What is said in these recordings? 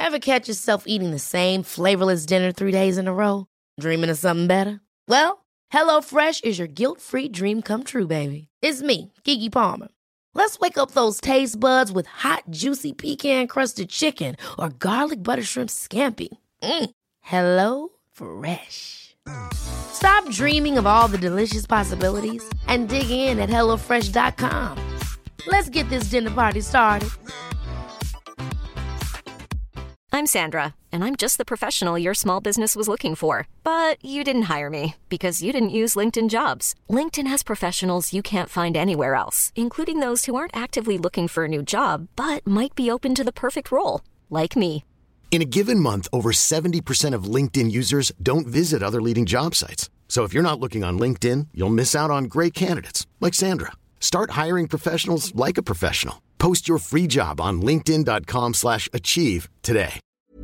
Ever catch yourself eating the same flavorless dinner 3 days in a row? Dreaming of something better? Well, HelloFresh is your guilt-free dream come true, baby. It's me, Keke Palmer. Let's wake up those taste buds with hot, juicy pecan-crusted chicken or garlic butter shrimp scampi. Hello Fresh. Stop dreaming of all the delicious possibilities and dig in at HelloFresh.com. Let's get this dinner party started. I'm Sandra, and I'm just the professional your small business was looking for. But you didn't hire me because you didn't use LinkedIn Jobs. LinkedIn has professionals you can't find anywhere else, including those who aren't actively looking for a new job, but might be open to the perfect role, like me. In a given month, over 70% of LinkedIn users don't visit other leading job sites. So if you're not looking on LinkedIn, you'll miss out on great candidates like Sandra. Start hiring professionals like a professional. Post your free job on linkedin.com/achieve today.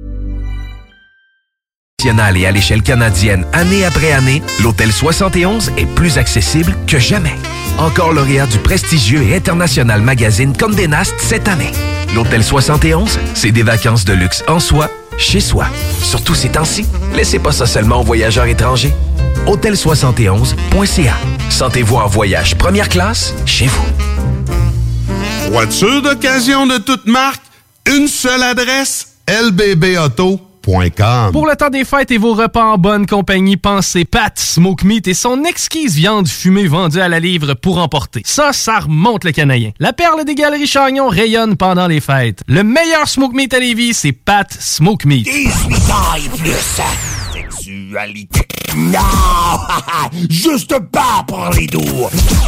Et à l'échelle canadienne, année après année, l'Hôtel 71 est plus accessible que jamais. Encore lauréat du prestigieux et international magazine Condé Nast cette année. L'Hôtel 71, c'est des vacances de luxe en soi, chez soi. Surtout ces temps-ci, laissez pas ça seulement aux voyageurs étrangers. Hôtel71.ca. Sentez-vous en voyage première classe chez vous. Voiture d'occasion de toute marque, une seule adresse, lbbauto.com. Pour le temps des fêtes et vos repas en bonne compagnie, pensez Pat Smoke Meat et son exquise viande fumée vendue à la livre pour emporter. Ça remonte le canadien. La perle des galeries Chagnon rayonne pendant les fêtes. Le meilleur Smoke Meat à Lévis, c'est Pat Smoke Meat. 18 ans et plus, sexualité. Non! Juste pas pour les doux!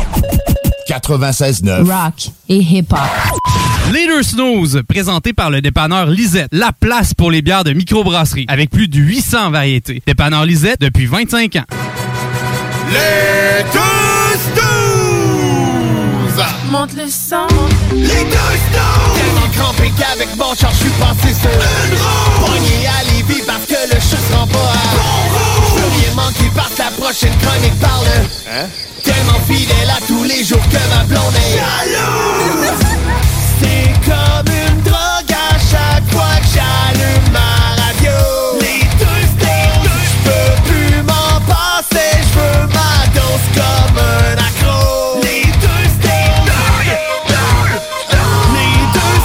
96.9 Rock et hip-hop. Leader Snooze, présenté par le dépanneur Lisette, la place pour les bières de microbrasserie, avec plus de 800 variétés. Dépanneur Lisette depuis 25 ans. Les deux Snooze! Monte le son. Les deux Snooze! Tellement crampé qu'avec mon char, je suis passé sur une roue. Pogné à Lévis parce que le chat se rend pas à bon roue. Je veux rien manquer par ta prochaine chronique parle. Hein? Tellement fidèle à tous les jours que ma blonde est jalouse. C'est comme une drogue à chaque fois que j'allume ma radio. Les deux Snooze, j'peux plus m'en passer, j'veux ma dose comme un accro. Les deux Snooze, les deux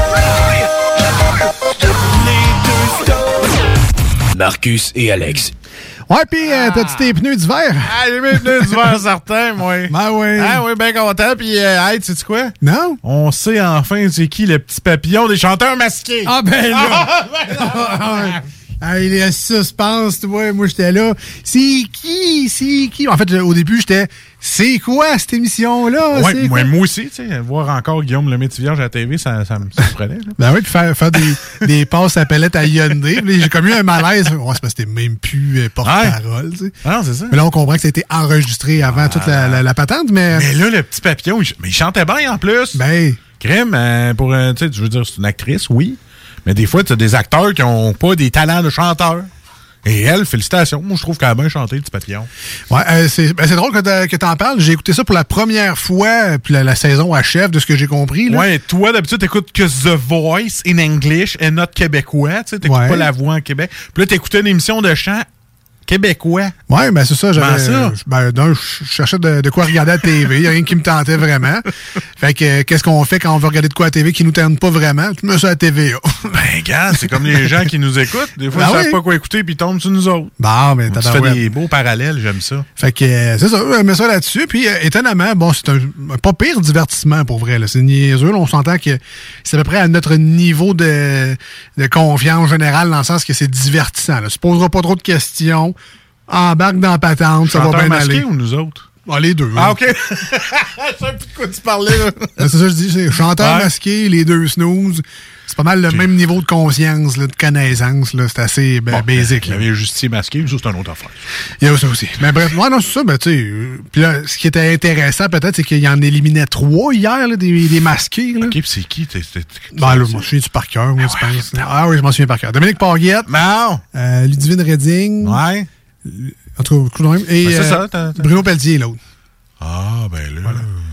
Snooze, les deux Snooze. Marcus et Alex. Ouais, pis t'as-tu tes pneus d'hiver? Ah, j'ai mes pneus d'hiver certains, moi. Ben oui. Ah oui, bien content. Pis, hey, tu sais quoi? Non? On sait enfin c'est qui le petit papillon des chanteurs masqués. Ah, ben là! Il est suspense, tu vois. Moi, j'étais là. C'est qui? En fait, au début, j'étais... C'est quoi cette émission-là? Ouais, moi aussi, tu sais, voir encore Guillaume Lemaitre-Vierge à la TV, ça me surprenait. Là. Ben oui, puis faire des passes à palette à Hyundai. J'ai comme eu un malaise. Ouais, c'est parce que c'était même plus porte-parole, tu sais. Ah, c'est ça. Mais là, on comprend que ça a été enregistré avant toute la patente, mais... Mais là, le petit papillon, il chantait bien en plus. Ben... Crème, tu sais, je veux dire, c'est une actrice, oui. Mais des fois, tu as des acteurs qui ont pas des talents de chanteur. Et elle, félicitations. Moi, je trouve qu'elle a bien chanté, le petit papillon. Ouais, c'est drôle que t'en parles. J'ai écouté ça pour la première fois, puis la saison achève, de ce que j'ai compris. Là. Ouais, toi, d'habitude, t'écoutes que The Voice in English et not québécois. Tu sais, t'écoutes pas la voix en Québec. Puis là, t'écoutais une émission de chant québécois. Ouais, ben c'est ça. Je cherchais de quoi regarder à la TV. Il n'y a rien qui me tentait vraiment. Fait que, qu'est-ce qu'on fait quand on veut regarder de quoi à la TV qui nous tente pas vraiment? Tu mets ça à la TVA. Ben, gars, c'est comme les gens qui nous écoutent. Des fois, ils savent pas quoi écouter puis ils tombent sur nous autres. Bon, mais tu fais des beaux parallèles, j'aime ça. Fait que, c'est ça, je mets ça là-dessus. Puis, étonnamment, bon, c'est un pas pire divertissement pour vrai. Là. C'est niaiseux. Là, on s'entend que c'est à peu près à notre niveau de confiance générale dans le sens que c'est divertissant. Là. Tu ne poseras pas trop de questions. Embarque dans la patente, ça va bien aller. Ou nous autres? Ah, les deux. Ah, OK. Je sais plus de quoi tu parlais, là. C'est ça que je dis, c'est chanteur masqué, les deux snooze. C'est pas mal le même niveau de conscience, là, de connaissance. Là. C'est assez basique. Il y avait Justier masqué, ça, c'est un autre affaire. Il y a ça aussi. Mais bref, ouais, non, c'est ça. Ben, tu sais. Puis là, ce qui était intéressant, peut-être, c'est qu'il y en éliminait 3 hier, là, des masqués. Là. OK, puis c'est qui? Ben, là, je m'en souviens du par cœur, moi, tu penses. Ah oui, je m'en souviens par cœur. Dominique Paguette. Non. Ludivine Redding. Ouais. En tout cas, et c'est ça, Bruno Pelletier, l'autre. Ah, ben là. Voilà.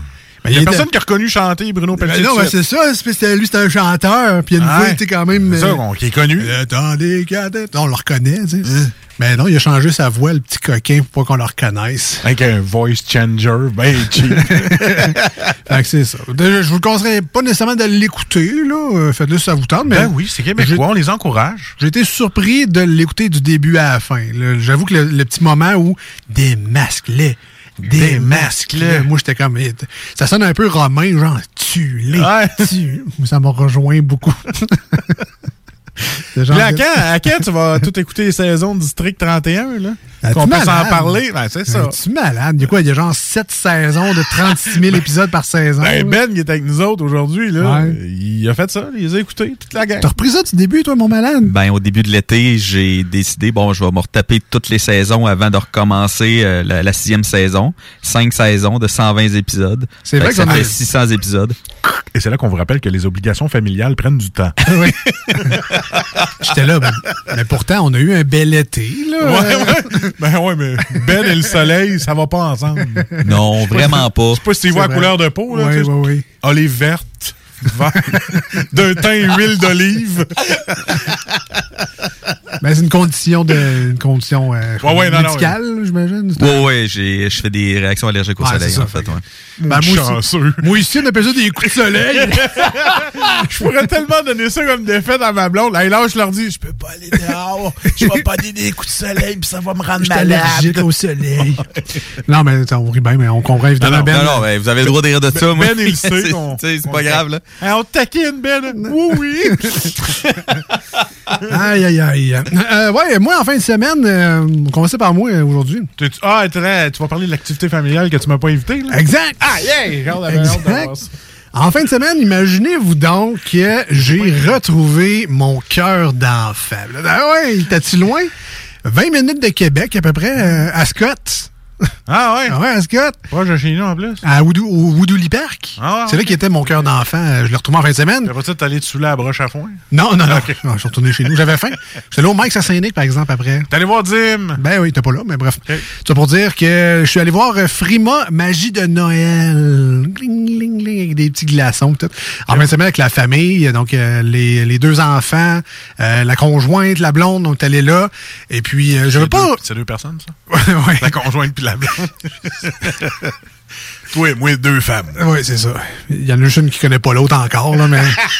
Il y a personne qui a reconnu chanter Bruno Pelletier. Non, c'est ça. Lui, c'est un chanteur. Puis il y a une voix, il était quand même... C'est ça, qui est connu. Attendez, on le reconnaît, tu sais. Mais non, il a changé sa voix, le petit coquin, pour pas qu'on le reconnaisse. Avec un voice changer, ben cheap. Fait que c'est ça. Je vous conseillerais pas nécessairement de l'écouter, là. Faites-le si ça vous tente. Mais ben oui, c'est québécois, on les encourage. J'ai été surpris de l'écouter du début à la fin. Là. J'avoue que le petit moment où démasque-les. Démasque-les. Moi, j'étais comme... Ça sonne un peu romain, genre, tue-les. Ça m'a rejoint beaucoup. À quand tu vas tout écouter les saisons de District 31, là? Qu'on peut s'en parler? Ben, c'est ça. Tu es malade. Il y a quoi? Il y a genre 7 saisons de 36 000 épisodes par saison. Ben, qui est avec nous autres aujourd'hui, là, il a fait ça. Il les a écoutés, toute la gang. T'as repris ça du début, toi, mon malade? Ben, au début de l'été, j'ai décidé, je vais me retaper toutes les saisons avant de recommencer la 6e saison. 5 saisons de 120 épisodes. C'est vrai que ça fait 600 épisodes. Et c'est là qu'on vous rappelle que les obligations familiales prennent du temps. Oui. J'étais là, mais pourtant, on a eu un bel été, là. Ouais, mais Ben et le soleil, ça va pas ensemble. Non, vraiment pas. Je sais pas si tu vois la couleur de peau, là. Oui. Olive verte, d'un teint huile d'olive. Ben, c'est une condition médicale, j'imagine. Oui, je fais des réactions allergiques au soleil, en fait. Ben, moi ici, on appelle ça des coups de soleil. Je pourrais tellement donner ça comme défaite à ma blonde. Là, je leur dis, je peux pas aller dehors, je vais pas donner des coups de soleil, puis ça va me rendre malade. Allergique au soleil. Non, mais on rit bien, mais on comprend évidemment. Non, mais vous avez le droit de rire de ça, moi. Ben, il sait. C'est pas grave, là. On te taquine, Ben. Oui. Aïe. Ouais, moi, en fin de semaine, on commençait par moi aujourd'hui. Tu vas parler de l'activité familiale que tu m'as pas invité, là? Exact. En fin de semaine, imaginez-vous donc que j'ai retrouvé mon cœur d'enfant. T'as-tu loin? 20 minutes de Québec, à peu près, à Scott. Ah ouais? Ouais, à Scott. Proche de chez nous, en plus. Au Woodouly Park. C'est là qu'était mon cœur d'enfant. Je l'ai retrouvé en fin de semaine. T'as pas dit t'allais te saouler à la broche à foin? Non. Okay. Non, je suis retourné chez nous. J'avais faim. J'étais là au Mike à Saint-Nic, par exemple, après. T'es allé voir Dim? Ben oui, t'es pas là, mais bref. Okay. C'est pour dire que je suis allé voir Frima Magie de Noël. Gling, gling, gling, avec des petits glaçons. Tout. En fin de semaine, avec la famille. Donc, les 2 enfants, la conjointe, la blonde, donc t'es allé là. Et puis, je veux pas... C'est 2 personnes, ça? Ouais. La conjointe puis la blonde. Toi et moi, 2 femmes. Oui, c'est ça. Il y en a une qui connaît pas l'autre encore, là, mais...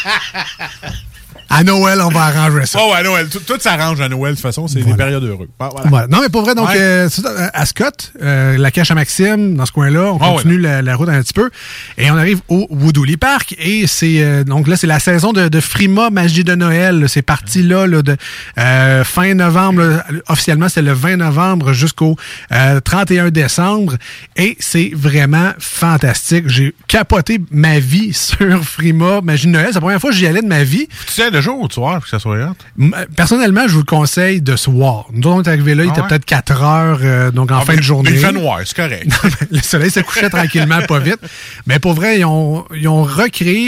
À Noël, on va arranger ça. Oh, à Noël. Tout s'arrange à Noël, de toute façon. C'est des périodes heureuses. Voilà. Ouais. Non, mais pour vrai, donc, à Scott, la cache à Maxime, dans ce coin-là, on continue la route un petit peu. Et on arrive au Woodouly Park. Et c'est donc là, c'est la saison de Frima Magie de Noël. C'est parti là de fin novembre. Là, officiellement, c'est le 20 novembre jusqu'au 31 décembre. Et c'est vraiment fantastique. J'ai capoté ma vie sur Frima Magie de Noël. C'est la première fois que j'y allais de ma vie. Tu sais, le jour ou le soir, pour que ça soit hot? Personnellement, je vous le conseille de soir. Nous, on est arrivés là, il était peut-être 4 heures, donc en fin de journée. Il fait noir, c'est correct. Le soleil se couchait tranquillement, pas vite. Mais pour vrai, ils ont recréé,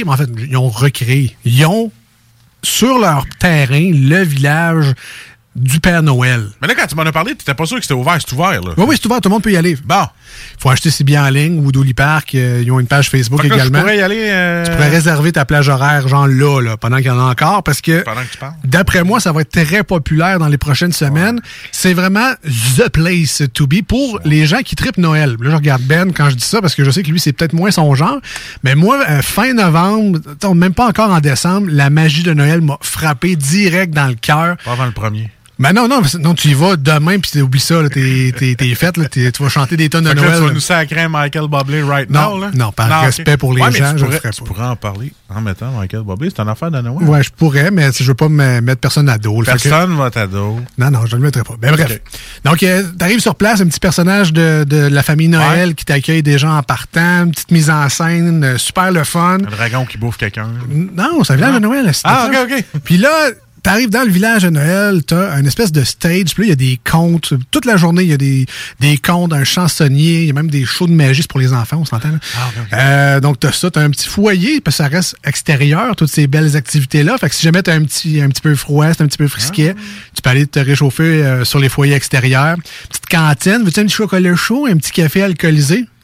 ils ont sur leur terrain le village du Père Noël. Mais là, quand tu m'en as parlé, tu n'étais pas sûr que c'était ouvert. C'est ouvert, là. Oui, c'est ouvert. Tout le monde peut y aller. Bon. Il faut acheter ses billets en ligne. Woodouly Park, ils ont une page Facebook également. Je pourrais y aller... Tu pourrais réserver ta plage horaire, genre là, pendant qu'il y en a encore, parce que... Pendant que tu parles. D'après moi, ça va être très populaire dans les prochaines semaines. C'est vraiment the place to be pour les gens qui trippent Noël. Là, je regarde Ben quand je dis ça, parce que je sais que lui, c'est peut-être moins son genre. Mais moi, fin novembre, même pas encore en décembre, la magie de Noël m'a frappé direct dans le cœur. Pas avant le premier. Ben non, tu y vas demain, puis oublie ça, là, t'es fait, là, tu vas chanter des tonnes de Noël. Là, tu vas nous sacrer Michael Bublé now, là? Non, par respect pour les gens, je le ferais pas. Tu pourrais en parler en mettant Michael Bublé, c'est une affaire de Noël. Ouais, je pourrais, mais je veux pas me mettre personne à dos. Personne va t'ado. Non, je ne le mettrai pas. Ben bref. Okay. Donc, t'arrives sur place, un petit personnage de la famille Noël qui t'accueille des gens en partant, une petite mise en scène, super le fun. Un dragon qui bouffe quelqu'un. Non, c'est un village de Noël. OK. Puis là... T'arrives dans le village de Noël, t'as une espèce de stage, puis là, il y a des contes. Toute la journée, il y a des contes, un chansonnier, il y a même des shows de magie, c'est pour les enfants, on s'entend. Okay. Donc, t'as ça, t'as un petit foyer, parce que ça reste extérieur, toutes ces belles activités-là. Fait que si jamais t'as un petit peu froid, c'est un petit peu frisquet, tu peux aller te réchauffer sur les foyers extérieurs. Petite cantine, veux-tu un petit chocolat chaud, un petit café alcoolisé?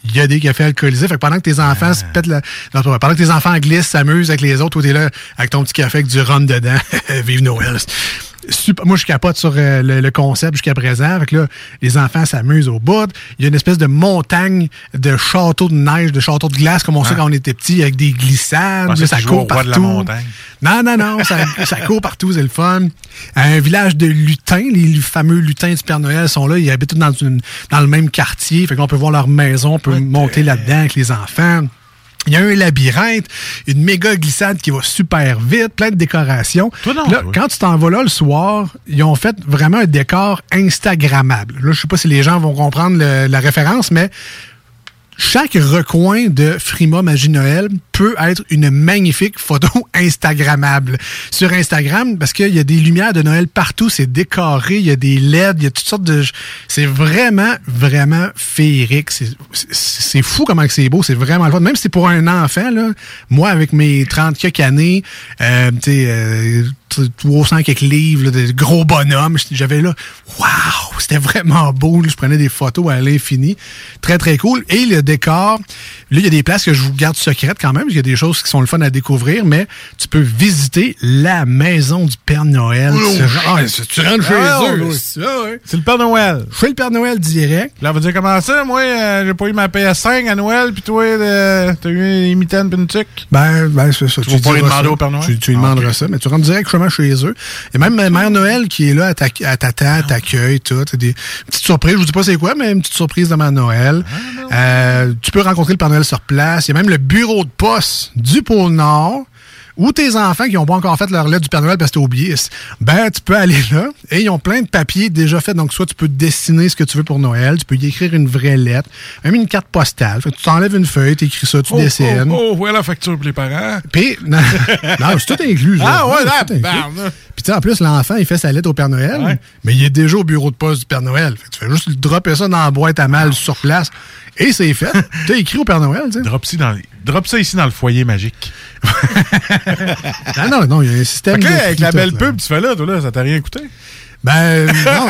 il y a des cafés alcoolisés. Fait que pendant que tes enfants se pètent pendant que tes enfants glissent, s'amusent avec les autres, toi, t'es là avec ton petit café avec du rhum dedans. Vive Noël. Super. Moi, je capote sur le concept jusqu'à présent. Fait que là, les enfants s'amusent au bout. Il y a une espèce de montagne de châteaux de neige, de châteaux de glace, comme on sait quand on était petit, avec des glissades. Là, ça court partout. De la montagne. Non, ça court partout, c'est le fun. Un village de lutins, les fameux lutins du Père Noël sont là. Ils habitent tous dans le même quartier. Fait qu'on peut voir leur maison, on peut monter là-dedans avec les enfants. Il y a un labyrinthe, une méga glissade qui va super vite, plein de décorations. Là, quand tu t'en vas là le soir, ils ont fait vraiment un décor instagrammable. Là, je sais pas si les gens vont comprendre la référence, mais chaque recoin de Frima Magie Noël peut être une magnifique photo instagrammable. Sur Instagram, parce qu'il y a des lumières de Noël partout, c'est décoré, il y a des LED, il y a toutes sortes de... C'est vraiment, vraiment féerique. C'est fou comment c'est beau, c'est vraiment le fun. Même si c'est pour un enfant, là, moi, avec mes 30 quelques années, 300 quelques livres, là, de gros bonhommes, j'avais là, waouh, c'était vraiment beau. Là, je prenais des photos à l'infini. Très, très cool. Et le décor, là, il y a des places que je vous garde secrètes quand même, parce qu'il y a des choses qui sont le fun à découvrir, mais tu peux visiter la maison du Père Noël. Tu rentres chez eux. C'est le Père Noël. Je fais le Père Noël direct. Là, on va dire comment ça? Moi, j'ai pas eu ma PS5 à Noël, puis toi, t'as eu une mitaine pis une tuque? Ben, c'est ça. Tu vas pas lui demander au Père Noël? Tu lui demanderas ça, mais tu rentres directement chez eux. Il y a même Mère Noël qui est là, à t'attend, t'accueille, tout. Des petites surprises, je vous dis pas c'est quoi, mais une petite surprise de Mère Noël. Tu peux rencontrer le Père Noël sur place. Il y a même le bureau de poste du pôle Nord, ou tes enfants qui n'ont pas encore fait leur lettre du Père Noël parce que t'as oublié, ben tu peux aller là et ils ont plein de papiers déjà faits. Donc, soit tu peux dessiner ce que tu veux pour Noël, tu peux y écrire une vraie lettre, même une carte postale. Fait que tu t'enlèves une feuille, tu écris ça, tu dessines. Ouais, la facture pour les parents. Puis, non, c'est tout inclus. Ah ouais, là, Puis, tu sais, en plus, l'enfant, il fait sa lettre au Père Noël, mais il est déjà au bureau de poste du Père Noël. Fait que tu fais juste dropper ça dans la boîte à mal sur place et c'est fait. Tu as écrit au Père Noël, tu sais. Drop ça ici dans le foyer magique. Non, il y a un système. Fait que là, avec la belle pub, tu fais là, toi, là, ça t'a rien coûté? Ben, non.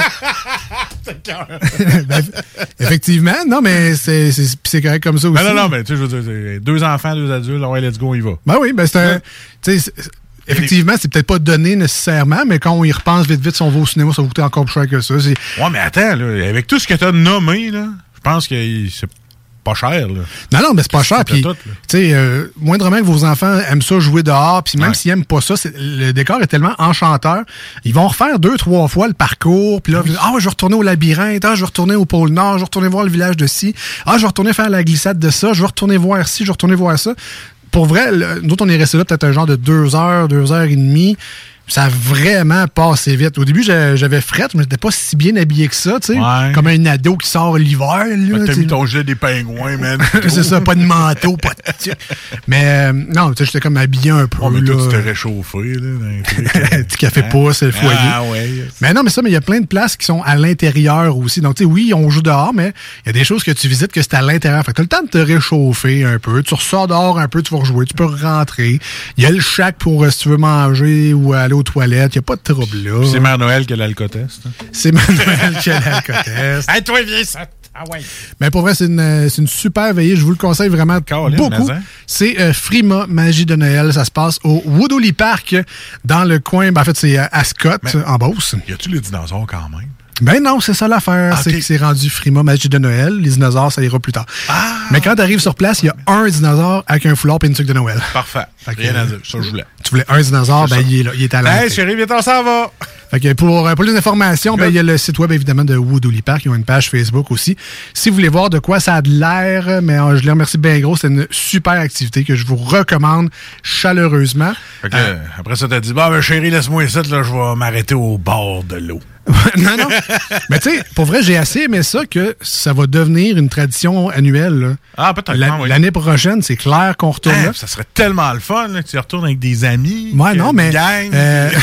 Effectivement, non, mais c'est correct comme ça aussi. Non, mais tu sais, je veux dire, 2 enfants, 2 adultes, ouais, let's go, on y va. Ben oui, ben c'est un. Tu sais, effectivement, c'est peut-être pas donné nécessairement, mais quand on y repense vite, si on va au cinéma, ça va coûter encore plus cher que ça. Ouais, mais attends, là, avec tout ce que t'as nommé, là, je pense que c'est pas cher, là. Non, mais c'est pas cher. Puis, tu sais, moindrement que vos enfants aiment ça jouer dehors, puis même s'ils aiment pas ça, le décor est tellement enchanteur. Ils vont refaire 2-3 fois le parcours, puis là, je vais retourner au labyrinthe, je vais retourner au pôle Nord, je vais retourner voir le village de ci, je vais retourner faire la glissade de ça, je vais retourner voir ci, je vais retourner voir ça. Pour vrai, nous autres, on est resté là peut-être un genre de 2 heures, 2 heures et demie. Ça a vraiment passé vite. Au début, j'avais frette, mais j'étais pas si bien habillé que ça, tu sais. Ouais. Comme un ado qui sort l'hiver. T'as mis ton gilet des pingouins, man. C'est ça, pas de manteau, pas de... Mais non, tu sais, j'étais comme habillé un peu. Mais toi, tu t'es réchauffé, là. Petit café pouce, le foyer. Ah, ouais. Mais non, mais il y a plein de places qui sont à l'intérieur aussi. Donc, tu sais, oui, on joue dehors, mais il y a des choses que tu visites que c'est à l'intérieur. Fait que t'as le temps de te réchauffer un peu. Tu ressors dehors un peu, tu vas rejouer, tu peux rentrer. Il y a le shack pour si tu veux manger ou aller aux toilettes. Il n'y a pas de trouble là. C'est Mère Noël qui a l'alcotest. C'est Mère Noël qui a l'alcotest. Hey, toi, viens ça. Ah ouais. Mais pour vrai, c'est une super veillée. Je vous le conseille vraiment beaucoup. C'est Frima Magie de Noël. Ça se passe au Woodley Park, dans le coin. Ben, en fait, c'est à Scott, en Beauce. Y a-tu les dinosaures quand même? Ben non, c'est ça l'affaire. Okay. C'est que c'est rendu Frima Magie de Noël. Les dinosaures, ça ira plus tard. Ah, mais quand tu arrives sur place, il y a un dinosaure avec un foulard et une tuque de Noël. Parfait. Rien à dire. Ça, je voulais. Tu voulais un dinosaure, ben il est là. Il est à l'entrée. Hey, chérie, viens t'en s'en va. Fait que pour les informations, ben il y a le site web évidemment de Woodley Park. Ils ont une page Facebook aussi. Si vous voulez voir de quoi ça a de l'air, mais je les remercie bien gros. C'est une super activité que je vous recommande chaleureusement. Fait que, après ça, t'as dit, ben chérie, laisse-moi ici, là, je vais m'arrêter au bord de l'eau. non. Mais tu sais, pour vrai, j'ai assez aimé ça que ça va devenir une tradition annuelle. Là. Ah, peut-être. Oui. L'année prochaine, c'est clair qu'on retourne là. Ça serait tellement le fun, là, que tu retournes avec des amis. Ouais, non, mais. Gang.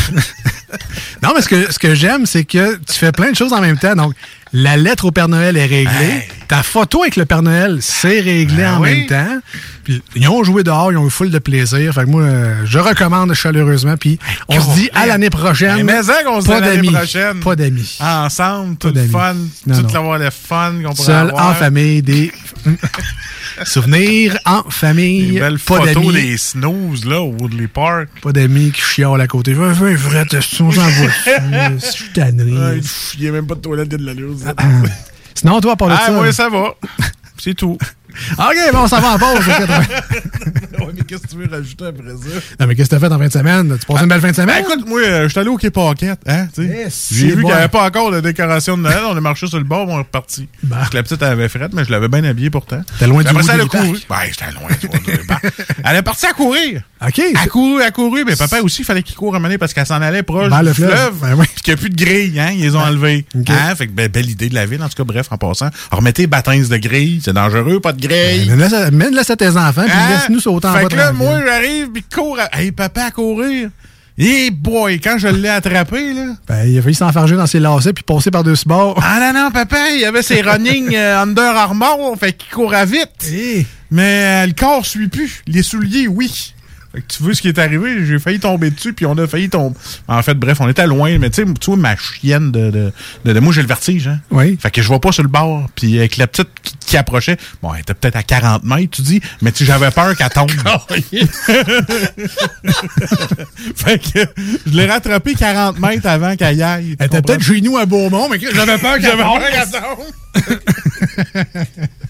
Non, mais ce que j'aime, c'est que tu fais plein de choses en même temps. Donc, la lettre au Père Noël est réglée. Hey. Ta photo avec le Père Noël, c'est réglé en même temps. Puis ils ont joué dehors, ils ont eu full de plaisir. Fait que moi, je recommande chaleureusement. Puis on se dit à l'année prochaine. Mais c'est qu'on se dit à l'année prochaine. Pas d'amis. Ensemble, tout le fun. Tout l'avoir le fun qu'on pourrait seul, avoir. en famille, des souvenirs en famille. Des belles pas photos d'amis. des snooze, là, au Woodley Park. Pas d'amis qui chiolent à côté. Je veux un vrai teston, j'en vois. Je suis tannerie. Il n'y a même pas de toilette, il y a de l'allure. Sinon, toi, à part de ça... oui, ça va. C'est tout. OK, bon, on s'en va en pause. Ouais, mais qu'est-ce que tu veux rajouter après ça? Non, mais qu'est-ce que t'as fait en fin de semaine? Tu passes une belle fin de semaine? Ben, écoute, moi, je suis allé au Quai Paquette. Hein, j'ai vu qu'il n'y avait pas encore de décoration de Noël. On a marché sur le bord, on est reparti. Parce que la petite avait frette, mais je l'avais bien habillée pourtant. T'es loin du après ça, elle a Woodley couru. Ouais, j'étais loin. Elle est partie à courir. OK. Elle a couru, mais papa aussi, il fallait qu'il court à un moment donné parce qu'elle s'en allait proche Vers du le fleuve. fleuve. Oui. Puis qu'il n'y a plus de grille, hein, ils les ont enlevés. Okay. Hein, fait que belle idée de la ville, en tout cas, bref, en passant. Remettez bâtins de grille, c'est dangereux, pas de grille. Mène-laisse à tes enfants, puis laisse-nous sauter en bas. Fait que là, moi, j'arrive, puis cours. Hey, papa, à courir. Hey boy, quand je l'ai attrapé, là. Ben, il a failli s'enfarger dans ses lacets puis passer par-dessus bord. Ah non, papa, il avait ses running Under Armour, fait qu'il courait vite. Hey. Mais le corps suit plus. Les souliers, oui. Fait que tu vois ce qui est arrivé, j'ai failli tomber dessus, puis on a failli tomber. En fait, bref, on était loin, mais tu vois, ma chienne de moi, j'ai le vertige, hein. Oui. Fait que je vois pas sur le bord, puis avec la petite qui approchait, bon, elle était peut-être à 40 mètres, tu dis, mais j'avais peur qu'elle tombe. Fait que je l'ai rattrapé 40 mètres avant qu'elle y aille. Elle était peut-être chez nous à Beaumont, mais j'avais peur qu'elle tombe.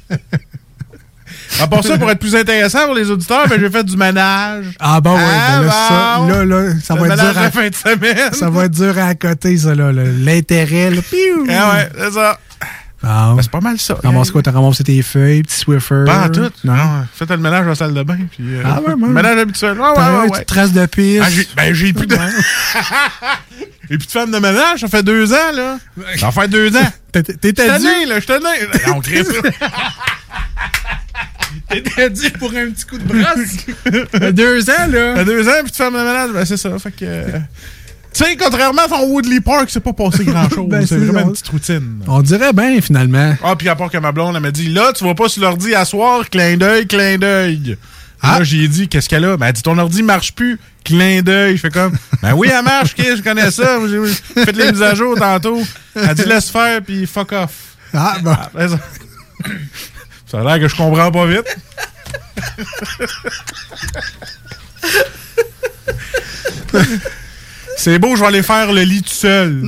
À part ça, pour être plus intéressant pour les auditeurs, ben, j'ai fait du ménage. Ah bon, ouais, ben là, ça va être dur à la fin de semaine. Ça va être dur à côté, ça, là. L'intérêt, là. Piou! Ah ouais, c'est ça. Bon. Ben, c'est pas mal ça. Ramasse quoi? T'as ramassé tes feuilles, petit Swiffer? Pas en tout. Non. Faites le ménage dans la salle de bain. Puis, ouais. Ménage habituel. Ouais. Une petite trace de pisse. J'ai plus de... J'ai plus de femme de ménage. Ça fait 2 ans, là. Ça va faire 2 ans. T'es tanné, là. Je suis tanné. Non, Chris. T'étais dit pour un petit coup de brosse. 2 ans, là. Ça fait 2 ans, puis tu fais le ménage. Ben, c'est ça. Fait que. Tu sais, contrairement à ton Woodley Park, c'est pas passé grand-chose. Ben, c'est vraiment une petite routine. On dirait bien, finalement. Ah, puis à part que ma blonde, elle m'a dit, là, tu vas pas sur l'ordi à soir, clin d'œil. Ah. Là, j'ai dit, qu'est-ce qu'elle a? Ben, elle dit, ton ordi marche plus, clin d'œil. Je fais comme, ben oui, elle marche, je connais ça. J'ai fait les mises à jour tantôt. Elle dit, laisse faire, puis fuck off. Ah, bon. Ben, ça a l'air que je comprends pas vite. C'est beau, je vais aller faire le lit tout seul.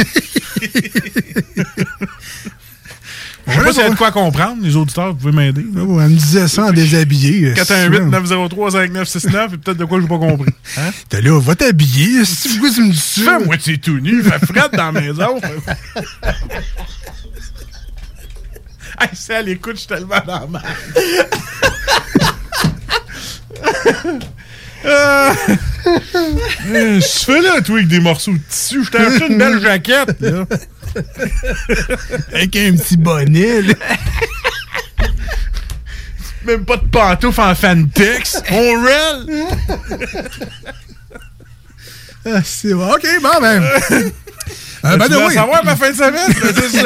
Je sais pas s'il y a de quoi comprendre, les auditeurs, vous pouvez m'aider. Oh, elle me disait ça en déshabillé. 418-903-5969, et peut-être de quoi j'ai pas compris. Hein? T'es là, va t'habiller. Pourquoi tu me dis ça? Fais moitié tout nu, fait frette dans la maison. Hey, si elle écoute, je suis tellement dans la merde. Je fais là, toi, avec des morceaux de tissu. Je t'ai acheté une belle jaquette, là. Avec un petit bonnet, là. Même pas de pantoufles en Fantex. On rêle. C'est bon. OK, bon, ben. Tu veux savoir ma fin de semaine? C'est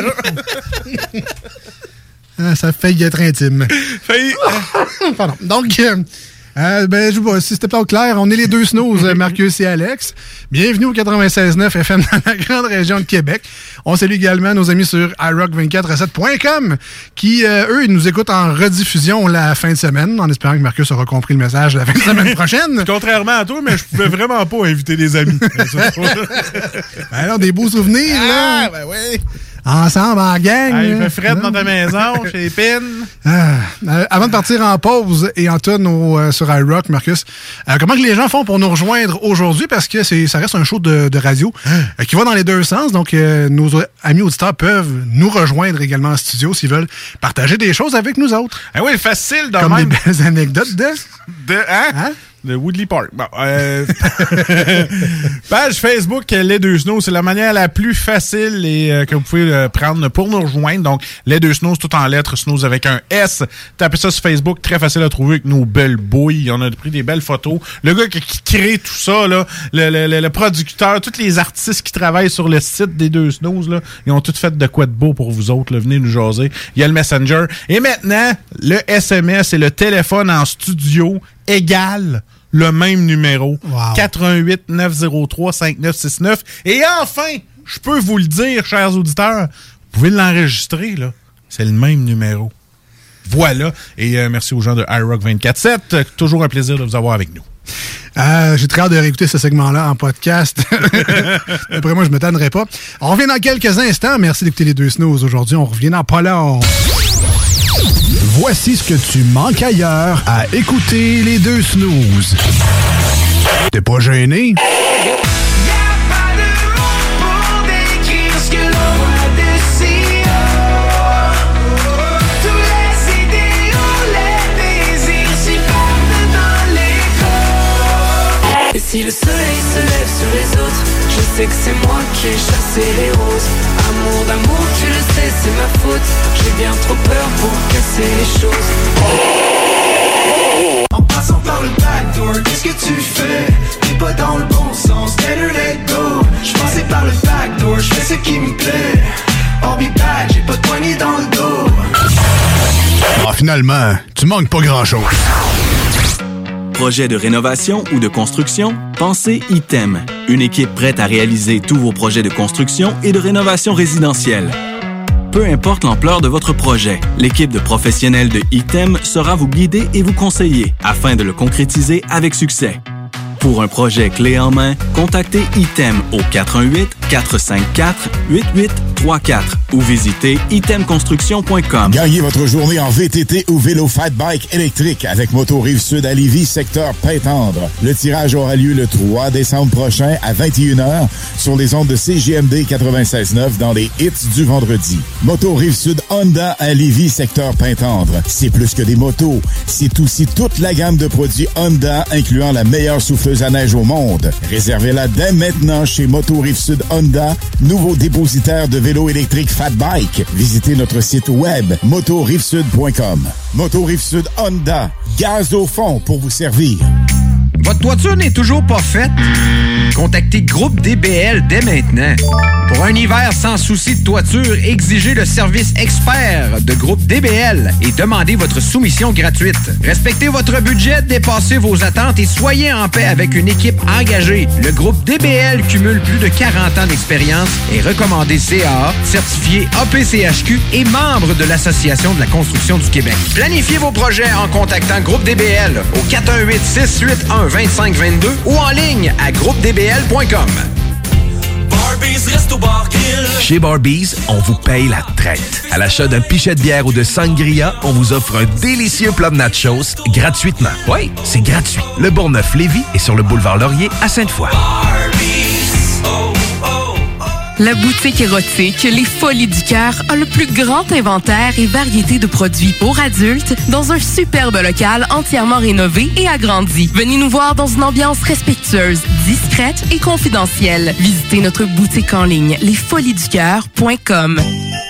ça. Ça fait être intime. Pardon. Donc, ben, je vois, si c'était pas clair, on est les deux snooze, Marcus et Alex. Bienvenue au 96.9 FM dans la grande région de Québec. On salue également nos amis sur iRock247.com qui, eux, ils nous écoutent en rediffusion la fin de semaine, en espérant que Marcus aura compris le message la fin de semaine prochaine. Contrairement à toi, mais je pouvais vraiment pas inviter des amis. Ben non, des beaux souvenirs, là. Ah, ben oui. Ensemble, en gang. Ah, il fait frette dans ta maison, chez Pin. Avant de partir en pause et en tonne sur iRock, Marcus, comment que les gens font pour nous rejoindre aujourd'hui? Parce que ça reste un show de radio qui va dans les deux sens. Donc, nos amis auditeurs peuvent nous rejoindre également en studio s'ils veulent partager des choses avec nous autres. Ah oui, facile de comme même. des belles anecdotes hein? de Woodley Park. Bon, page Facebook Les Deux Snows, c'est la manière la plus facile et que vous pouvez prendre pour nous rejoindre. Donc, Les Deux Snows, tout en lettres, Snows avec un S. Tapez ça sur Facebook, très facile à trouver avec nos belles bouilles. On a pris des belles photos. Le gars qui crée tout ça, là, le producteur, tous les artistes qui travaillent sur le site des Deux Snows, là, ils ont tout fait de quoi de beau pour vous autres. Là, venez nous jaser. Il y a le Messenger. Et maintenant, le SMS et le téléphone en studio égale le même numéro. Wow. 88 903 5969. Et enfin, je peux vous le dire, chers auditeurs, vous pouvez l'enregistrer, là. C'est le même numéro. Voilà. Et merci aux gens de iRock 24/7. Toujours un plaisir de vous avoir avec nous. J'ai très hâte de réécouter ce segment-là en podcast. Après moi, je ne me tannerai pas. On revient dans quelques instants. Merci d'écouter Les Deux Snows. Aujourd'hui, on revient dans pas long. Voici ce que tu manques ailleurs à écouter Les Deux Snooze. T'es pas gêné? Et si le soleil se lève sur les autres, je sais que c'est moi qui ai chassé les roses. Amour d'amour, tu le sais, c'est ma faute. J'ai bien trop peur pour casser les choses. En passant par le backdoor, qu'est-ce que tu fais? T'es pas dans le bon sens, better let go. J'passais par le backdoor, j'fais ce qui me plaît. I'll be back, j'ai pas de poignée dans le dos. Ah, finalement, tu manques pas grand-chose. Projet de rénovation ou de construction? Pensez ITEM. Une équipe prête à réaliser tous vos projets de construction et de rénovation résidentielle. Peu importe l'ampleur de votre projet, l'équipe de professionnels de ITEM sera vous guider et vous conseiller afin de le concrétiser avec succès. Pour un projet clé en main, contactez ITEM au 418-454-8834 ou visitez itemconstruction.com. Gagnez votre journée en VTT ou vélo fat bike électrique avec Moto Rive-Sud à Lévis, secteur Pintendre. Le tirage aura lieu le 3 décembre prochain à 21h sur les ondes de CJMD 96.9 dans les hits du vendredi. Moto Rive-Sud Honda à Lévis, secteur Pintendre. C'est plus que des motos, c'est aussi toute la gamme de produits Honda incluant la meilleure souffleuse à neige au monde. Réservez-la dès maintenant chez Moto Rive-Sud Honda, nouveau dépositaire de vélos électriques Fat Bike. Visitez notre site web motorivesud.com. Moto Rive-Sud Honda, gaz au fond pour vous servir. Votre toiture n'est toujours pas faite? Contactez Groupe DBL dès maintenant. Pour un hiver sans souci de toiture, exigez le service expert de Groupe DBL et demandez votre soumission gratuite. Respectez votre budget, dépassez vos attentes et soyez en paix avec une équipe engagée. Le Groupe DBL cumule plus de 40 ans d'expérience et recommandé CAA, certifié APCHQ et membre de l'Association de la construction du Québec. Planifiez vos projets en contactant Groupe DBL au 418-681-2522 ou en ligne à groupedbl.com. Chez Barbies, on vous paye la traite. À l'achat d'un pichet de bière ou de sangria, on vous offre un délicieux plat de nachos gratuitement. Oui, c'est gratuit. Le Bourgneuf-Lévis est sur le boulevard Laurier à Sainte-Foy. La boutique érotique Les Folies du Cœur a le plus grand inventaire et variété de produits pour adultes dans un superbe local entièrement rénové et agrandi. Venez nous voir dans une ambiance respectueuse, discrète et confidentielle. Visitez notre boutique en ligne lesfoliesducoeur.com.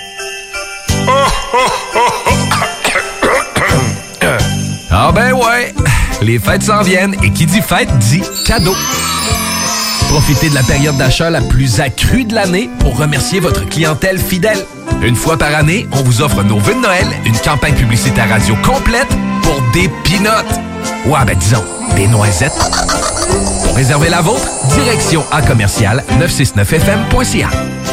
Ah ben ouais, les fêtes s'en viennent et qui dit fête dit cadeau. Profitez de la période d'achat la plus accrue de l'année pour remercier votre clientèle fidèle. Une fois par année, on vous offre nos vœux de Noël, une campagne publicitaire radio complète pour des pinottes. Ouais, ben disons, des noisettes. Pour réserver la vôtre, direction à commercial 969fm.ca.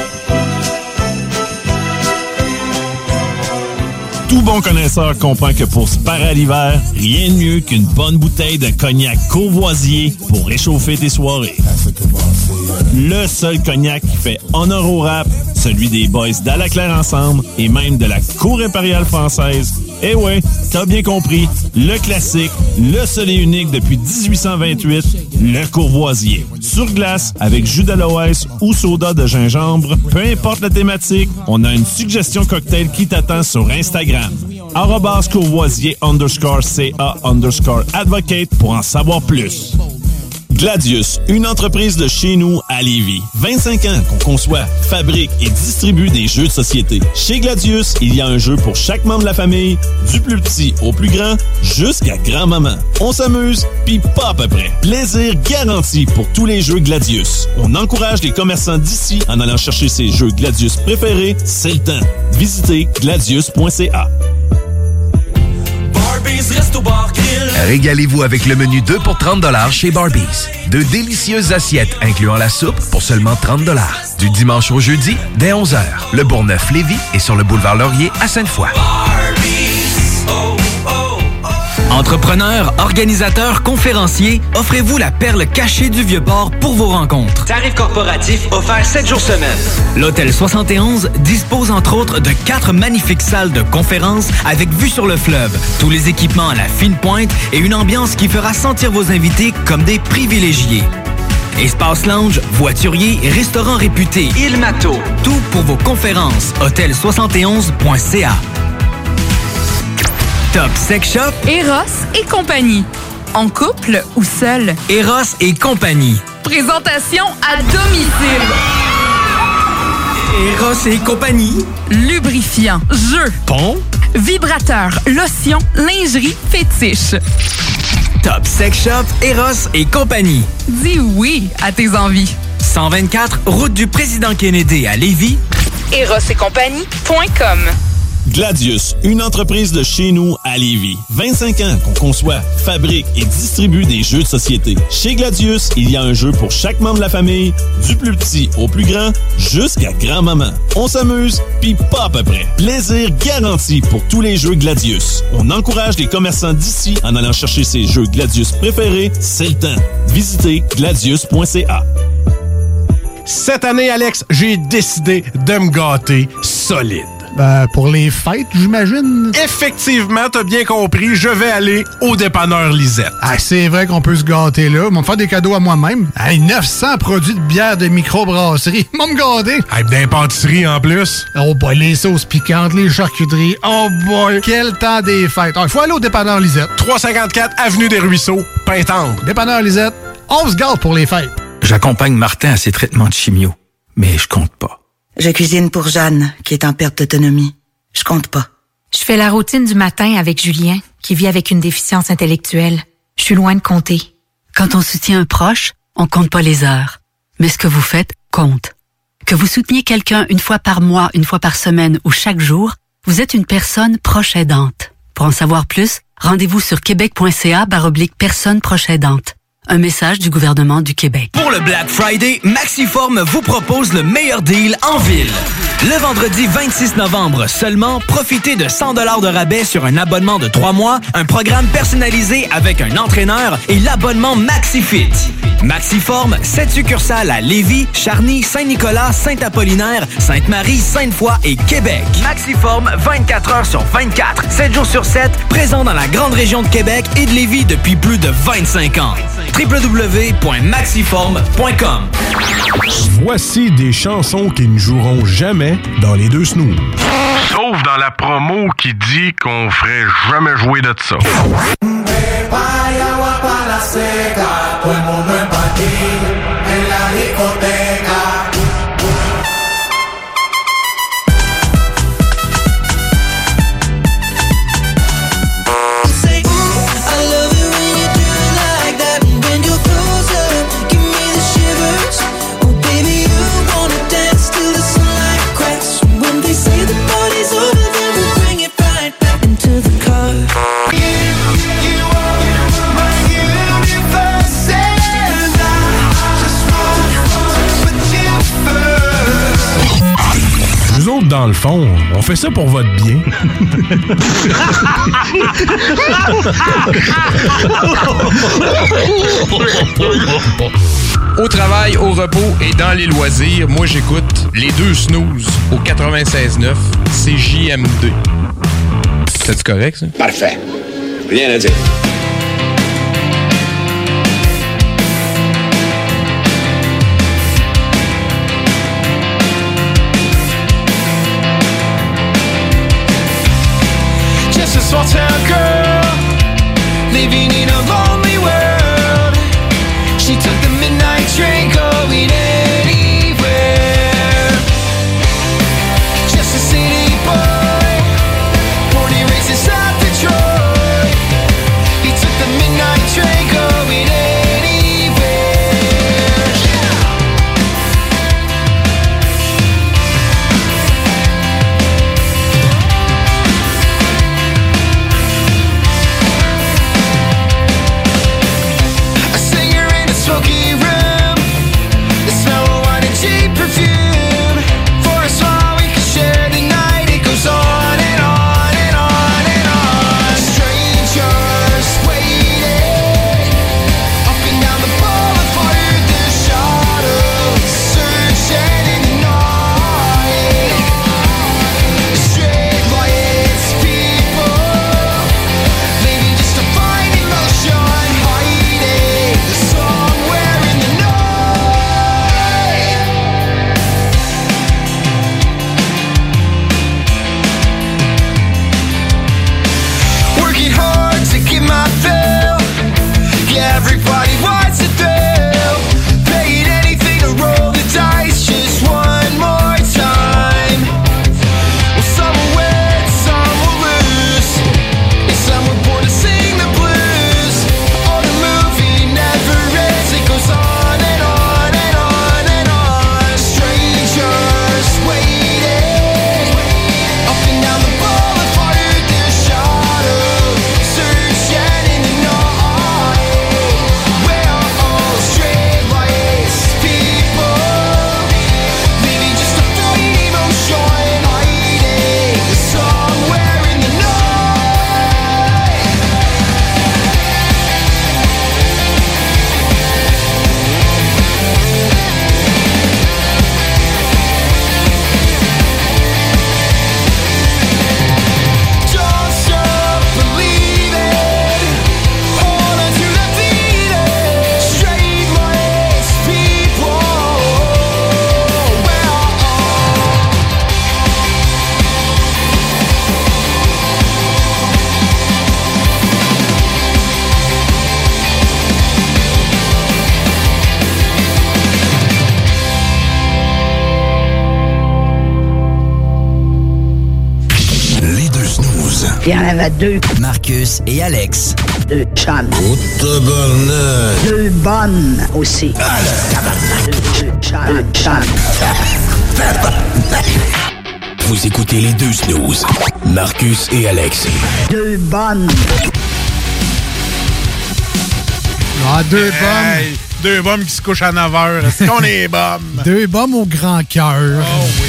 Tout bon connaisseur comprend que pour se parer à l'hiver, rien de mieux qu'une bonne bouteille de cognac Courvoisier pour réchauffer tes soirées. Le seul cognac qui fait honneur au rap, celui des boys d'À-la-Claire Ensemble et même de la Cour impériale française. Eh ouais, t'as bien compris, le classique, le seul et unique depuis 1828, le Courvoisier. Sur glace, avec jus d'aloès ou soda de gingembre, peu importe la thématique, on a une suggestion cocktail qui t'attend sur Instagram. @courvoisier_CA_advocate pour en savoir plus. Gladius, une entreprise de chez nous à Lévis. 25 ans qu'on conçoit, fabrique et distribue des jeux de société. Chez Gladius, il y a un jeu pour chaque membre de la famille, du plus petit au plus grand, jusqu'à grand-maman. On s'amuse, pis pas à peu près. Plaisir garanti pour tous les jeux Gladius. On encourage les commerçants d'ici en allant chercher ses jeux Gladius préférés, c'est le temps. Visitez gladius.ca. Régalez-vous avec le menu 2 pour 30 $ chez Barbies. De délicieuses assiettes incluant la soupe pour seulement 30 $. Du dimanche au jeudi, dès 11h. Le Bourgneuf-Lévis est sur le boulevard Laurier à Sainte-Foy. Entrepreneurs, organisateurs, conférenciers, offrez-vous la perle cachée du Vieux-Port pour vos rencontres. Tarif corporatif offert 7 jours semaine. L'Hôtel 71 dispose entre autres de 4 magnifiques salles de conférences avec vue sur le fleuve, tous les équipements à la fine pointe et une ambiance qui fera sentir vos invités comme des privilégiés. Espace lounge, voiturier, restaurant réputé, Il Mato, tout pour vos conférences. Hôtel71.ca. Top Sex Shop, Eros et compagnie. En couple ou seul? Eros et compagnie. Présentation à domicile. Eros et compagnie. Lubrifiant, jeu, Pont, vibrateur, lotion, lingerie, fétiche. Top Sex Shop, Eros et compagnie. Dis oui à tes envies. 124, route du Président Kennedy à Lévis. erosetcompagnie.com. Gladius, une entreprise de chez nous à Lévis. 25 ans qu'on conçoit, fabrique et distribue des jeux de société. Chez Gladius, il y a un jeu pour chaque membre de la famille, du plus petit au plus grand, jusqu'à grand-maman. On s'amuse, pis pas à peu près. Plaisir garanti pour tous les jeux Gladius. On encourage les commerçants d'ici en allant chercher ses jeux Gladius préférés, c'est le temps. Visitez gladius.ca. Cette année, Alex, j'ai décidé de me gâter solide. Pour les fêtes, j'imagine. Effectivement, t'as bien compris, je vais aller au dépanneur Lisette. Ah, c'est vrai qu'on peut se gâter là. Ils vont me faire des cadeaux à moi-même. Hey, 900 produits de bière de microbrasserie. Ils vont me gâter. Hey, d'impantisserie en plus. Oh boy, les sauces piquantes, les charcuteries. Oh boy, quel temps des fêtes. Il faut aller au dépanneur Lisette. 354 Avenue des Ruisseaux, Pintendre. Dépanneur Lisette, on se gâte pour les fêtes. J'accompagne Martin à ses traitements de chimio, mais je compte pas. Je cuisine pour Jeanne, qui est en perte d'autonomie. Je compte pas. Je fais la routine du matin avec Julien, qui vit avec une déficience intellectuelle. Je suis loin de compter. Quand on soutient un proche, on compte pas les heures. Mais ce que vous faites compte. Que vous souteniez quelqu'un une fois par mois, une fois par semaine ou chaque jour, vous êtes une personne proche aidante. Pour en savoir plus, rendez-vous sur québec.ca/personne proche aidante. Un message du gouvernement du Québec. Pour le Black Friday, Maxiform vous propose le meilleur deal en ville. Le vendredi 26 novembre seulement, profitez de 100 $ de rabais sur un abonnement de 3 mois, un programme personnalisé avec un entraîneur et l'abonnement MaxiFit. Maxiform, 7 succursales à Lévis, Charny, Saint-Nicolas, Saint-Apollinaire, Sainte-Marie, Sainte-Foy et Québec. Maxiform, 24 heures sur 24, 7 jours sur 7, présent dans la grande région de Québec et de Lévis depuis plus de 25 ans. www.maxiform.com. Voici des chansons qui ne joueront jamais dans les deux snooze. Sauf dans la promo qui dit qu'on ferait jamais jouer de ça. Nous autres, dans le fond, on fait ça pour votre bien. Au travail, au repos et dans les loisirs, moi j'écoute les deux snooze au 96.9 CJMD. C'est correct, ça? Parfait. Rien à dire. Just Il y en avait deux. Marcus et Alex. Deux chums. Oh, tabarnak. Deux bonnes aussi. Deux chums. Vous écoutez les deux snooze, Marcus et Alex. Deux bonnes. Ah, deux bombes. Hey, deux bombes qui se couchent à 9h. Est-ce qu'on est bombes? Deux bombes au grand cœur. Oh oui.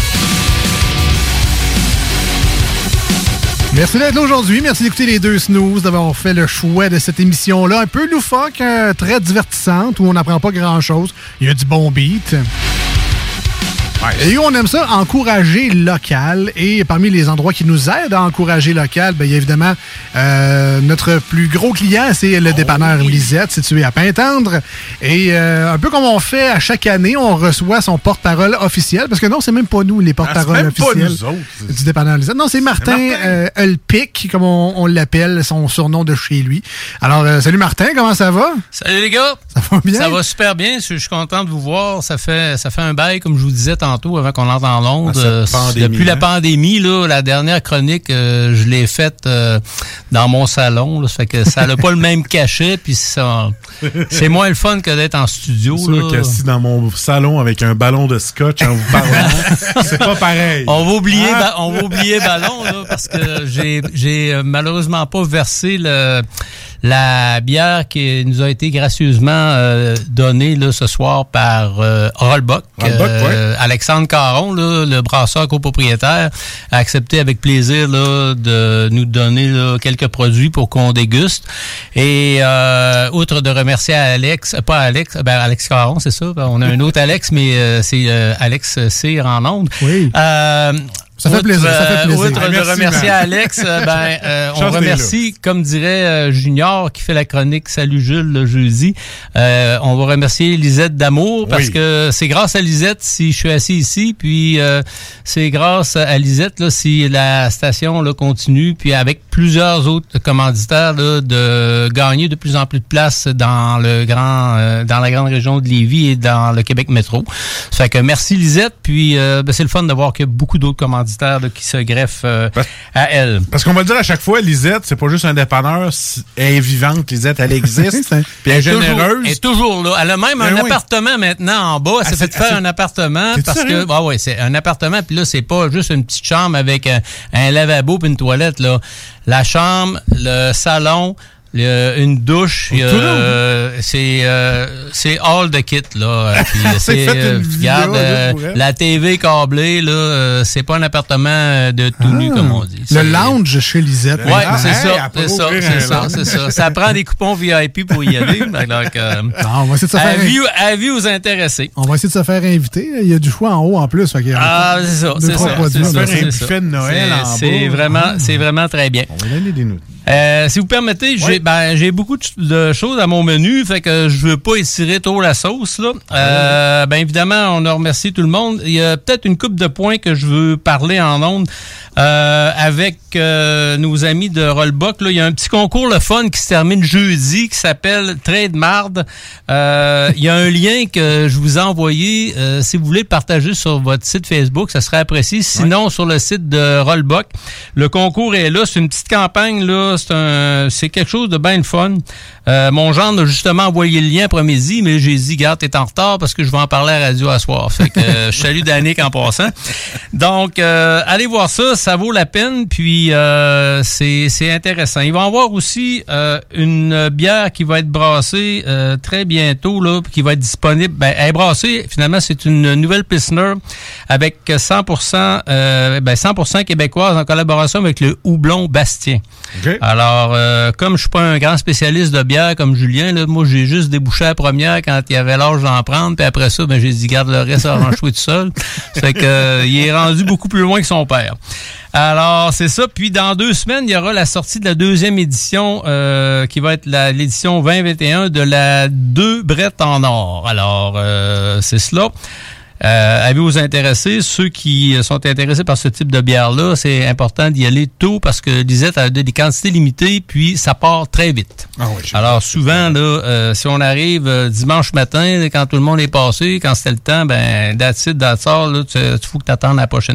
Merci d'être là aujourd'hui. Merci d'écouter les deux snooze, d'avoir fait le choix de cette émission-là. Un peu loufoque, très divertissante, où on n'apprend pas grand-chose. Il y a du bon beat. Ouais. Et on aime ça, encourager local. Et parmi les endroits qui nous aident à encourager local, bien, il y a évidemment notre plus gros client, c'est le dépanneur Lisette, situé à Pintendre. Et un peu comme on fait à chaque année, on reçoit son porte-parole officiel. Parce que non, c'est même pas nous les porte-paroles officiels. Pas nous autres. Du dépanneur Lisette. Non, c'est Martin Hulpic, comme on l'appelle, son surnom de chez lui. Alors, salut Martin, comment ça va? Salut les gars! Ça va bien? Ça va super bien. Je suis content de vous voir. Ça fait un bail, comme je vous disais tantôt, avant qu'on entre en Londres. Depuis la pandémie, là, la dernière chronique, je l'ai faite dans mon salon. Là, ça fait que ça n'a pas le même cachet. Puis c'est moins le fun que d'être en studio. C'est sûr qu'assis dans mon salon avec un ballon de scotch en vous parlant, c'est pas pareil. On va oublier ballon, là, parce que j'ai malheureusement pas versé la bière qui nous a été gracieusement donnée là, ce soir par Rollbuck. Alexandre Caron, là, le brasseur copropriétaire, a accepté avec plaisir là, de nous donner là, quelques produits pour qu'on déguste. Et outre de remercier Alex Caron, c'est ça. On a un autre Alex, mais c'est Alex Cyr en ondes. Oui. Ça fait plaisir. Outre de remercier Alex, on remercie, comme dirait Junior qui fait la chronique Salut Jules le jeudi, on va remercier Lisette d'Amour parce que c'est grâce à Lisette si je suis assis ici, puis c'est grâce à Lisette là, si la station là, continue, puis avec plusieurs autres commanditaires là, de gagner de plus en plus de place dans la grande région de Lévis et dans le Québec métro. Ça fait que merci Lisette, puis c'est le fun de voir qu'il y a beaucoup d'autres commanditaires qui se greffent à elle. Parce qu'on va le dire à chaque fois, Lisette, c'est pas juste un dépanneur, elle est vivante, Lisette, elle existe, puis elle est généreuse. Elle est toujours là. Elle a même un appartement maintenant en bas. Elle s'est fait faire un appartement parce que c'est un appartement, puis là, c'est pas juste une petite chambre avec un lavabo puis une toilette, là. La chambre, le salon, une douche, c'est all the kit là. Puis regarde, la TV câblée là, c'est pas un appartement de tout nu comme on dit. Le lounge chez Lisette. Ouais, c'est ça. Ça prend des coupons VIP pour y aller. Donc, on va essayer de se faire avis aux intéressés. On va essayer de se faire inviter. Il y a du choix en haut en plus. C'est ça. C'est un buffet de Noël en bas. C'est vraiment très bien. On va donner des notes. Si vous permettez, j'ai beaucoup de choses à mon menu, fait que je veux pas étirer trop la sauce là. Évidemment, on a remercié tout le monde. Il y a peut-être une couple de points que je veux parler en ondes avec nos amis de Rollbuck. Là, il y a un petit concours le fun qui se termine jeudi qui s'appelle Trade Marde. Il y a un lien que je vous ai envoyé. Si vous voulez le partager sur votre site Facebook, ça serait apprécié. Sinon, sur le site de Rollbuck, le concours est là. C'est une petite campagne là. C'est quelque chose de bien le fun. Mon gendre a justement envoyé le lien après-midi, mais j'ai dit, garde, t'es en retard parce que je vais en parler à la radio à soir. Fait que je salue Danick en passant. Donc, allez voir ça vaut la peine, puis c'est intéressant. Il va y avoir aussi une bière qui va être brassée très bientôt, là, qui va être disponible. Elle est brassée, finalement, c'est une nouvelle Pilsner avec 100% québécoise en collaboration avec le houblon Bastien. Okay. Alors, comme je suis pas un grand spécialiste de bière comme Julien, là, moi, j'ai juste débouché la première quand il y avait l'âge d'en prendre, puis après ça, j'ai dit, garde le reste, arrange-toi tout seul. Fait que, il est rendu beaucoup plus loin que son père. Alors, c'est ça. Puis, dans 2 semaines, il y aura la sortie de la 2e édition, qui va être l'édition 2021 de la 2 Brett en or. Alors, c'est cela. Avez-vous intéressé? Ceux qui sont intéressés par ce type de bière-là, c'est important d'y aller tôt parce que Lisette a des quantités limitées, puis ça part très vite. Alors souvent, là, si on arrive dimanche matin, quand tout le monde est passé, quand c'était le temps, that's it, là, il faut que tu attendes la prochaine fois.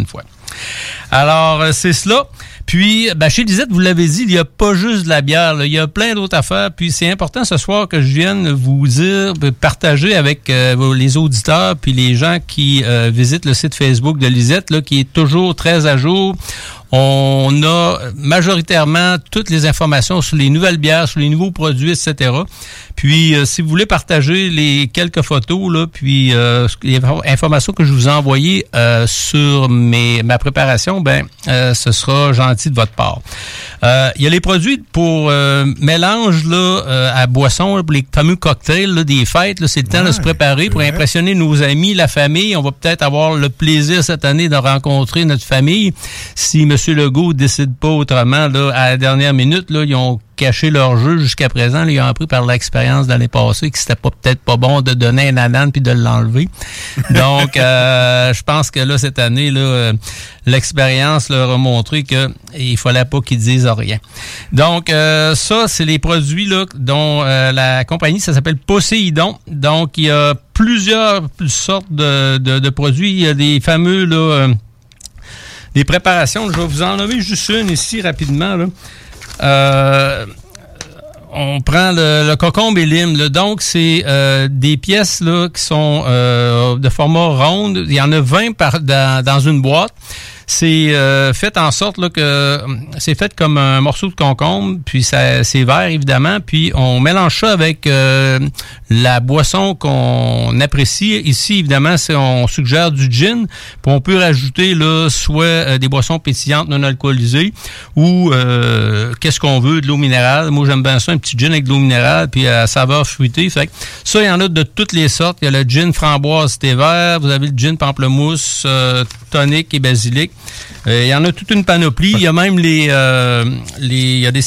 Alors, c'est cela. Puis, chez Lisette, vous l'avez dit, il n'y a pas juste de la bière, là. Il y a plein d'autres affaires. Puis, c'est important ce soir que je vienne vous dire, partager avec les auditeurs puis les gens qui visitent le site Facebook de Lisette, là, qui est toujours très à jour. On a majoritairement toutes les informations sur les nouvelles bières, sur les nouveaux produits, etc. Puis, si vous voulez partager les quelques photos, là, puis les informations que je vous ai envoyées sur ma préparation, ce sera gentil de votre part. Il y a les produits pour mélange là, à boisson, là, pour les fameux cocktails là, des fêtes. Là, c'est le temps de se préparer pour impressionner nos amis, la famille. On va peut-être avoir le plaisir cette année de rencontrer notre famille. Si M. Legault décide pas autrement, là, à la dernière minute, là, ils ont caché leur jeu jusqu'à présent. Là, ils ont appris par l'expérience de l'année passée que c'était peut-être pas bon de donner un ananas puis de l'enlever. Donc, je pense que là, cette année, là, l'expérience leur a montré qu'il fallait pas qu'ils disent rien. Donc, ça, c'est les produits là dont la compagnie, ça s'appelle Poséidon. Donc, il y a plusieurs sortes de produits. Il y a des fameux là, des préparations. Je vais vous en nommer juste une ici rapidement, là. On prend le cocombe et lime. Là. Donc, c'est des pièces là qui sont de format ronde. Il y en a 20 dans une boîte. C'est fait en sorte là, que c'est fait comme un morceau de concombre, puis c'est vert évidemment, puis on mélange ça avec la boisson qu'on apprécie. Ici, évidemment, on suggère du gin, puis on peut rajouter là soit des boissons pétillantes non alcoolisées ou qu'est-ce qu'on veut, de l'eau minérale. Moi, j'aime bien ça, un petit gin avec de l'eau minérale, puis à saveur fruitée. Fait que ça, il y en a de toutes les sortes. Il y a le gin framboise thé vert, vous avez le gin pamplemousse, tonique et basilic. Il y en a toute une panoplie. Il y a même il y a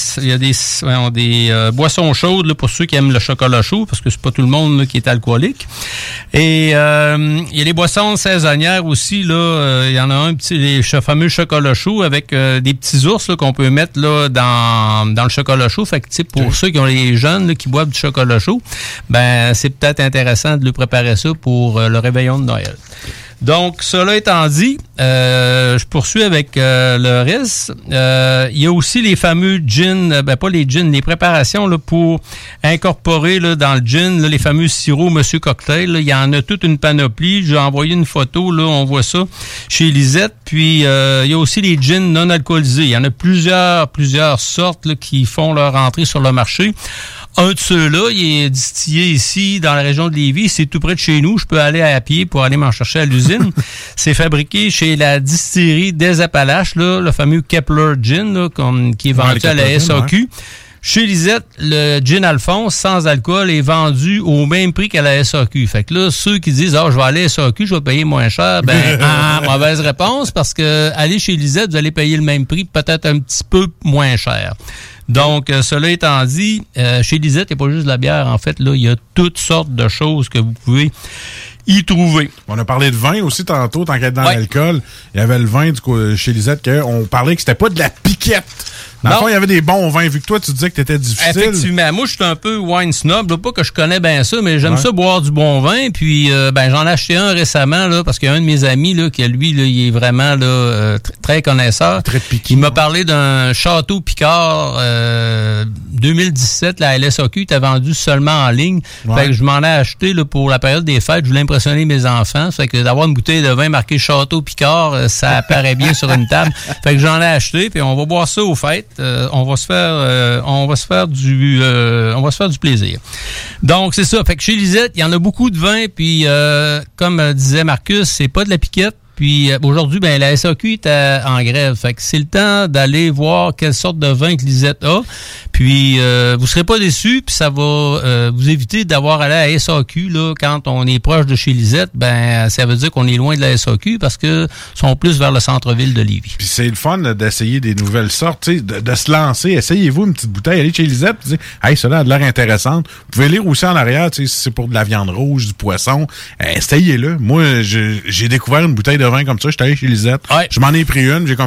des boissons chaudes là, pour ceux qui aiment le chocolat chaud, parce que c'est pas tout le monde là, qui est alcoolique. Et il y a les boissons saisonnières aussi. Là, il y en a les fameux chocolats chauds avec des petits ours là, qu'on peut mettre là dans le chocolat chaud. Fait que pour ceux qui ont les jeunes là, qui boivent du chocolat chaud, c'est peut-être intéressant de leur préparer ça pour le réveillon de Noël. Donc, cela étant dit, je poursuis avec le reste. Il y a aussi les fameux gins, pas les gins, les préparations là, pour incorporer là, dans le gin, là, les fameux sirops Monsieur Cocktail. Là, il y en a toute une panoplie. J'ai envoyé une photo, là, on voit ça chez Lisette. Puis, il y a aussi les gins non alcoolisés. Il y en a plusieurs sortes là, qui font leur entrée sur le marché. Un de ceux-là, il est distillé ici, dans la région de Lévis. C'est tout près de chez nous. Je peux aller à pied pour aller m'en chercher à l'usine. C'est fabriqué chez la distillerie des Appalaches, là, le fameux Kepler Gin, là, qui est vendu à la SAQ. Ouais. Chez Lisette, le gin Alphonse, sans alcool, est vendu au même prix qu'à la SAQ. Fait que là, ceux qui disent « je vais aller à la SAQ, je vais payer moins cher », mauvaise réponse, parce que aller chez Lisette, vous allez payer le même prix, peut-être un petit peu moins cher. Donc, cela étant dit, chez Lisette, il n'y a pas juste de la bière. En fait, là, il y a toutes sortes de choses que vous pouvez y trouver. On a parlé de vin aussi tantôt, tant qu'être dans l'alcool. Il y avait le vin chez Lisette, qu'on parlait que c'était pas de la piquette. Dans le fond, il y avait des bons vins, vu que toi, tu disais que t'étais difficile. Effectivement. Moi, je suis un peu wine snob. Là, pas que je connais bien ça, mais j'aime ça boire du bon vin. Puis, j'en ai acheté un récemment, là, parce qu'il y a un de mes amis, là, qui, lui, là, il est vraiment, là, très connaisseur. Très piqué. Il m'a parlé d'un Château Picard, 2017, la LSAQ était vendu seulement en ligne. Fait que je m'en ai acheté, là, pour la période des fêtes. Je voulais impressionner mes enfants. Fait que d'avoir une bouteille de vin marquée Château Picard, ça apparaît bien sur une table. Fait que j'en ai acheté, puis on va boire ça aux fêtes. On va se faire du plaisir. Donc c'est ça. Fait que chez Lisette, il y en a beaucoup de vins, puis comme disait Marcus, c'est pas de la piquette. Puis aujourd'hui, la SAQ est en grève. Fait que c'est le temps d'aller voir quelle sorte de vin que Lisette a. Puis vous serez pas déçus, puis ça va vous éviter d'avoir à aller à la SAQ là, quand on est proche de chez Lisette. Ça veut dire qu'on est loin de la SAQ parce que sont plus vers le centre-ville de Lévis. Puis c'est le fun là, d'essayer des nouvelles sortes, de se lancer. Essayez-vous une petite bouteille, allez chez Lisette, puis hey, cela a de l'air intéressante. Vous pouvez lire aussi en arrière, si c'est pour de la viande rouge, du poisson. Essayez-le. Moi, j'ai découvert une bouteille de vin comme ça, j'étais allé chez Lisette. Ouais. Je m'en ai pris une, j'ai comme fait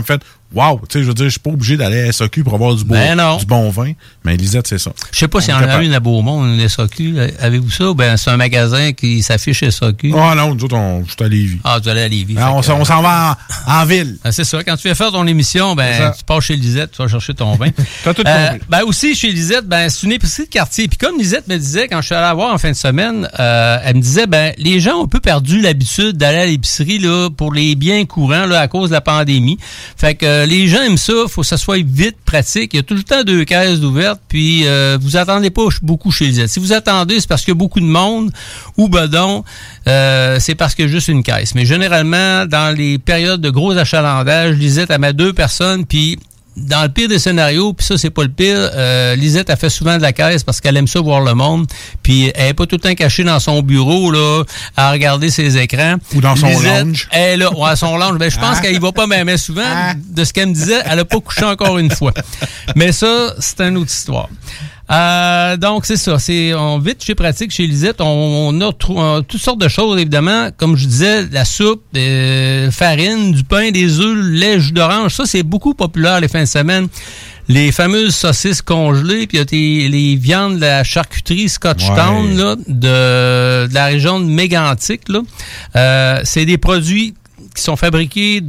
wow, tu sais, je veux dire, je suis pas obligé d'aller à SAQ pour avoir du bon vin. Mais Lisette, c'est ça. Je sais pas s'il y en a une à Beaumont, une SAQ. Avez-vous ça? Ben, c'est un magasin qui s'affiche SAQ. Ah non, nous autres, je suis à Lévis. Ah, tu es allé à Lévis. On s'en va en ville. C'est ça. Quand tu fais faire ton émission, ben, tu pars chez Lisette, tu vas chercher ton vin. T'as tout compris. Ben, aussi, chez Lisette, ben, c'est une épicerie de quartier. Puis comme Lisette me disait, quand je suis allé la voir en fin de semaine, elle me disait, ben, les gens ont un peu perdu l'habitude d'aller à l'épicerie, là, pour les biens courants, là, à cause de la pandémie. Fait que les gens aiment ça, faut que ça soit vite, pratique. Il y a tout le temps 2 caisses ouvertes, puis vous attendez pas beaucoup chez Lisette. Si vous attendez, c'est parce qu'il y a beaucoup de monde, ou ben donc, c'est parce qu'il y a juste une caisse. Mais généralement, dans les périodes de gros achalandage, Lisette, elle met 2 personnes, puis dans le pire des scénarios, puis ça, c'est pas le pire, Lisette, elle fait souvent de la caisse parce qu'elle aime ça voir le monde, puis elle est pas tout le temps cachée dans son bureau, là, à regarder ses écrans. Ou dans son Lisette, lounge. Elle est là, ouais, son lounge. Ben, je pense qu'elle y va pas même souvent. De ce qu'elle me disait, elle a pas couché encore une fois. Mais ça, c'est une autre histoire. Donc, c'est ça. Vite chez Pratique, chez Lisette, on a toutes sortes de choses, évidemment. Comme je disais, la soupe, farine, du pain, des œufs, lait, jus d'orange. Ça, c'est beaucoup populaire les fins de semaine. Les fameuses saucisses congelées, puis il y a les viandes de la charcuterie Scotchtown, là, de la région de Mégantic, là. C'est des produits qui sont fabriqués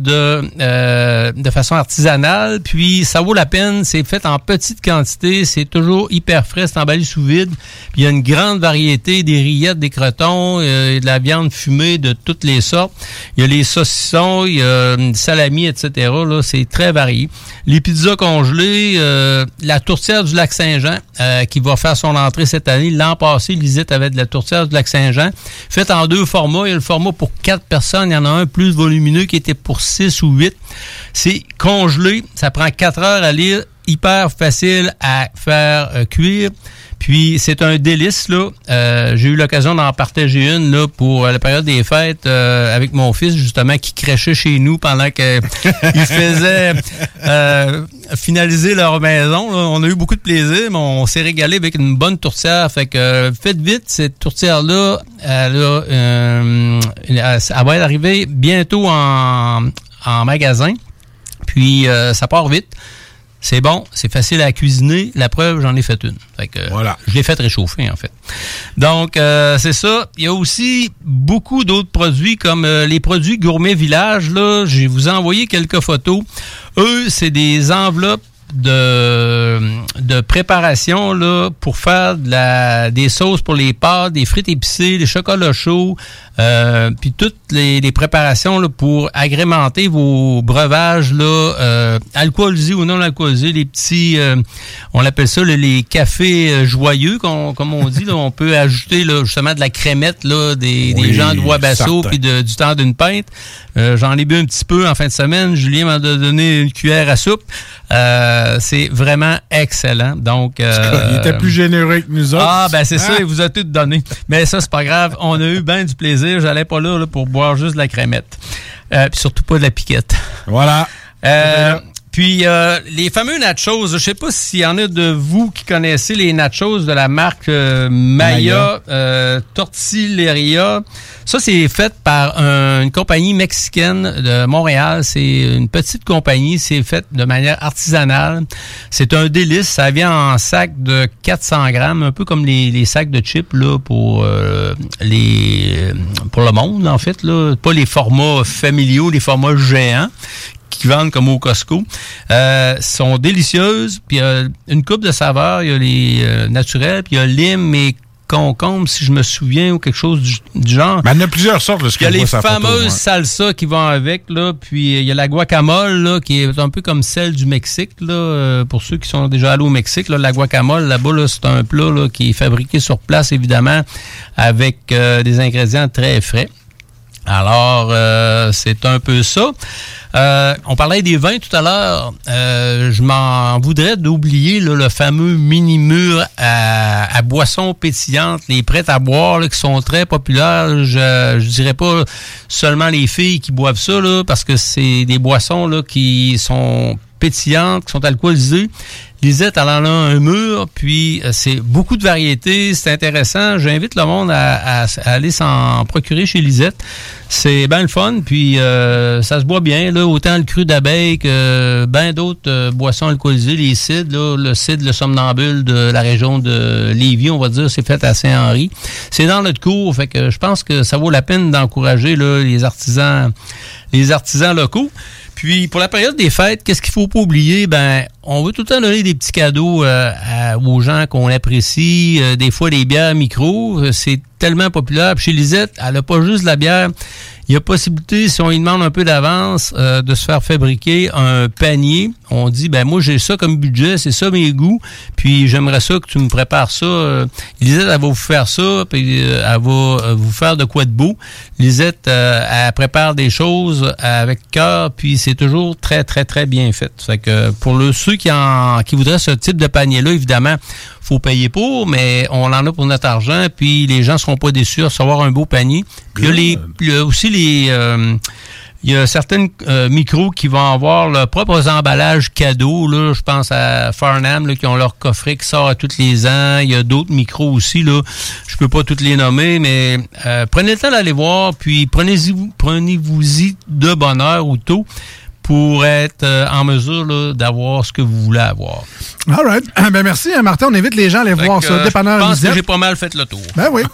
de façon artisanale, puis ça vaut la peine, c'est fait en petite quantité, c'est toujours hyper frais, c'est emballé sous vide, puis il y a une grande variété, des rillettes, des crotons, de la viande fumée de toutes les sortes, il y a les saucissons, il y a une salami, etc., là, c'est très varié. Les pizzas congelées, la tourtière du Lac-Saint-Jean, qui va faire son entrée cette année. L'an passé, Lisette avait de la tourtière du Lac-Saint-Jean, faite en 2 formats. Il y a le format pour 4 personnes, il y en a un plus volumineux qui était pour 6 ou 8. C'est congelé, ça prend 4 heures à lire, hyper facile à faire cuire. Puis c'est un délice, là. J'ai eu l'occasion d'en partager une là pour la période des fêtes avec mon fils, justement, qui crachait chez nous pendant qu'il faisait finaliser leur maison. Là. On a eu beaucoup de plaisir, mais on s'est régalé avec une bonne tourtière. Fait que faites vite, cette tourtière-là, elle va être arrivée bientôt en magasin. Puis ça part vite. C'est bon, c'est facile à cuisiner. La preuve, j'en ai fait une. Fait que, voilà. Je l'ai fait réchauffer, en fait. Donc, c'est ça. Il y a aussi beaucoup d'autres produits, comme les produits Gourmet Village. Là, je vous ai envoyé quelques photos. Eux, c'est des enveloppes de préparation là pour faire des sauces pour les pâtes, des frites épicées, des chocolats chauds, puis toutes les préparations là pour agrémenter vos breuvages là, alcoolisés ou non alcoolisés, les petits, on appelle ça là, les cafés joyeux, comme on dit là, on peut ajouter là justement de la crémette là, des gens de Wabasso puis du temps d'une pinte. J'en ai bu un petit peu en fin de semaine. Julien m'a donné une cuillère à soupe. C'est vraiment excellent. Donc, il était plus généreux que nous autres. Ah, ben c'est ça, il vous a tout donné. Mais ça, c'est pas grave. On a eu bien du plaisir. J'allais pas là pour boire juste de la crémette. Puis surtout pas de la piquette. Voilà. Puis, les fameux nachos, je sais pas s'il y en a de vous qui connaissez les nachos de la marque Maya Tortilleria. Ça, c'est fait par une compagnie mexicaine de Montréal. C'est une petite compagnie. C'est fait de manière artisanale. C'est un délice. Ça vient en sac de 400 grammes, un peu comme les sacs de chips là pour le monde, en fait. Là. Pas les formats familiaux, les formats géants qui vendent comme au Costco, sont délicieuses. Puis il y a une coupe de saveurs. Il y a les naturels, puis il y a lime et concombre, si je me souviens, ou quelque chose du genre. Ben, il y en a plusieurs sortes. Là, il y a les fameuses salsas qui vont avec, là, puis il y a la guacamole, là, qui est un peu comme celle du Mexique, là, pour ceux qui sont déjà allés au Mexique. Là, la guacamole, là-bas, là, c'est un plat là, qui est fabriqué sur place, évidemment, avec des ingrédients très frais. Alors, c'est un peu ça. On parlait des vins tout à l'heure. Je m'en voudrais d'oublier là, le fameux mini-mur à boissons pétillantes, les prêts à boire là, qui sont très populaires. Je dirais pas seulement les filles qui boivent ça, là, parce que c'est des boissons là, qui sont pétillantes, qui sont alcoolisées. Lisette, elle en a un mur, puis c'est beaucoup de variétés, c'est intéressant. J'invite le monde à aller s'en procurer chez Lisette. C'est bien le fun, puis ça se boit bien, là, autant le cru d'abeille que bien d'autres boissons alcoolisées, les cidres, là, le cidre, le somnambule de la région de Lévis, on va dire, c'est fait à Saint-Henri. C'est dans notre cours, fait que je pense que ça vaut la peine d'encourager là, les artisans locaux. Puis, pour la période des fêtes, qu'est-ce qu'il faut pas oublier? Ben, on veut tout le temps donner des petits cadeaux aux gens qu'on apprécie. Des fois, des bières micro, c'est tellement populaire. Puis chez Lisette, elle n'a pas juste de la bière. Il y a possibilité, si on lui demande un peu d'avance, de se faire fabriquer un panier. On dit, ben moi, j'ai ça comme budget, c'est ça mes goûts, puis j'aimerais ça que tu me prépares ça. Lisette, elle va vous faire ça, puis elle va vous faire de quoi de beau. Lisette, elle prépare des choses avec cœur, puis c'est toujours très, très, très bien fait. Fait que pour ceux qui voudraient ce type de panier-là, évidemment, faut payer pour, mais on en a pour notre argent, puis les gens seront pas déçus de recevoir un beau panier. Puis il y a aussi il y a certaines micros qui vont avoir leurs propres emballages cadeaux. Là, je pense à Farnham là, qui ont leur coffret qui sort à tous les ans. Il y a d'autres micros aussi. Là, je peux pas toutes les nommer, mais prenez le temps d'aller voir, puis prenez-vous-y de bonne heure ou tôt pour être en mesure là, d'avoir ce que vous voulez avoir. All right. Ben merci, Martin. On invite les gens à aller voir ça. Dépanneur je pense Lisette. que j'ai pas mal fait le tour. Ben oui.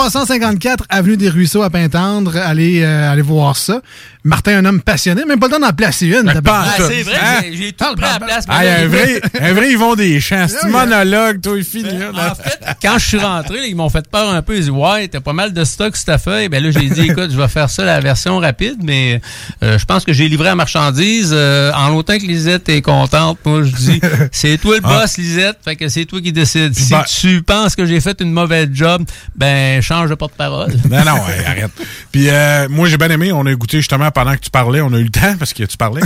354 Avenue des Ruisseaux à Pintendre. Allez voir ça. Martin, un homme passionné. Même pas le temps d'en placer une. C'est vrai, j'ai tout pris à la place. Un vrai Yvon Deschamps. C'est monologue, toi, il finit. En fait, quand je suis rentré, là, ils m'ont fait peur un peu. Ils disent, ouais, t'as pas mal de stock sur ta feuille. Ben là, j'ai dit, écoute, je vais faire ça, la version rapide, mais je pense que j'ai livré la marchandise. En autant que Lisette est contente, moi, je dis, c'est toi le boss, Lisette. Fait que c'est toi qui décides. Si tu penses que j'ai fait une mauvaise job, ben, change de porte-parole. Non, arrête. Puis, moi, j'ai bien aimé. On a goûté justement pendant que tu parlais. On a eu le temps parce que tu parlais.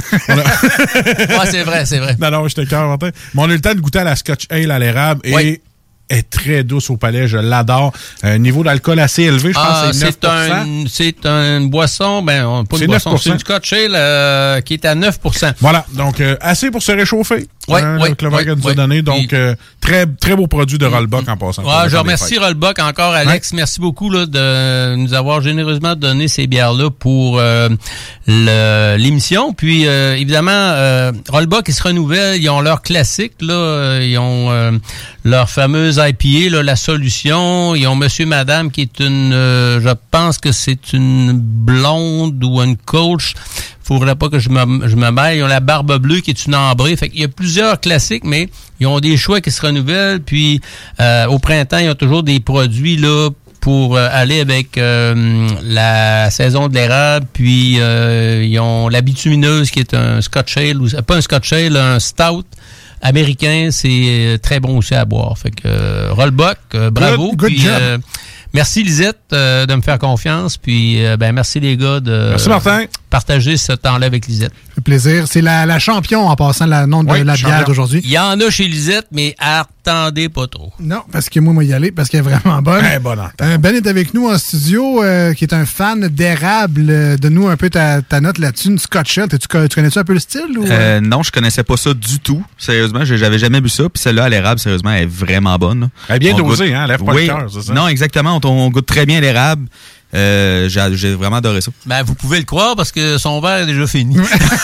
Ouais, c'est vrai. Non, j'étais cœur, Martin. Mais on a eu le temps de goûter à la Scotch Ale à l'érable et est très douce au palais, je l'adore. Niveau d'alcool assez élevé, je pense que c'est 9%. C'est une boisson, pas une boisson, c'est une Scotch Ale qui est à 9%. Voilà, donc assez pour se réchauffer. Le Vague nous a donné, donc très, très beau produit de Rollbuck en passant. Je remercie Rollbuck encore, Alex. Ouais. Merci beaucoup là, de nous avoir généreusement donné ces bières-là pour l'émission. Puis, évidemment, Rollbuck, ils se renouvellent. Ils ont leur classique, là. Ils ont leur fameuse IPA, là, La Solution. Ils ont Monsieur Madame, qui est je pense que c'est une blonde ou une coach. Faudrait pas que je me mêle. Ils ont la Barbe Bleue qui est une ambrée. Fait qu'il y a plusieurs classiques, mais ils ont des choix qui se renouvellent. Puis au printemps, ils ont toujours des produits là pour aller avec la saison de l'érable. Puis ils ont la bitumineuse qui est un Scotch Ale, ou pas un Scotch Ale, un Stout américain. C'est très bon aussi à boire. Fait que Rollbuck, bravo. Good job. Merci Lisette de me faire confiance. Puis merci les gars de partager ce temps-là avec Lisette. Ça fait plaisir. C'est la championne en passant le nom de la bière d'aujourd'hui. Il y en a chez Lisette, mais attendez pas trop. Non, parce que moi, y aller parce qu'elle est vraiment bonne. Ben est avec nous en studio, qui est un fan d'érable. Donne-nous un peu ta note là-dessus, une Scotch Ale. Tu connais-tu un peu le style? Ou? Non, je connaissais pas ça du tout. Sérieusement, j'avais jamais bu ça. Puis celle-là à l'érable, sérieusement, elle est vraiment bonne. Elle est bien dosée, hein? Elle lève pas le cœur, c'est ça? Non, exactement. On goûte très bien l'érable. J'ai vraiment adoré ça. Vous pouvez le croire parce que son verre est déjà fini.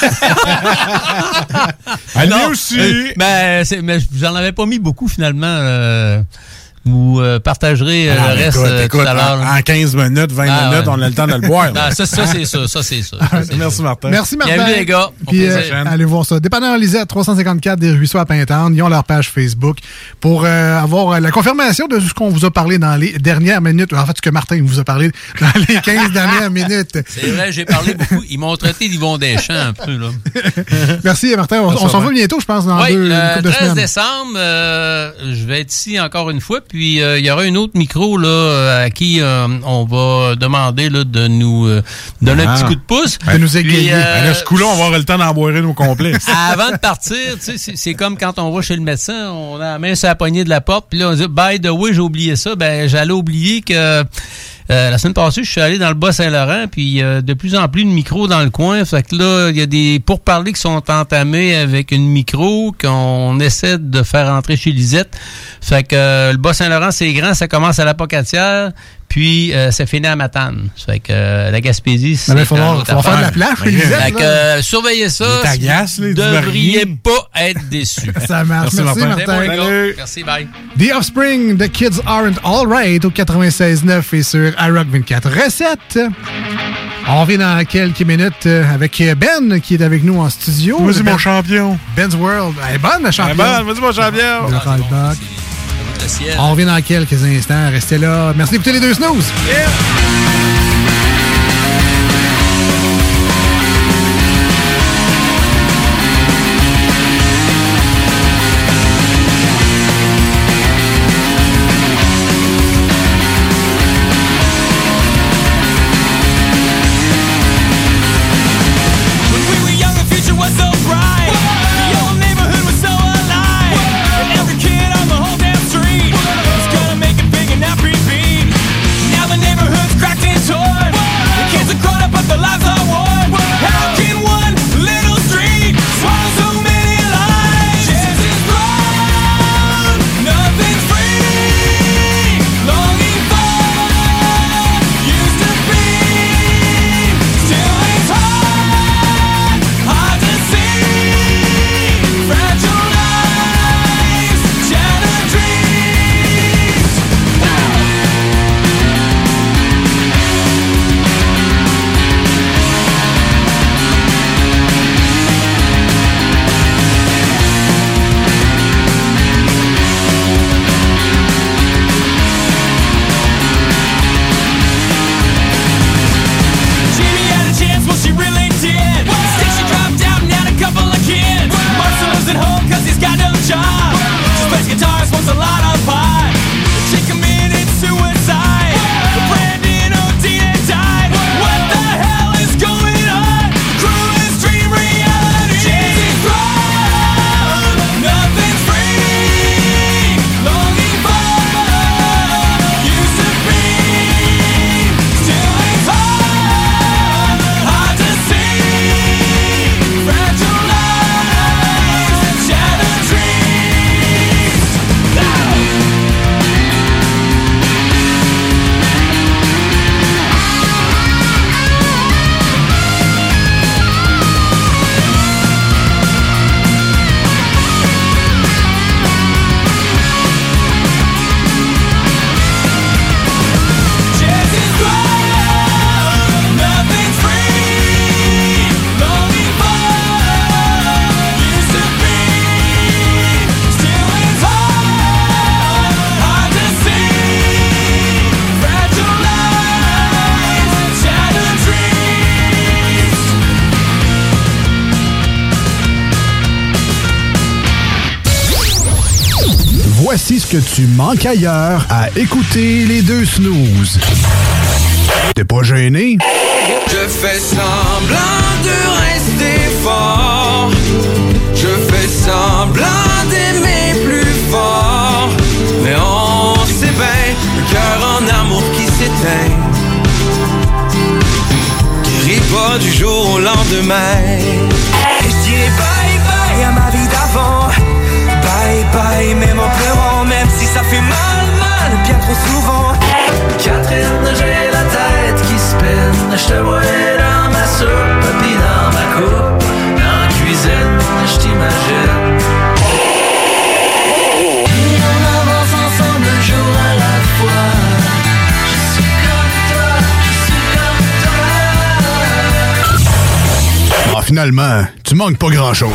Elle aussi. Mais j'en avais pas mis beaucoup finalement. Vous partagerez le reste tout à l'heure. En 15 minutes, 20 minutes, on a le temps de le boire. Non, ça, c'est ça. Merci, Martin. Merci, Martin. Bienvenue, les gars. Puis, allez voir ça. Dépanneur Lisette, 354 des Ruisseaux à Pintendre. Ils ont leur page Facebook pour avoir la confirmation de ce qu'on vous a parlé dans les dernières minutes. En fait, ce que Martin vous a parlé dans les 15 dernières minutes. C'est vrai, j'ai parlé beaucoup. Ils m'ont traité d'Yvon Deschamps un peu, là. Merci, Martin. On s'en va bientôt, je pense, dans le 13 décembre. Je vais être ici encore une fois. Puis, il y aura une autre micro là, à qui on va demander là, de nous donner un petit coup de pouce. De nous égayer. Ce coup-là, on va avoir le temps d'en boire nos complets. Avant de partir, c'est comme quand on va chez le médecin, on a la main sur la poignée de la porte, puis là, on dit « By the way, j'ai oublié ça. » Ben, j'allais oublier que La semaine passée, je suis allé dans le Bas-Saint-Laurent, puis il y a de plus en plus de micros dans le coin. Fait que là, il y a des pourparlers qui sont entamés avec une micro qu'on essaie de faire entrer chez Lisette. Fait que le Bas-Saint-Laurent, c'est grand, ça commence à la Pocatière. Puis, ça finit à Matane. Ça fait que la Gaspésie, c'est... Il va falloir faire de la plage, Fait que, surveillez ça. Vous ne devriez pas être déçus. Ça marche. Merci Martin. Salut. Merci, bye. The Offspring, The Kids Aren't Alright au 96.9 et sur iRock 24/7. On revient dans quelques minutes avec Ben qui est avec nous en studio. Vas-y, mon champion. Ben's World. Elle est bonne, la champion. Vas-y, mon champion. On revient dans quelques instants. Restez là. Merci d'écouter les deux snooze. Yeah. Voici ce que tu manques ailleurs à écouter les deux snooze. T'es pas gêné? Je fais semblant de rester fort. Je fais semblant d'aimer plus fort. Mais on sait bien, le cœur en amour qui s'éteint guérit pas du jour au lendemain. Et je dirais bye bye à ma vie d'avant. Bye bye, même en pleurant, même si ça fait mal, bien trop souvent. Catherine, j'ai la tête qui spinne. Je te vois dans ma soupe, puis dans ma coupe. Dans la cuisine, je t'imagine. Et on avance ensemble un jour à la fois. Je suis comme toi, je suis comme toi. Ah, finalement, tu manques pas grand-chose.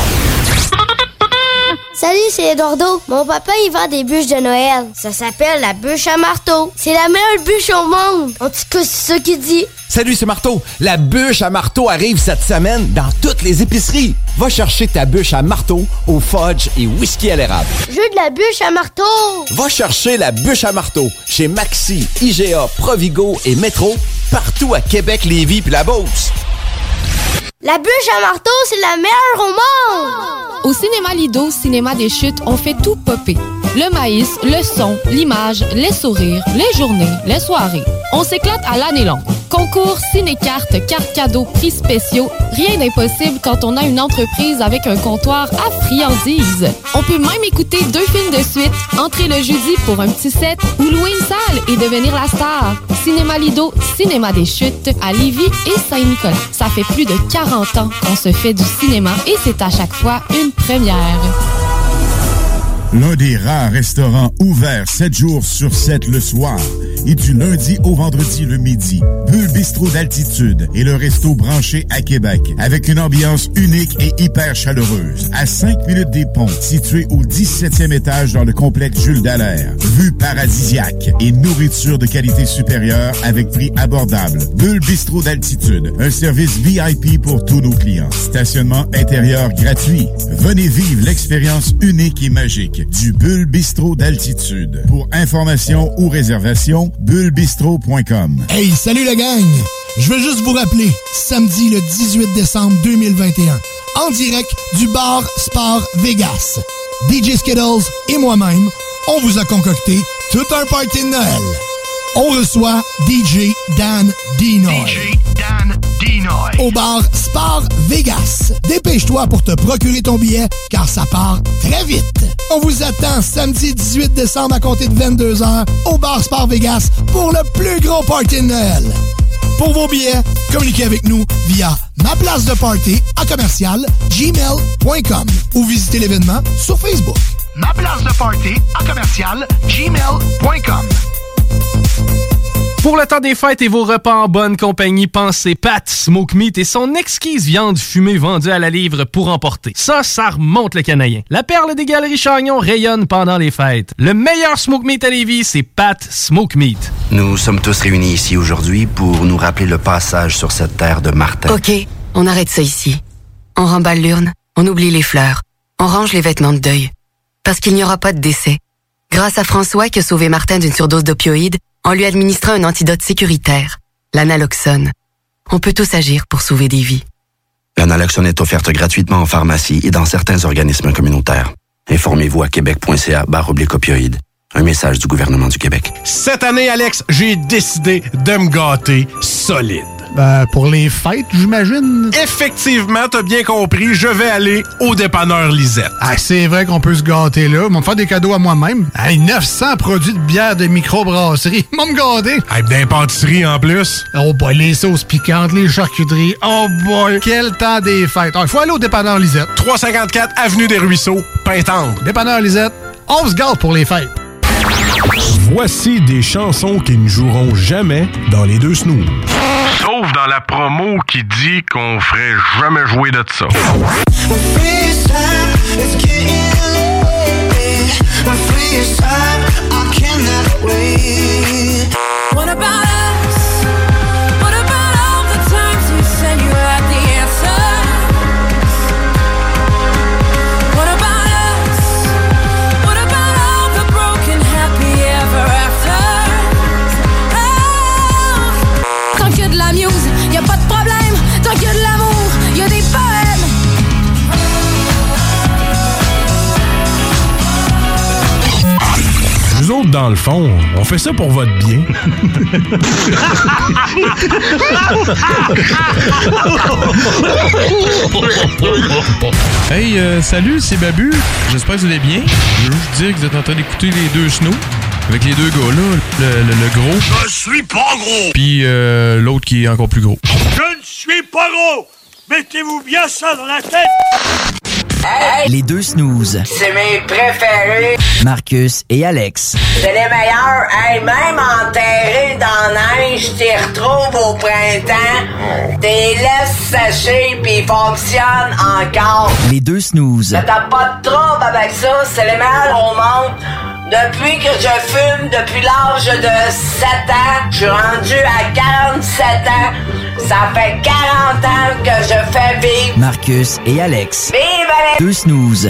Salut, c'est Eduardo. Mon papa, il vend des bûches de Noël. Ça s'appelle la bûche à marteau. C'est la meilleure bûche au monde. En tout cas, c'est ça qu'il dit. Salut, c'est Marteau. La bûche à marteau arrive cette semaine dans toutes les épiceries. Va chercher ta bûche à marteau au fudge et whisky à l'érable. Je veux de la bûche à marteau. Va chercher la bûche à marteau chez Maxi, IGA, Provigo et Métro, partout à Québec, Lévis puis la Beauce. La bûche à marteau, c'est la meilleure au monde! Au Cinéma Lido, Cinéma des Chutes, on fait tout popper. Le maïs, le son, l'image, les sourires, les journées, les soirées. On s'éclate à l'année longue. Concours, ciné-cartes, cartes cadeaux, prix spéciaux. Rien d'impossible quand on a une entreprise avec un comptoir à friandises. On peut même écouter 2 films de suite, entrer le jeudi pour un petit set ou louer une salle et devenir la star. Cinéma Lido, Cinéma des Chutes, à Lévis et Saint-Nicolas. Ça fait plus de 40 ans qu'on se fait du cinéma et c'est à chaque fois une première. L'un des rares restaurants ouverts 7 jours sur 7 le soir et du lundi au vendredi le midi. Bulle Bistrot d'altitude est le resto branché à Québec avec une ambiance unique et hyper chaleureuse. À 5 minutes des ponts, situé au 17e étage dans le complexe Jules Dallaire. Vue paradisiaque et nourriture de qualité supérieure avec prix abordable. Bulle Bistrot d'altitude, un service VIP pour tous nos clients. Stationnement intérieur gratuit. Venez vivre l'expérience unique et magique du Bulle Bistrot d'altitude. Pour information ou réservation, bullebistro.com. Hey, salut la gang! Je veux juste vous rappeler, samedi le 18 décembre 2021, en direct du bar Sport Vegas. DJ Skittles et moi-même, on vous a concocté tout un party de Noël. On reçoit DJ Dan Dinoy. Au bar Sport Vegas. Dépêche-toi pour te procurer ton billet, car ça part très vite. On vous attend samedi 18 décembre à compter de 22h au bar Sport Vegas pour le plus gros party de Noël. Pour vos billets, communiquez avec nous via maplacedeparty@gmail.com ou visitez l'événement sur Facebook. maplacedeparty@gmail.com. Pour le temps des fêtes et vos repas en bonne compagnie, pensez Pat Smoke Meat et son exquise viande fumée vendue à la livre pour emporter. Ça remonte le canadien. La perle des galeries Chagnon rayonne pendant les fêtes. Le meilleur Smoke Meat à Lévis, c'est Pat Smoke Meat. Nous sommes tous réunis ici aujourd'hui pour nous rappeler le passage sur cette terre de Martin. OK, on arrête ça ici. On remballe l'urne, on oublie les fleurs, on range les vêtements de deuil. Parce qu'il n'y aura pas de décès. Grâce à François qui a sauvé Martin d'une surdose d'opioïdes, en lui administrant un antidote sécuritaire, l'analoxone. On peut tous agir pour sauver des vies. L'analoxone est offerte gratuitement en pharmacie et dans certains organismes communautaires. Informez-vous à québec.ca/opioïdes. Un message du gouvernement du Québec. Cette année, Alex, j'ai décidé de me gâter solide. Pour les fêtes, j'imagine. Effectivement, t'as bien compris, je vais aller au dépanneur Lisette. Ah, c'est vrai qu'on peut se gâter là. Ils vont me faire des cadeaux à moi-même. Hey, 900 produits de bière de microbrasserie. Ils vont me gâter. Hey, d'impantisserie en plus. Oh boy, les sauces piquantes, les charcuteries. Oh boy, quel temps des fêtes. Il faut aller au dépanneur Lisette. 354 Avenue des Ruisseaux, Pintendre. Dépanneur Lisette, on se gâte pour les fêtes. Voici des chansons qui ne joueront jamais dans les deux snooze. Sauf dans la promo qui dit qu'on ferait jamais jouer de ça. What about us? What about all the times you said you had the answers? What about us? What about all the broken happy ever afters? Oh. Tant qu'il y a de la muse, y a pas de problème. Tant qu'il y a de l'amour, y a des poèmes. Nous autres, dans le fond, on fait ça pour votre bien. Hey, salut, c'est Babu. J'espère que vous allez bien. Je veux juste dire que vous êtes en train d'écouter les deux snows. Avec les deux gars-là, le gros. Je suis pas gros! Puis l'autre qui est encore plus gros. Je ne suis pas gros! Mettez-vous bien ça dans la tête! Hey, les deux snooze. C'est mes préférés. Marcus et Alex. C'est les meilleurs. Hey, même enterrés dans la neige, t'y retrouves au printemps. T'es laisses sécher pis ils fonctionnent encore. Les deux snooze. T'as pas de trouble avec ça. C'est les meilleurs au monde. Depuis que je fume, depuis l'âge de 7 ans, je suis rendu à 47 ans. Ça fait 40 ans que je fais vivre. Marcus et Alex. Vive Alex! Deux snooze.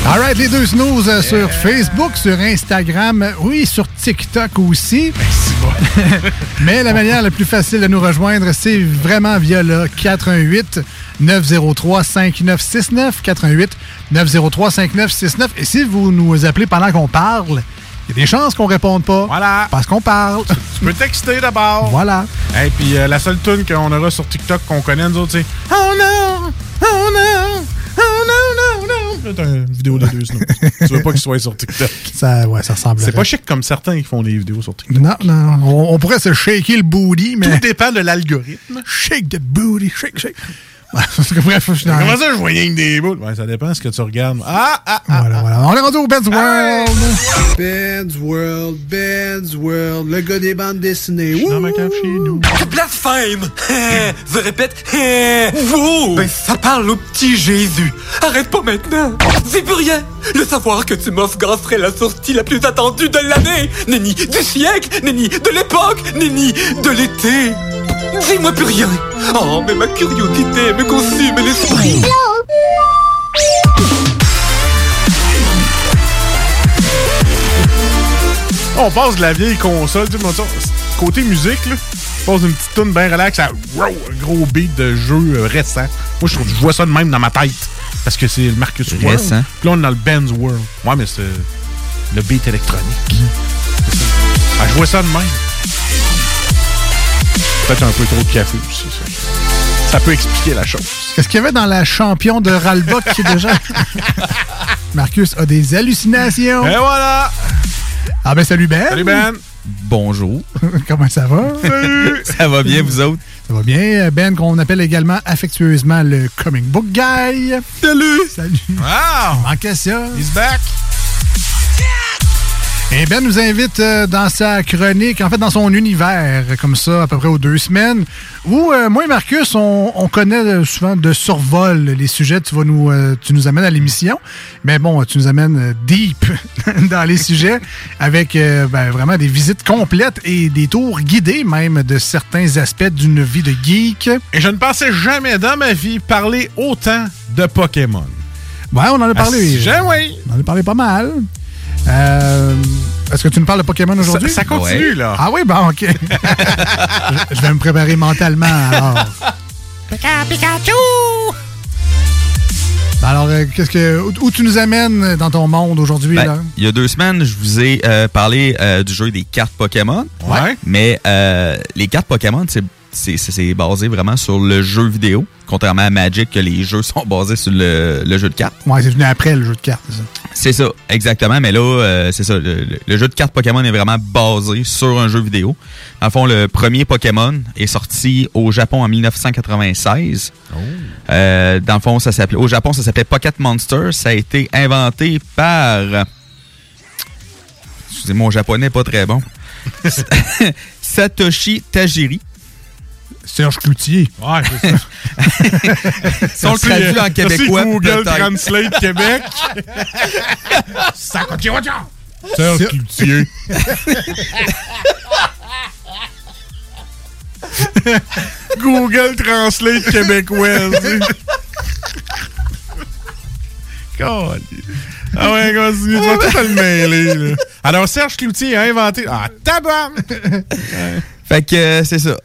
All right, les deux snooze sur Facebook, sur Instagram, oui, sur TikTok aussi. Mais la manière la plus facile de nous rejoindre, c'est vraiment via le 418-903-5969. 418-903-5969. Et si vous nous appelez pendant qu'on parle, il y a des chances qu'on réponde pas. Voilà. Parce qu'on parle. Tu peux texter d'abord. Voilà. Et puis la seule tune qu'on aura sur TikTok qu'on connaît, nous autres, c'est Oh no! Oh no! Oh no, no, no! Là, t'as une vidéo de deux snooze. Tu veux pas qu'il soit sur TikTok. Ça ressemble. C'est pas chic comme certains qui font des vidéos sur TikTok. Non. On pourrait se shaker le booty, mais... Tout dépend de l'algorithme. Shake the booty, shake. Bref, comment ça, je voyais des boules? Ouais, ça dépend de ce que tu regardes. Voilà. On est rendu au Ben's World. Ben's World, le gars des bandes dessinées. Dans ma cave chez nous. Tu blasphèmes! Je répète, ben, ça parle au petit Jésus. Arrête pas maintenant. Dis plus rien. Le savoir que tu m'offres la sortie la plus attendue de l'année. Nenni du siècle, nenni de l'époque, nenni de l'été. Dis-moi plus rien. Oh, mais ma curiosité me consume l'esprit. On passe de la vieille console, tu sais, côté musique, là, on passe une petite tune bien relax à un gros beat de jeu récent. Moi, je vois ça de même dans ma tête. Parce que c'est le Marcus World. Puis là, on est dans le Ben's World. Ouais, mais c'est le beat électronique. Je vois ça de même. Peut-être un peu trop de café aussi, ça. Ça peut expliquer la chose. Qu'est-ce qu'il y avait dans la champion de Ralbach qui est déjà... Marcus a des hallucinations. Et voilà! Ah ben salut Ben! Salut Ben! Bonjour. Comment ça va? Salut! Ça va bien, vous autres? Ça va bien. Ben, qu'on appelle également affectueusement le Comic Book Guy. Salut! Salut! Wow! Manquait ça. He's back! Et Ben nous invite dans sa chronique, en fait dans son univers, comme ça, à peu près aux 2 semaines, où moi et Marcus, on connaît souvent de survol les sujets. Tu nous amènes à l'émission, mais bon, tu nous amènes deep dans les sujets, avec vraiment des visites complètes et des tours guidés même de certains aspects d'une vie de geek. Et je ne pensais jamais dans ma vie parler autant de Pokémon. Ouais, on en a parlé. Oui. On en a parlé pas mal. Est-ce que tu nous parles de Pokémon aujourd'hui? Ça continue, là. Ah oui, bon, OK. je vais me préparer mentalement, alors. Pikachu! Alors, où tu nous amènes dans ton monde aujourd'hui? Là? Il y a 2 semaines, je vous ai parlé du jeu des cartes Pokémon. Ouais. Mais les cartes Pokémon, c'est basé vraiment sur le jeu vidéo, contrairement à Magic, que les jeux sont basés sur le jeu de cartes. Ouais, c'est venu après le jeu de cartes, c'est ça. C'est ça, exactement. Mais là, c'est ça. Le jeu de cartes Pokémon est vraiment basé sur un jeu vidéo. Dans le fond, le premier Pokémon est sorti au Japon en 1996. Oh. Dans le fond, au Japon, ça s'appelait Pocket Monster. Ça a été inventé par... Excusez-moi, mon japonais n'est pas très bon. Satoshi Tajiri. Serge Cloutier. Ouais, c'est ça. Si on le traduit en québécois, Google peut-être. Translate Québec. Serge Cloutier. Google Translate québécois. God. Ah ouais, continue. Tu vas tout le mêler, là. Alors, Serge Cloutier a inventé... Ah, tabac! Fait que c'est ça.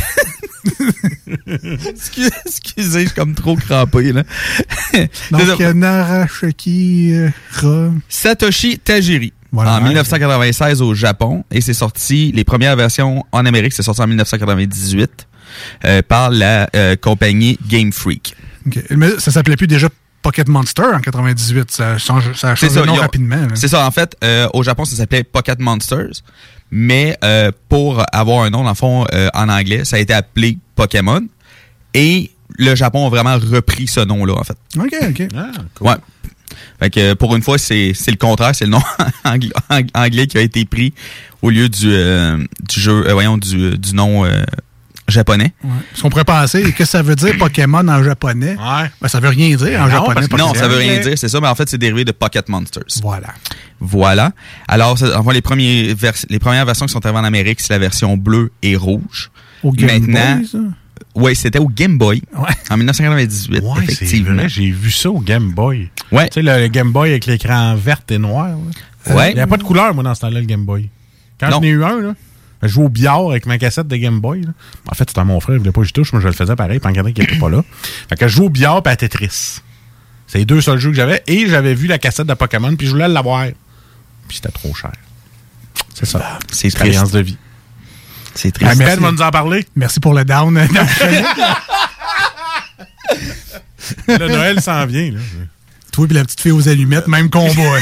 Excusez, je suis comme trop crampé, là. Donc, Narashiki-ra. Satoshi Tajiri. Voilà, en 1996 au Japon. Et c'est sorti, les premières versions en Amérique, c'est sorti en 1998 par la compagnie Game Freak. Okay. Mais ça s'appelait plus déjà Pocket Monster en 98. Ça a changé de nom rapidement. Là. C'est ça. En fait, au Japon, ça s'appelait Pocket Monsters. Mais pour avoir un nom, dans le fond, en anglais, ça a été appelé Pokémon. Et le Japon a vraiment repris ce nom-là, en fait. OK. Ah, cool. Ouais. Fait que pour une fois, c'est le contraire. C'est le nom anglais qui a été pris au lieu du jeu, du nom japonais. Ouais. Ce qu'on pourrait penser, qu'est-ce que ça veut dire Pokémon en japonais? Ouais. Ben, ça veut rien dire en japonais. Non, ça veut rien dire, c'est ça, mais en fait, c'est dérivé de Pocket Monsters. Voilà. Alors, enfin, les premières versions qui sont arrivées en Amérique, c'est la version bleue et rouge. Au Game Boy, ça? Oui, c'était au Game Boy. En 1998, ouais, effectivement. C'est vrai, j'ai vu ça au Game Boy. Ouais. Tu sais, le Game Boy avec l'écran vert et noir. Ouais. Il n'y a pas de couleur, moi, dans ce temps-là, le Game Boy. Quand Non. j'en ai eu un, là, je jouais au billard avec ma cassette de Game Boy. Là. En fait, c'était mon frère, il voulait pas que je touche, moi je le faisais pareil, pendant qu'il n'était pas là. Fait que je jouais au billard et à Tetris. C'est les deux seuls jeux que j'avais. Et j'avais vu la cassette de Pokémon, puis je voulais l'avoir. Puis c'était trop cher. C'est ça. C'est expérience triste. de vie. C'est triste. Ahmed va nous en parler. Merci pour le down. Le Noël s'en vient. Là. Toi et la petite fille aux allumettes, même combat.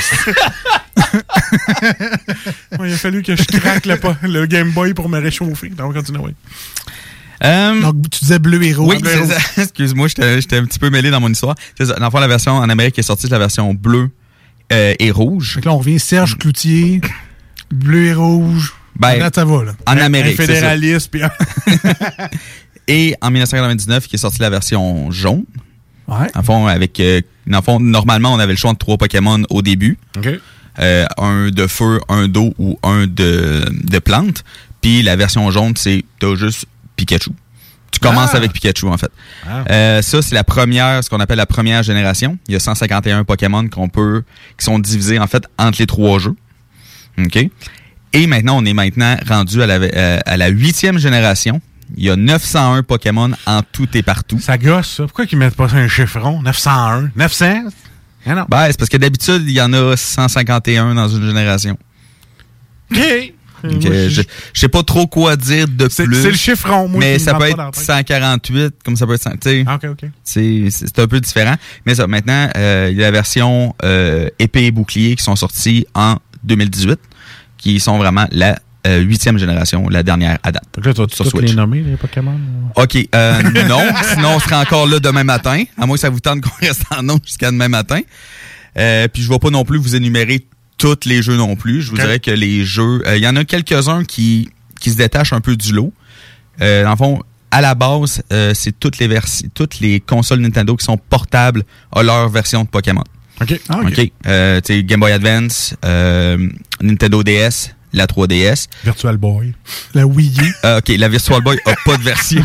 Il a fallu que je craque le Game Boy pour me réchauffer. Donc, continue, oui. Donc, tu disais bleu et rouge. Oui, c'est ça. Excuse-moi, j'étais un petit peu mêlé dans mon histoire. C'est ça. Dans le fond, la version en Amérique est sortie, c'est la version bleue et rouge. Donc là, on revient Serge Cloutier, bleu et rouge. Ben, là, ça va, là. En Amérique, un fédéraliste. Puis... Et en 1999, qui est sortie la version jaune. Ouais. En fond, avec, dans le fond, normalement, on avait le choix de 3 Pokémon au début. Okay. Un de feu, un d'eau ou un de plante. Puis la version jaune, t'as juste Pikachu. Tu commences avec Pikachu, en fait. Ça, c'est la première, ce qu'on appelle la première génération. Il y a 151 Pokémon qui sont divisés, en fait, entre les 3 jeux. OK? Et maintenant, on est rendu à la 8e génération. Il y a 901 Pokémon en tout et partout. Ça gosse, ça. Pourquoi ils mettent pas ça un chiffron? 901? 900? Ah non. Ben, c'est parce que d'habitude, il y en a 151 dans une génération. OK. Je sais pas trop quoi dire de plus. C'est le chiffron, moi. Mais ça peut être 148, comme ça peut être 100. OK. C'est un peu différent. Mais ça, maintenant, il y a la version épée et bouclier qui sont sortis en 2018, qui sont vraiment la 8e génération, la dernière à date. Donc là, tu vas tous les nommer, les Pokémon? OK. Non, sinon on sera encore là demain matin, à moins que ça vous tente qu'on reste en nom jusqu'à demain matin. Puis je ne vais pas non plus vous énumérer tous les jeux non plus. Je vous dirais que les jeux... Il y en a quelques-uns qui se détachent un peu du lot. Dans le fond, à la base, c'est toutes les consoles Nintendo qui sont portables à leur version de Pokémon. OK. Game Boy Advance, Nintendo DS, la 3DS. Virtual Boy. La Wii U. OK, la Virtual Boy n'a pas de version.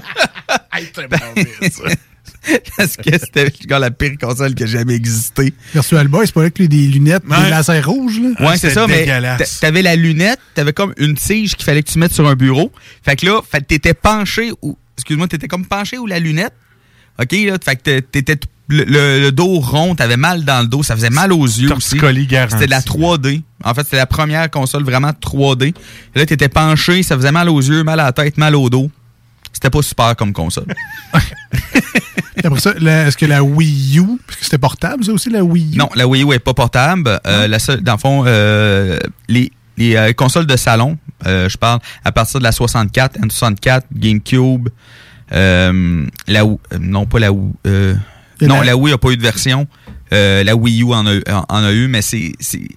Parce que c'était la pire console qui a jamais existé. Virtual Boy, c'est pas là que des lunettes, des lasers rouges, là? Ouais, c'est ça, mais t'avais la lunette, t'avais comme une tige qu'il fallait que tu mettes sur un bureau. Fait que là, t'étais penché, t'étais comme penché ou la lunette. OK, là, fait que t'étais le dos rond, t'avais mal dans le dos, ça faisait mal aux yeux aussi. C'était de la 3D. En fait, c'était la première console vraiment 3D. Et là, t'étais penché, ça faisait mal aux yeux, mal à la tête, mal au dos. C'était pas super comme console. Après ça, est-ce que la Wii U, parce que c'était portable, ça aussi, la Wii U? Non, la Wii U est pas portable. Dans le fond, les consoles de salon, je parle à partir de la 64, N64, GameCube, la Wii n'a pas eu de version. La Wii U en a eu, mais c'est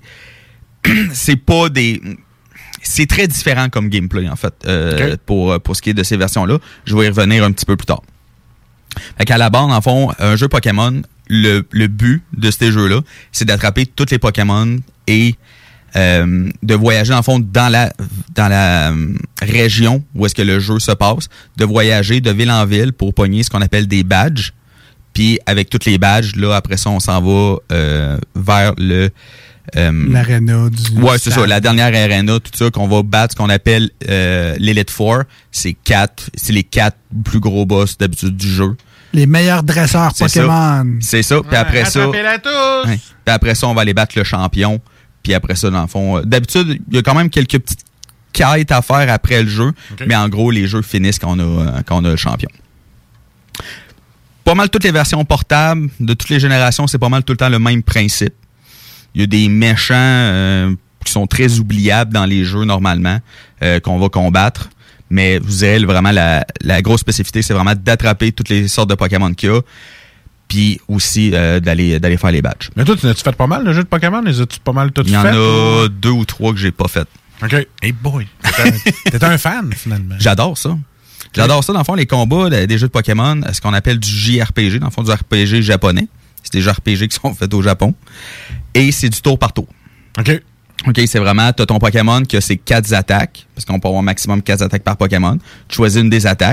pas des... C'est très différent comme gameplay, en fait, pour ce qui est de ces versions-là. Je vais y revenir un petit peu plus tard. Fait qu'à la base, en fond, un jeu Pokémon, le but de ces jeux-là, c'est d'attraper tous les Pokémon et de voyager, en fond, dans la région où est-ce que le jeu se passe, de voyager de ville en ville pour pogner ce qu'on appelle des badges. Puis avec tous les badges, là, après ça, on s'en va vers le... L'arena du... Ouais, c'est ça, la dernière arena, tout ça, qu'on va battre, ce qu'on appelle l'Elite Four. C'est les 4 plus gros boss d'habitude du jeu. Les meilleurs dresseurs Pokémon. C'est ça. Puis après ça... tous! Puis après ça, on va aller battre le champion. Puis après ça, dans le fond... d'habitude, il y a quand même quelques petites quêtes à faire après le jeu. Okay. Mais en gros, les jeux finissent quand on a le champion. Pas mal toutes les versions portables de toutes les générations, c'est pas mal tout le temps le même principe. Il y a des méchants qui sont très oubliables dans les jeux normalement, qu'on va combattre. Mais vous direz vraiment la grosse spécificité, c'est vraiment d'attraper toutes les sortes de Pokémon qu'il y a. Puis aussi d'aller faire les badges. Mais toi, tu as-tu fait pas mal de jeux de Pokémon? Les as-tu pas mal tout fait? Il y en a 2 ou 3 que j'ai pas fait. OK. Hey boy! T'es un fan, finalement. J'adore ça. J'adore ça, dans le fond, les combats des jeux de Pokémon, ce qu'on appelle du JRPG, dans le fond, du RPG japonais. C'est des jeux RPG qui sont faits au Japon. Et c'est du tour par tour. OK. OK, c'est vraiment, tu as ton Pokémon qui a ses 4 attaques, parce qu'on peut avoir maximum 4 attaques par Pokémon. Tu choisis une des attaques,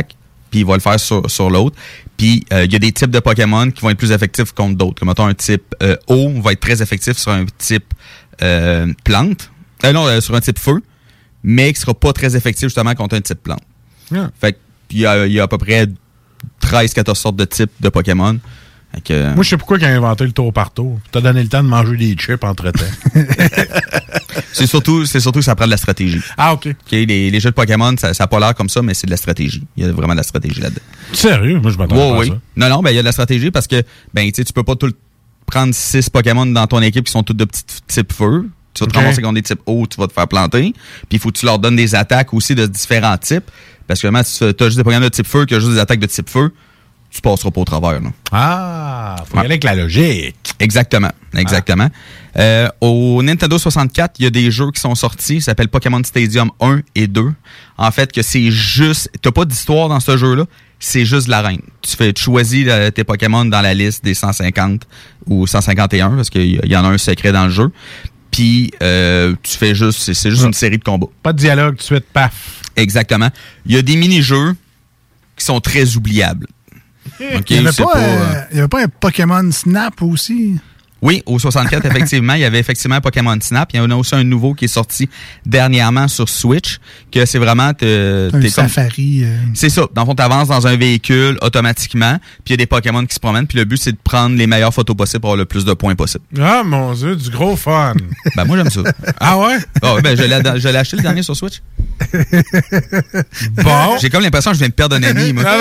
puis il va le faire sur l'autre. Puis il y a des types de Pokémon qui vont être plus effectifs contre d'autres. Comme mettons un type eau va être très effectif sur un type plante. Sur un type feu, mais qui sera pas très effectif justement contre un type plante. Yeah. Fait qu'il y a à peu près 13-14 sortes de types de Pokémon. Moi, je sais pourquoi il a inventé le tour par tour. T'as donné le temps de manger des chips entre-temps. C'est surtout que ça prend de la stratégie. Ah, OK. Les jeux de Pokémon, ça n'a pas l'air comme ça, mais c'est de la stratégie. Il y a vraiment de la stratégie là-dedans. Sérieux? Moi, je m'attends pas à ça. Non, il y a de la stratégie parce que tu peux pas prendre 6 Pokémon dans ton équipe qui sont tous de petits types feu. Tu vas te ramasser contre des types eau, tu vas te faire planter. Puis il faut que tu leur donnes des attaques aussi de différents types. Parce que vraiment, si tu as juste des Pokémon de type feu qui ont juste des attaques de type feu, tu passeras pas au travers. Là. Ah, faut y aller avec la logique. Exactement. Au Nintendo 64, il y a des jeux qui sont sortis, ça s'appelle Pokémon Stadium 1 et 2. En fait, que c'est juste... T'as pas d'histoire dans ce jeu-là, c'est juste de l'arène. Tu choisis tes Pokémon dans la liste des 150 ou 151, parce qu'il y en a un secret dans le jeu. Puis, tu fais juste... C'est juste une série de combats. Pas de dialogue, tout de suite, paf. Exactement. Il y a des mini-jeux qui sont très oubliables. Okay, il n'y avait pas un Pokémon Snap aussi? Oui, au 64, effectivement, il y avait effectivement un Pokémon Snap. Il y en a aussi un nouveau qui est sorti dernièrement sur Switch, que c'est vraiment... un safari. C'est ça. Dans le fond, tu avances dans un véhicule automatiquement, puis il y a des Pokémon qui se promènent, puis le but, c'est de prendre les meilleures photos possibles pour avoir le plus de points possible. Ah, mon Dieu, du gros fun. Ben, moi, j'aime ça. Ah ouais? Je l'ai acheté le dernier sur Switch. Bon. J'ai comme l'impression que je viens de perdre un ami, moi.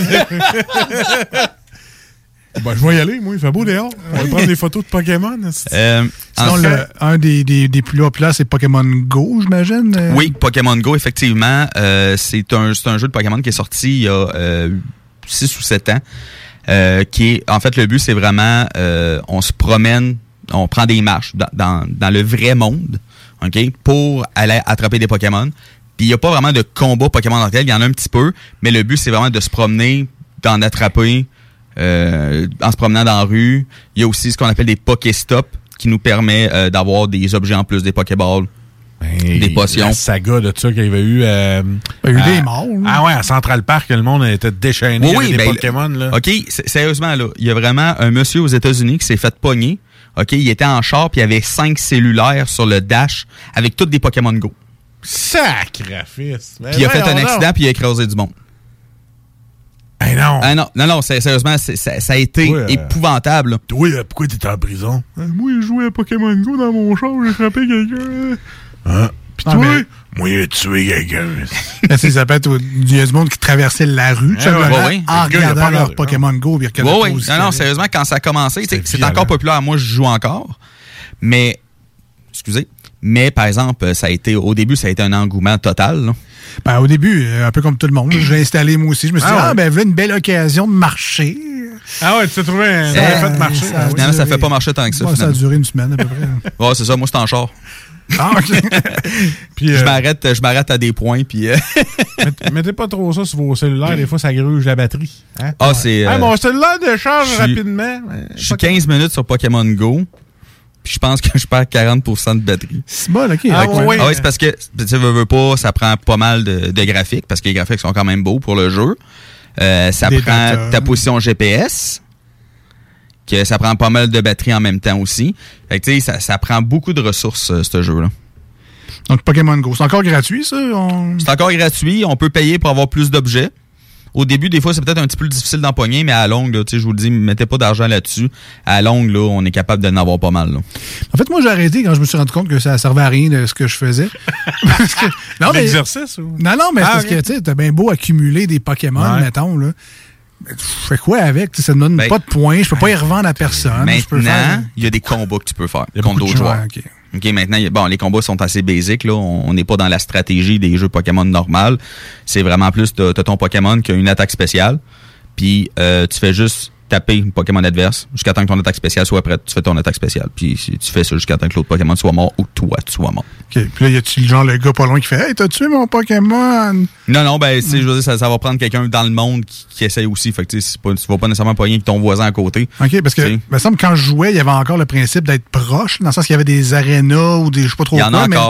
Ben, je vais y aller, moi. Il fait beau dehors. On va prendre des photos de Pokémon. Sinon, un des plus populaires, c'est Pokémon Go, j'imagine? Oui, Pokémon Go, effectivement. C'est un jeu de Pokémon qui est sorti il y a 6 ou 7 ans. En fait, le but, c'est vraiment, on se promène, on prend des marches dans le vrai monde, OK, pour aller attraper des Pokémon. Puis il n'y a pas vraiment de combat Pokémon dans tel. Il y en a un petit peu, mais le but, c'est vraiment de se promener, d'en attraper... en se promenant dans la rue. Il y a aussi ce qu'on appelle des Pokéstops qui nous permet d'avoir des objets en plus, des Pokéballs, des potions. La saga de ça qu'il y avait eu... il y a eu des morts. Ah ouais, à Central Park, le monde était déchaîné avec des Pokémon. Là. OK, sérieusement, là, il y a vraiment un monsieur aux États-Unis qui s'est fait pogner. OK, il était en char puis il y avait 5 cellulaires sur le dash avec tous des Pokémon Go. Sacrifice! Puis il a fait un accident puis il a écrasé du monde. Ben non. Ah non, sérieusement, ça a été épouvantable. Toi, pourquoi t'étais en prison? Moi, j'ai joué à Pokémon Go dans mon char, j'ai frappé quelqu'un. Hein? Pis toi? Moi, j'ai tué quelqu'un. Ça peut être... Il y a du monde qui traversait la rue, en regardant leur Pokémon Go. Oui. Non, sérieusement, quand ça a commencé, c'est encore populaire. Moi, je joue encore. Mais, par exemple, au début, ça a été un engouement total, là. Ben, au début, un peu comme tout le monde, j'ai installé moi aussi. Je me suis dit, voilà une belle occasion de marcher. Ah ouais, tu t'es trouvé un fait de marcher. Finalement, ça fait pas marcher tant que ça. Ça a duré une semaine à peu près. Ouais, c'est ça, moi, c'est en char. Ah, OK. Puis, je m'arrête à des points, puis... Mettez pas trop ça sur vos cellulaires, des fois, ça gruge la batterie. Hein? Ah, c'est... mon cellulaire décharge rapidement. Je suis 15 minutes sur Pokémon Go. Puis je pense que je perds 40% de batterie. C'est bon, OK. Oui, c'est parce que, tu veux pas, ça prend pas mal de graphiques, parce que les graphiques sont quand même beaux pour le jeu. Ça prend ta position GPS, que ça prend pas mal de batterie en même temps aussi. Fait que, tu sais, ça prend beaucoup de ressources, ce jeu-là. Donc, Pokémon Go, c'est encore gratuit, ça? C'est encore gratuit. On peut payer pour avoir plus d'objets. Au début, des fois, c'est peut-être un petit peu difficile d'empoigner, mais à longue, là, je vous le dis, mettez pas d'argent là-dessus. À longue, là, on est capable d'en avoir pas mal. Là. En fait, moi, j'ai arrêté quand je me suis rendu compte que ça servait à rien de ce que je faisais. L'exercice? Ou? Non, mais c'est parce que tu sais, t'as bien beau accumuler des Pokémon, mettons, là. Je fais quoi avec? Ça ne donne pas de points. Je peux pas y revendre à personne. Maintenant, il y a des combats que tu peux faire contre d'autres joueurs. OK, maintenant, les combats sont assez basiques. Là. On n'est pas dans la stratégie des jeux Pokémon normal. C'est vraiment plus, t'as ton Pokémon qui a une attaque spéciale. Puis, tu fais juste taper le Pokémon adverse jusqu'à temps que ton attaque spéciale soit prête. Tu fais ton attaque spéciale. Puis, tu fais ça jusqu'à temps que l'autre Pokémon soit mort ou toi, tu sois mort. OK. Puis là, y a-tu le gars pas loin qui fait « Hey, t'as tué mon Pokémon? » Non, ben, je veux dire, ça va prendre quelqu'un dans le monde qui essaye aussi. Fait que, tu vas pas nécessairement pogner avec ton voisin à côté. OK, parce que, il me semble, quand je jouais, il y avait encore le principe d'être proche, dans le sens qu'il y avait des arénas ou des, je sais pas trop quoi. Il y en a encore. Il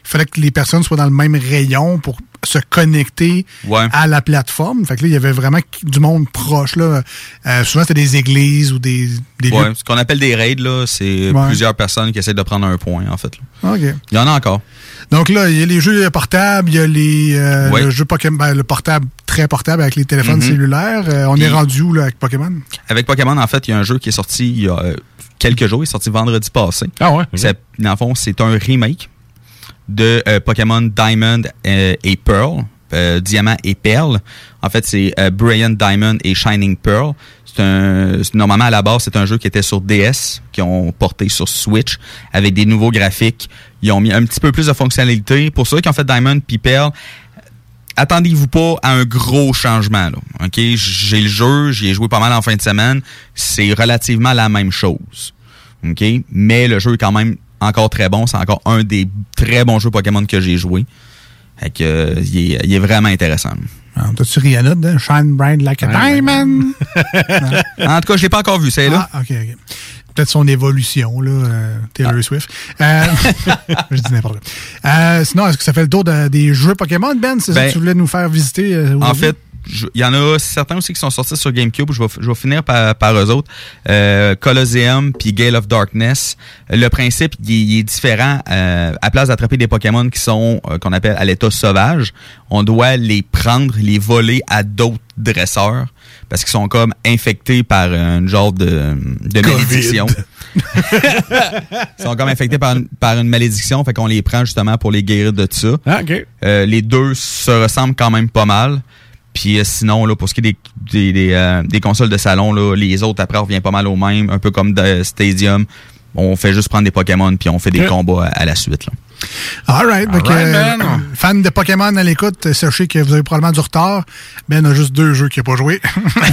fallait que les personnes soient dans le même rayon pour se connecter à la plateforme. Fait que là, il y avait vraiment du monde proche. Là. Souvent, c'était des églises ou des lieux. Ce qu'on appelle des raids, là, c'est plusieurs personnes qui essaient de prendre un point, en fait. Là. OK. Il y en a encore. Donc là, il y a les jeux portables, il y a le jeu Pokémon, le portable, très portable avec les téléphones cellulaires. On est rendu où là, avec Pokémon? Avec Pokémon, en fait, il y a un jeu qui est sorti il y a quelques jours. Il est sorti vendredi passé. Ah ouais? Dans le fond, c'est un remake de Pokémon Diamond et Pearl, Diamant et Perle. En fait, c'est Brilliant Diamond et Shining Pearl. Normalement, à la base, c'est un jeu qui était sur DS, qui ont porté sur Switch, avec des nouveaux graphiques. Ils ont mis un petit peu plus de fonctionnalités. Pour ceux qui ont fait Diamond puis Pearl, attendez-vous pas à un gros changement. Là. OK? J'ai le jeu, j'y ai joué pas mal en fin de semaine. C'est relativement la même chose. OK? Mais le jeu est quand même encore très bon. C'est encore un des très bons jeux Pokémon que j'ai joué. Fait que, il est vraiment intéressant. T'as-tu Rihanna dedans? Shine bright like a diamond. En tout cas, je l'ai pas encore vu, c'est là. Ah, OK. Peut-être son évolution, là, Taylor Swift. Je dis n'importe quoi. Sinon, est-ce que ça fait le tour des jeux Pokémon, Ben? C'est ça que tu voulais nous faire visiter aujourd'hui? En fait, il y en a certains aussi qui sont sortis sur GameCube. Je vais finir par eux autres. Colosseum puis Gale of Darkness. Le principe, il est différent. À place d'attraper des Pokémon qui sont qu'on appelle à l'état sauvage, on doit les prendre, les voler à d'autres dresseurs parce qu'ils sont comme infectés par un genre de malédiction. Ils sont comme infectés par une malédiction, fait qu'on les prend justement pour les guérir de ça. Ah, OK. Les deux se ressemblent quand même pas mal. Puis sinon, là, pour ce qui est des consoles de salon, là, les autres, après, on revient pas mal au même. Un peu comme de Stadium. On fait juste prendre des Pokémon puis on fait des combats à la suite. Là. All right. Donc, fan de Pokémon à l'écoute, sachez que vous avez probablement du retard. Ben a juste 2 jeux qu'il n'a pas joué.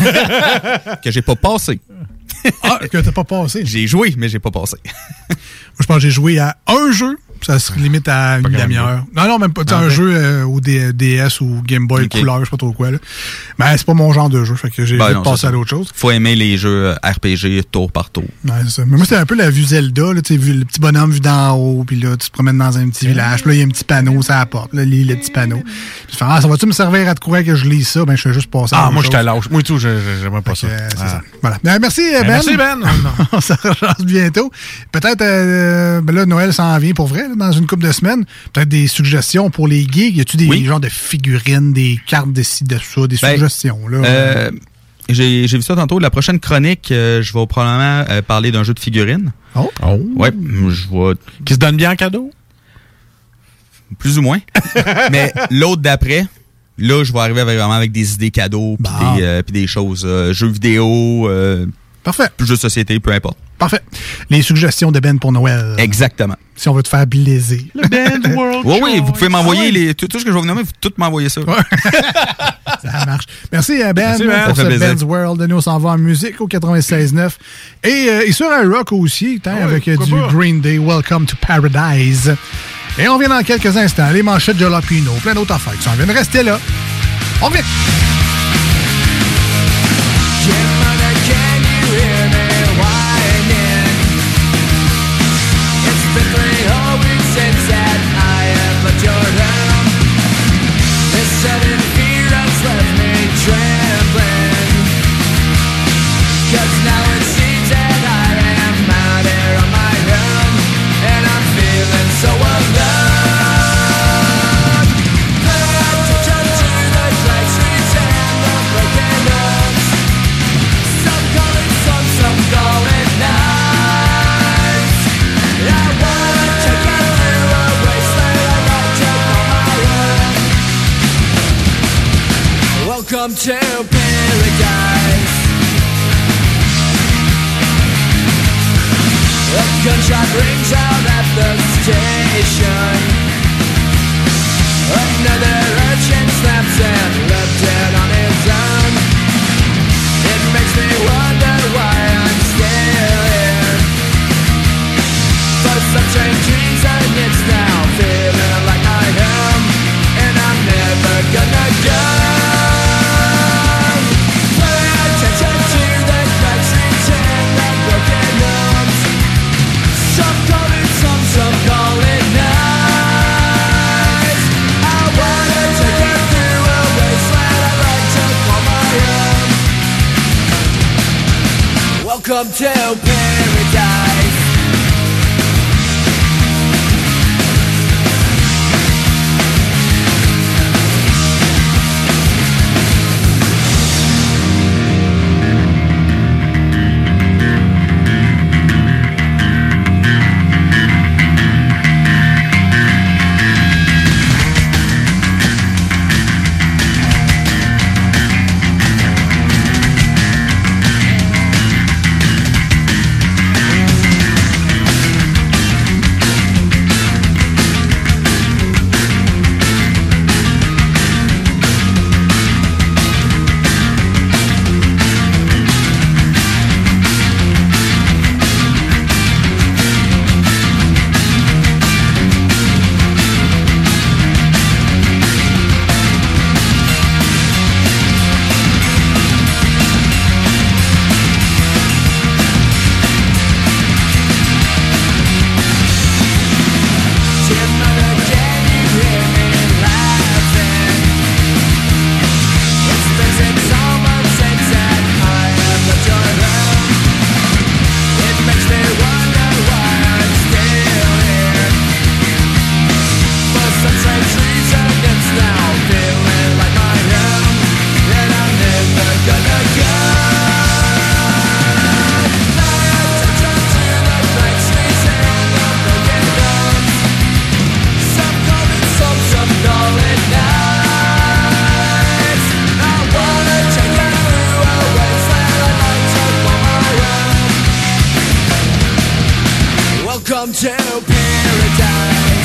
Que j'ai pas passé. Que t'as pas passé? J'ai joué, mais j'ai pas passé. Moi, je pense que j'ai joué à un jeu. Ça se limite à une demi-heure. Non, même pas. Un jeu au DS ou Game Boy couleur, je sais pas trop quoi. Là. Mais c'est pas mon genre de jeu. Fait que j'ai passé à d'autres choses. Faut aimer les jeux RPG tour par tour. Ouais, c'est ça. Mais moi, c'était un peu la vue Zelda. Là, vu le petit bonhomme vu d'en haut. Puis là, tu te promènes dans un petit village. Puis là, il y a un petit panneau, ça apporte. Là, les petits panneaux. Puis ça va-tu me servir à te courir que je lis ça? Ben, je fais juste passer à moi, je te lâche. Moi, tout, j'aimerais pas ça. C'est ça. Voilà. Merci, Ben. Merci, Ben. On se rejoint bientôt. Peut-être, là, Noël s'en vient pour vrai, là, dans une couple de semaines. Peut-être des suggestions pour les geeks. Y a-tu des genres de figurines, des cartes de ci, de ça, des suggestions? Là? J'ai vu ça tantôt. La prochaine chronique, je vais probablement parler d'un jeu de figurines. Oh! Ouais, je vois. Qui se donne bien en cadeau? Plus ou moins. Mais l'autre d'après, là, je vais arriver vraiment avec des idées cadeaux puis des choses. Jeux vidéo, parfait. Jeux de société, peu importe. Parfait. Les suggestions de Ben pour Noël. Exactement. Si on veut te faire blaiser. Le Ben's World oui, vous pouvez m'envoyer tout ce que je vais vous nommer, vous tout m'envoyer ça. Ça marche. Merci Ben pour ce Ben's World. Nous, on s'en va en musique au 96.9. Et sur iRock aussi, avec du Green Day, Welcome to Paradise. Et on vient dans quelques instants. Les manchettes de Jalapino, plein d'autres affaires qui s'en viennent. Restez là. On revient. Welcome to paradise. A gunshot rings out at the station. Another urchin snaps and left dead on his own. It makes me wonder why I'm still here. For some strange reason it's now feeling like I am. And I'm never gonna go. Some call it Welcome to paradise. Welcome to paradise.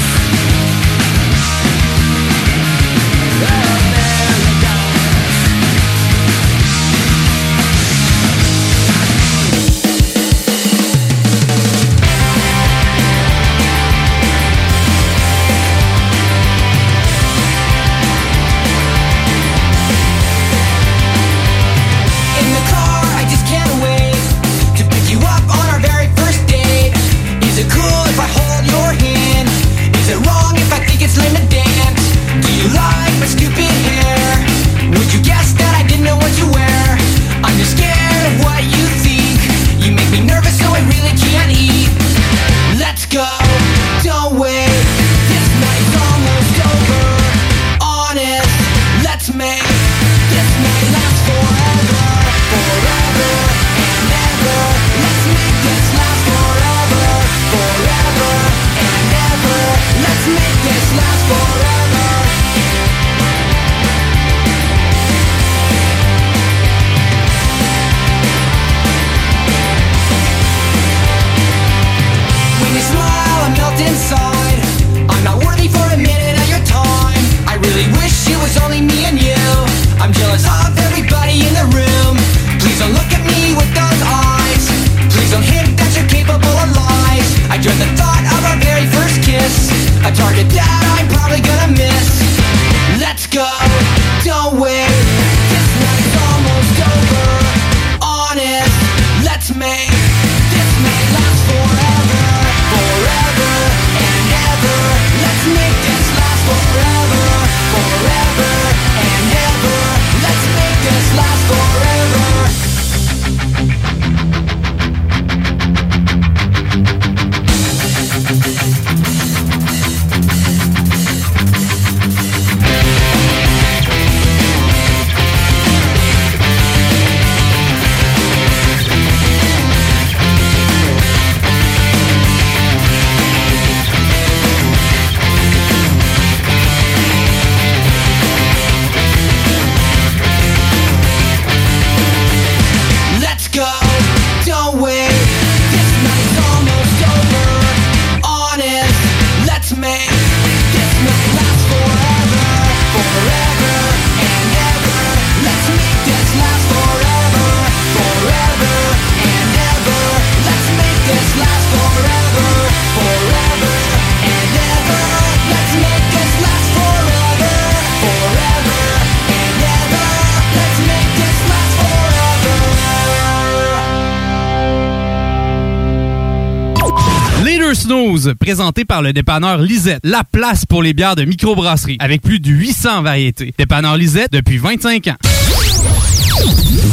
Snooze, présenté par le dépanneur Lisette, la place pour les bières de microbrasserie, avec plus de 800 variétés. Dépanneur Lisette depuis 25 ans.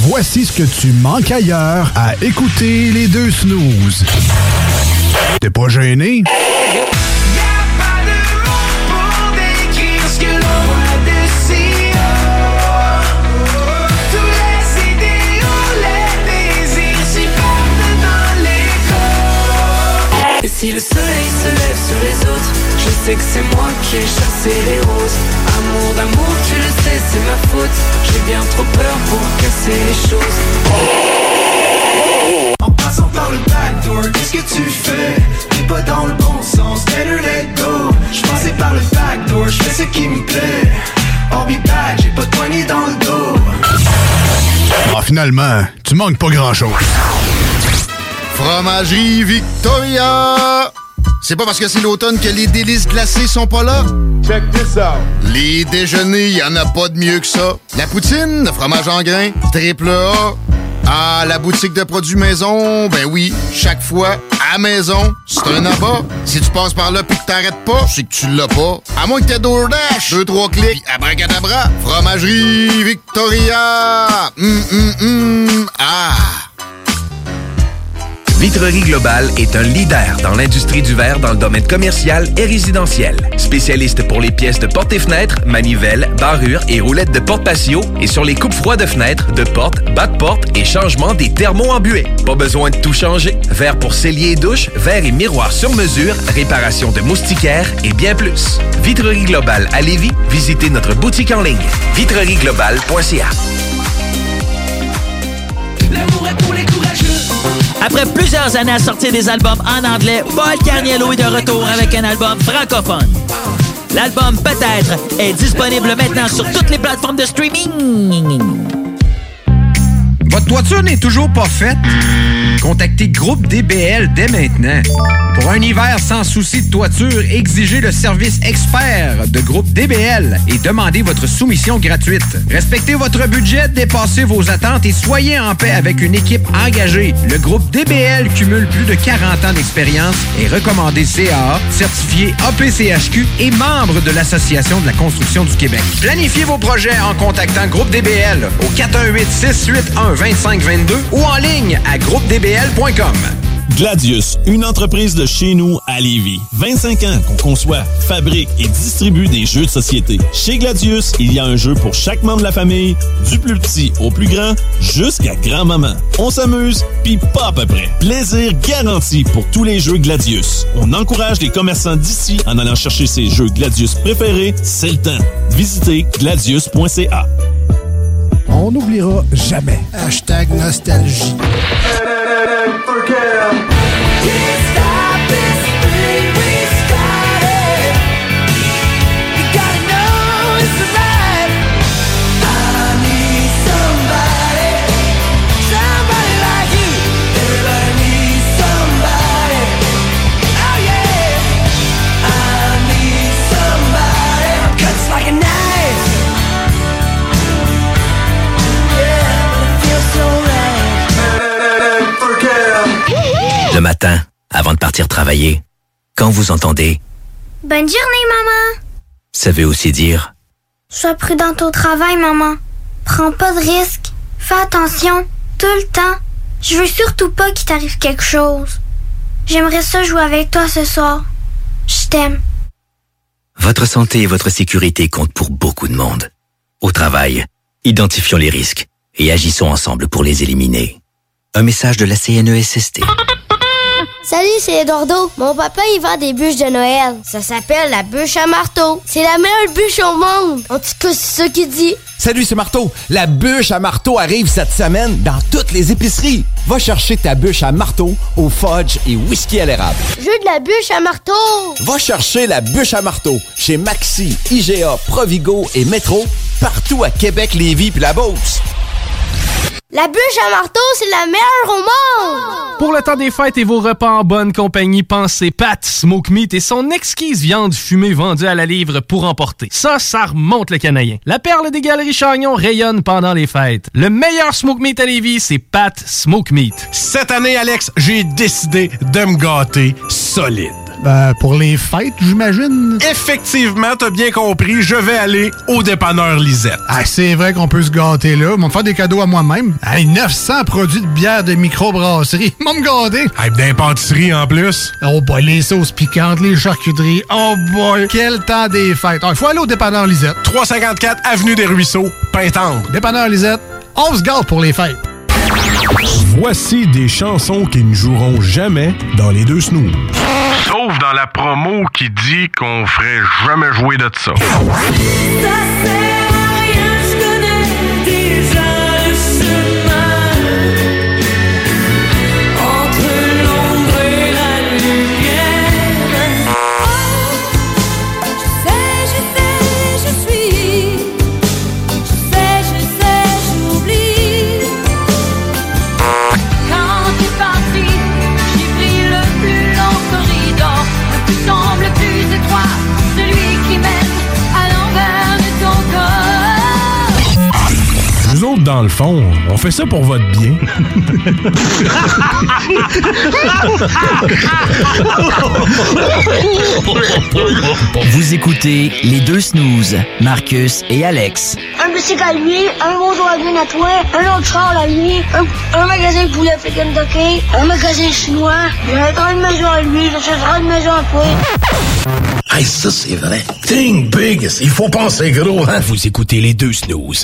Voici ce que tu manques ailleurs à écouter les deux snooze. T'es pas gêné? Et si le soleil se lève sur les autres, je sais que c'est moi qui ai chassé les roses. Amour d'amour, tu le sais, c'est ma faute. J'ai bien trop peur pour casser les choses. En passant par le backdoor, qu'est-ce que tu fais? T'es pas dans le bon sens, better let go. J'passais par le backdoor, j'fais ce qui me plaît. I'll be back, j'ai pas de poignée dans le dos. Ah, finalement, tu manques pas grand-chose. Fromagerie Victoria! C'est pas parce que c'est l'automne que les délices glacées sont pas là? Check this out! Les déjeuners, y en a pas de mieux que ça. La poutine, le fromage en grains, triple A. Ah, la boutique de produits maison, ben oui, chaque fois, à maison, c'est un abat. Si tu passes par là pis que t'arrêtes pas, c'est que tu l'as pas. À moins que t'aies DoorDash, 2-3 clics, pis abracadabra, Fromagerie Victoria! Ah! Vitrerie Globale est un leader dans l'industrie du verre dans le domaine commercial et résidentiel. Spécialiste pour les pièces de portes et fenêtres, manivelles, barrures et roulettes de porte-patio et sur les coupes froides de fenêtres, de portes, bas de porte et changement des thermos en buée. Pas besoin de tout changer. Verre pour cellier et douche, verre et miroir sur mesure, réparation de moustiquaires et bien plus. Vitrerie Globale à Lévis, visitez notre boutique en ligne. vitrerieglobale.ca. L'amour est pour les courageux. Après plusieurs années à sortir des albums en anglais, Paul Carniello est de retour avec un album francophone. L'album Peut-être est disponible maintenant sur toutes les plateformes de streaming. Votre toiture n'est toujours pas faite? Contactez Groupe DBL dès maintenant. Pour un hiver sans souci de toiture, exigez le service expert de Groupe DBL et demandez votre soumission gratuite. Respectez votre budget, dépassez vos attentes et soyez en paix avec une équipe engagée. Le Groupe DBL cumule plus de 40 ans d'expérience et recommandé CAA, certifié APCHQ et membre de l'Association de la construction du Québec. Planifiez vos projets en contactant Groupe DBL au 418-681-2522 ou en ligne à groupedbl.com. Gladius, une entreprise de chez nous à Lévis. 25 ans qu'on conçoit, fabrique et distribue des jeux de société. Chez Gladius, il y a un jeu pour chaque membre de la famille, du plus petit au plus grand, jusqu'à grand-maman. On s'amuse, pis pas à peu près. Plaisir garanti pour tous les jeux Gladius. On encourage les commerçants d'ici en allant chercher ses jeux Gladius préférés, c'est le temps. Visitez gladius.ca. On n'oubliera jamais. Hashtag nostalgie. Le matin, avant de partir travailler, quand vous entendez « Bonne journée, maman! » ça veut aussi dire Sois prudente au travail, maman. Prends pas de risques. Fais attention, tout le temps. Je veux surtout pas qu'il t'arrive quelque chose. J'aimerais ça jouer avec toi ce soir. Je t'aime. votre santé et votre sécurité comptent pour beaucoup de monde. Au travail, identifions les risques et agissons ensemble pour les éliminer. Un message de la CNESST. Salut, c'est Eduardo. Mon papa, il vend des bûches de Noël. Ça s'appelle la bûche à marteau. C'est la meilleure bûche au monde. En tout cas, c'est ça qu'il dit. Salut, c'est Marteau. La bûche à marteau arrive cette semaine dans toutes les épiceries. Va chercher ta bûche à marteau au fudge et whisky à l'érable. Je veux de la bûche à marteau. Va chercher la bûche à marteau chez Maxi, IGA, Provigo et Métro, partout à Québec, Lévis puis la Beauce. La bûche à marteau, c'est la meilleure au monde! Pour le temps des fêtes et vos repas en bonne compagnie, pensez Pat Smoke Meat et son exquise viande fumée vendue à la livre pour emporter. Ça remonte le canadien. La perle des Galeries Chagnon rayonne pendant les fêtes. Le meilleur Smoke Meat à Lévis, c'est Pat Smoke Meat. Cette année, Alex, j'ai décidé de me gâter solide. Pour les fêtes, j'imagine. Effectivement, t'as bien compris, je vais aller au dépanneur Lisette. Ah, c'est vrai qu'on peut se gâter là. Ils vont me faire des cadeaux à moi-même. Hey, 900 produits de bière de microbrasserie. Ils vont me gâter. Hey, d'impantisserie en plus. Oh boy, les sauces piquantes, les charcuteries. Oh boy, quel temps des fêtes. Il faut aller au dépanneur Lisette. 354 Avenue des Ruisseaux, Pintendre. Dépanneur Lisette, on se gâte pour les fêtes. Voici des chansons qui ne joueront jamais dans les deux snooze. Sauf dans la promo qui dit qu'on ferait jamais jouer de ça. Nous autres, dans le fond, on fait ça pour votre bien. Vous écoutez les deux snooze, Marcus et Alex. Un bicycle à lui, un bonjour à bien à toi, un autre char à lui, un magasin de poulet fait Kentucky, un magasin chinois, il y a un une maison à lui, je chercherai une maison à toi. Hey, ça c'est vrai. Think big, il faut penser gros, hein? Vous écoutez les deux snooze.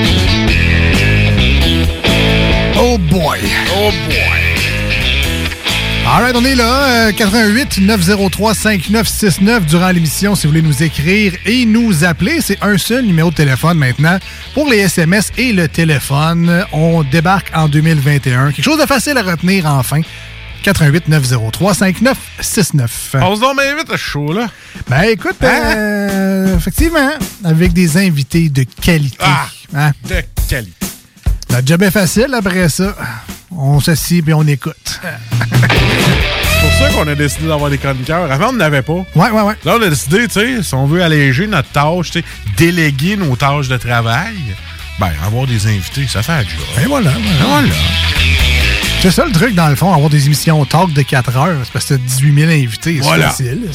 Oh boy. Oh boy. Alright, on est là, 88 903 5969 durant l'émission si vous voulez nous écrire et nous appeler. C'est un seul numéro de téléphone maintenant pour les SMS et le téléphone. On débarque en 2021. Quelque chose de facile à retenir enfin. 88 903 5969. On se donne bien vite à ce show-là. Ben écoute, effectivement, avec des invités de qualité. Hein? De qualité. La job est facile après ça. On s'assied et on écoute. C'est pour ça qu'on a décidé d'avoir des chroniqueurs. Avant, on n'avait pas. Ouais. Là, on a décidé, tu sais, si on veut alléger notre tâche, tu sais, déléguer nos tâches de travail, ben, avoir des invités, ça fait la job. Et voilà. C'est ça le truc, dans le fond, avoir des émissions talk de 4 heures. C'est parce que t'as 18 000 invités. Voilà. C'est facile.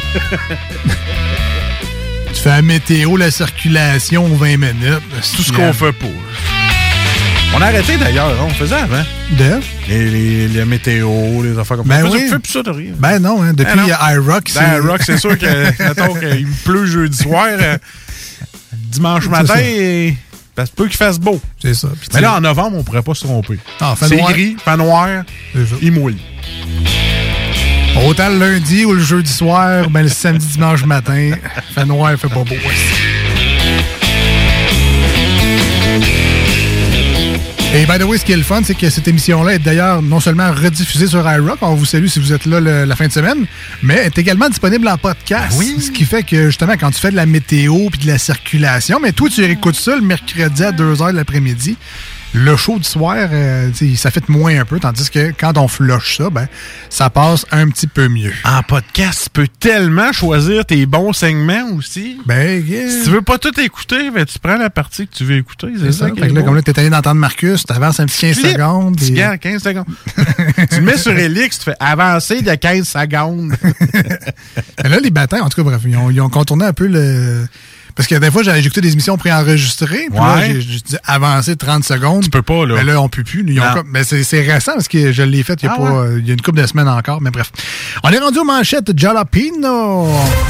Tu fais la météo, la circulation, 20 minutes. C'est tout ce qu'on fait pour. On a arrêté d'ailleurs, hein, on faisait avant. Les météos, les affaires comme ça. Ben On oui. fait plus ça de rien. Ben non, hein, depuis iRock. iRock, c'est sûr que, mettons qu'il pleut jeudi soir, dimanche matin, et ça se peut qu'il fasse beau. C'est ça. Mais là, en novembre, on pourrait pas se tromper. C'est gris, fait noir, il mouille. Autant le lundi ou le jeudi soir, ben le samedi, dimanche matin, fait noir, fait pas beau. Et by the way, ce qui est le fun, c'est que cette émission-là est d'ailleurs non seulement rediffusée sur iRock, on vous salue si vous êtes là la fin de semaine, mais est également disponible en podcast. Oui. Ce qui fait que justement, quand tu fais de la météo puis de la circulation, mais toi, tu écoutes ça le mercredi à 2h de l'après-midi. Le show du soir, ça fait moins un peu, tandis que quand on flush ça, ben, ça passe un petit peu mieux. En podcast, tu peux tellement choisir tes bons segments aussi. Ben, si tu veux pas tout écouter, ben, tu prends la partie que tu veux écouter. C'est ça. Fait que là, comme là, t'es allé d'entendre Marcus, t'avances un petit 15 secondes. Tu gardes 15 secondes. Tu le mets sur Elix, tu fais avancer de 15 secondes. Là, les bâtards, en tout cas, bref, ils ont contourné un peu le... Parce que des fois, j'avais écouté des émissions préenregistrées. Puis là, j'ai dit avancer 30 secondes. Tu peux pas, là. Mais là, on peut plus. Mais c'est récent parce que je l'ai fait il y a une couple de semaines encore. Mais bref. On est rendu aux manchettes Jalapino.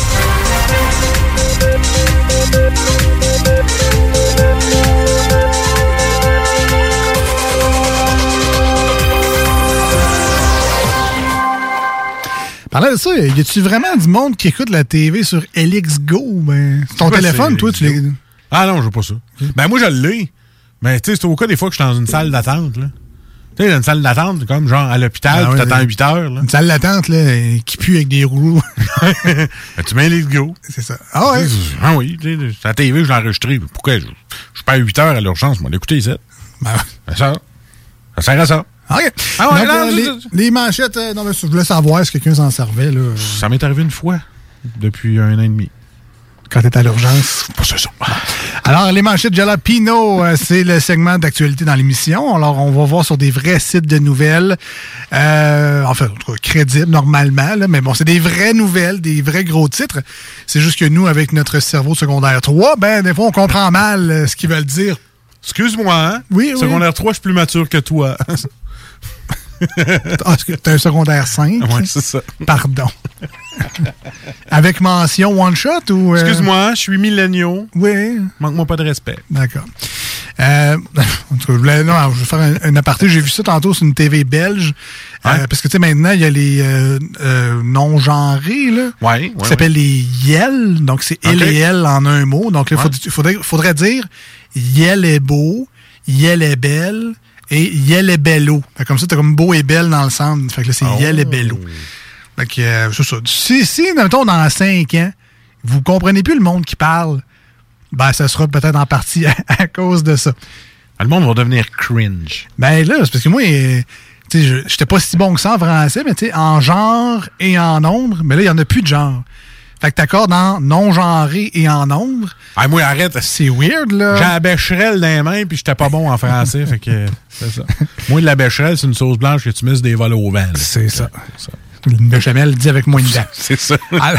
Parlant de ça, y a-tu vraiment du monde qui écoute la TV sur LX Go? Ben, ton téléphone, toi, tu l'as... Ah non, je veux pas ça. Ben moi, je l'ai. Mais tu sais, c'est au cas des fois que je suis dans une salle d'attente, là. Tu sais, dans une salle d'attente, comme genre à l'hôpital, tu t'attends 8 heures, là. Une salle d'attente, là, qui pue avec des rouleaux. Ben, tu mets LX Go. C'est ça. Ah ouais? Ah oui, tu sais, la TV, je l'ai enregistré. Pourquoi je perds 8 heures à l'urgence? Moi, l'écouter ici. Ben ça sert à ça. OK. Ah ouais, donc, les manchettes, non, mais je voulais savoir si quelqu'un s'en servait, là. Ça m'est arrivé une fois, depuis 1 an et demi. Quand t'es à l'urgence. C'est ça. Alors, les manchettes Jalapino, c'est le segment d'actualité dans l'émission. Alors, on va voir sur des vrais sites de nouvelles. Enfin, en tout cas, crédibles, normalement. Là, mais bon, c'est des vraies nouvelles, des vrais gros titres. C'est juste que nous, avec notre cerveau secondaire 3, ben, des fois, on comprend mal ce qu'ils veulent dire. Excuse-moi, hein? Oui, Secondaire 3, je suis plus mature que toi. T'as un secondaire 5? Oui, c'est ça. Pardon. Avec mention one-shot ou... Excuse-moi, je suis milléniaux. Oui. Manque-moi pas de respect. D'accord. En tout cas, je vais faire un aparté. J'ai vu ça tantôt sur une TV belge. Parce que, tu sais, maintenant, il y a les non-genrés, là. Oui. Qui s'appellent les YEL. Donc, c'est il et elle en un mot. Donc, là, faudrait dire YEL est beau, YEL est belle et YEL est bello. Fait comme ça, t'as comme beau et belle dans le centre. Fait que là, c'est YEL est bello. Fait que, c'est ça. Si, mettons, dans 5 ans, vous comprenez plus le monde qui parle, ben, ça sera peut-être en partie à cause de ça. Le monde va devenir cringe. Ben là, c'est parce que moi, tu sais, j'étais pas si bon que ça en français, mais tu sais, en genre et en nombre, mais là, il y en a plus de genre. Fait que t'accordes en non-genré et en nombre. Ah, moi, arrête. C'est weird, là. J'ai la bécherelle dans les mains, puis j'étais pas bon en français, fait que c'est ça. Moi, de la bécherelle, c'est une sauce blanche que tu mets sur des vols au vent. C'est ça. Une béchamel dit avec moins de dents. C'est ça.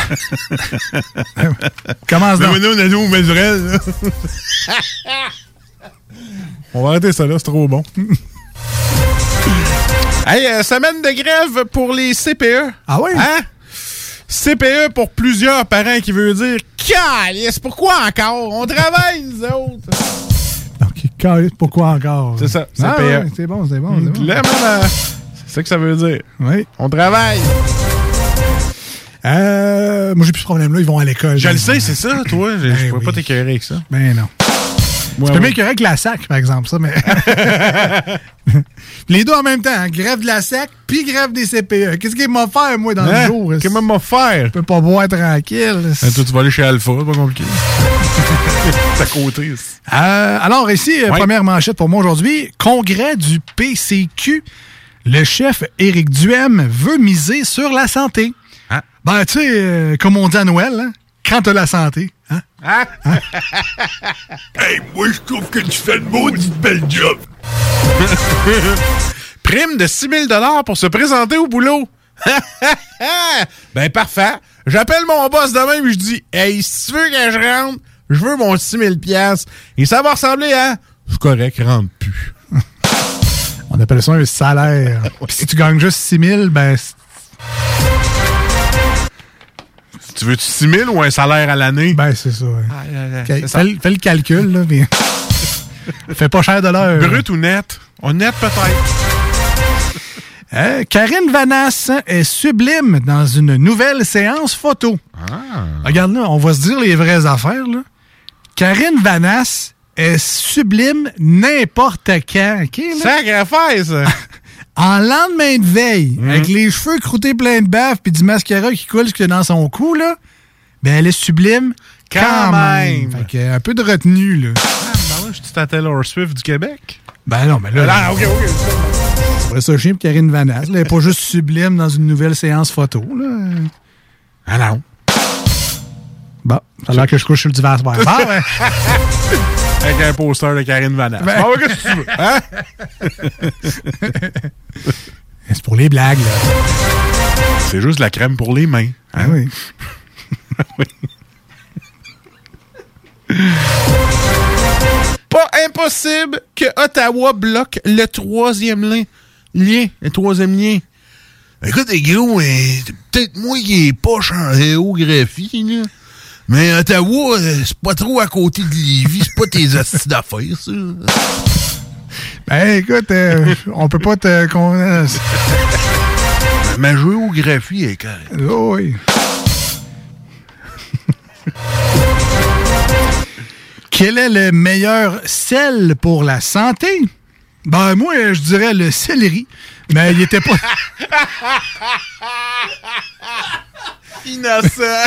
Commence donc. Mais on a nous, Bécherelle. On va arrêter ça là, c'est trop bon. Hey, semaine de grève pour les CPE. Ah oui? Hein? CPE pour plusieurs parents qui veut dire calice, pourquoi encore? On travaille, nous autres. OK, calice, pourquoi encore? C'est ça, CPE. Ah, ouais, c'est bon. C'est ça que ça veut dire. Oui. On travaille. Moi, j'ai plus ce problème-là. Ils vont à l'école. Je le sais, c'est ça, toi. Je pourrais pas t'écœurer avec ça. Ben non. Tu peux m'écœurer avec la SAC, par exemple, ça, mais... Les deux en même temps, hein? Grève de la SAC puis grève des CPE. Qu'est-ce qu'il m'a fait, moi, dans le jour? Qu'est-ce qu'il m'a fait? Je peux pas boire tranquille. Toi, tu vas aller chez Alpha, c'est pas compliqué. C'est à côté. Alors, ici, première manchette pour moi aujourd'hui. Congrès du PCQ. Le chef Éric Duhem veut miser sur la santé. Hein? Ben, tu sais, comme on dit à Noël, hein? Quand t'as la santé. Hein? Hein? Hey, moi, je trouve que tu fais le maudit bel job. Prime de 6 000 pour se présenter au boulot. Ben, parfait. J'appelle mon boss demain et je dis, hey, si tu veux que je rentre, je veux mon 6 000 $. Et ça va ressembler à... C'est correct, rentre plus. On appelle ça un salaire. Puis si tu gagnes juste 6 000, ben... Tu veux-tu 6 000 ou un salaire à l'année? Ben, c'est ça. Ouais. Fais le calcul, là. Puis... Fais pas cher de l'heure. Brut ou net? Net, peut-être. Karine Vanasse est sublime dans une nouvelle séance photo. Regarde là, on va se dire les vraies affaires, là. Karine Vanasse est sublime n'importe quand. Okay, sacré affaire, ça! En lendemain de veille, avec les cheveux croûtés pleins de bave puis du mascara qui coule jusque dans son cou, là, ben elle est sublime quand même. Fait que, un peu de retenue, là. Ben là, je suis à Taylor Swift du Québec. Ben non, mais là... OK. C'est ça, chien pour Karine Vanasse. Elle n'est pas juste sublime dans une nouvelle séance photo, là. Ah non. Bon, ça a l'air que je couche sur le divan. Bon, ouais. Avec un poster de Karine Vanasse. Ben... Bon, qu'est-ce que tu veux? Hein? C'est pour les blagues, là. C'est juste la crème pour les mains. Hein? Ah oui. Oui. Pas impossible que Ottawa bloque le troisième lien. Le troisième lien. Écoute, les gros, c'est peut-être moi qui n'ai pas en géographie, là. Mais Ottawa, c'est pas trop à côté de Lévis, c'est pas tes hosties d'affaires, ça. Ben, écoute, on peut pas te... Ma géographie est carrée. Oh, oui. Quel est le meilleur sel pour la santé? Ben, moi, je dirais le céleri. Mais il était pas... Innocent!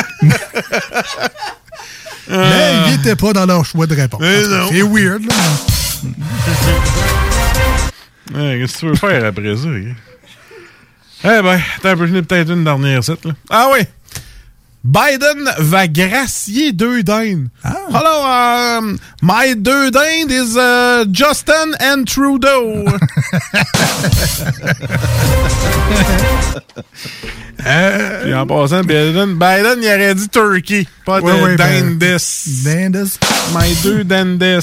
Mais il était pas dans leur choix de réponse. C'est weird, là. Qu'est-ce que tu veux faire après ça? Eh ben, attends un peu, je n'ai peut-être une dernière site, là. Ah oui! Biden va gracier 2 dindes. Alors, my 2 dindes is Justin and Trudeau. Puis en passant, Biden, il aurait dit Turkey, pas de dindes. Dindes. My 2 dindes.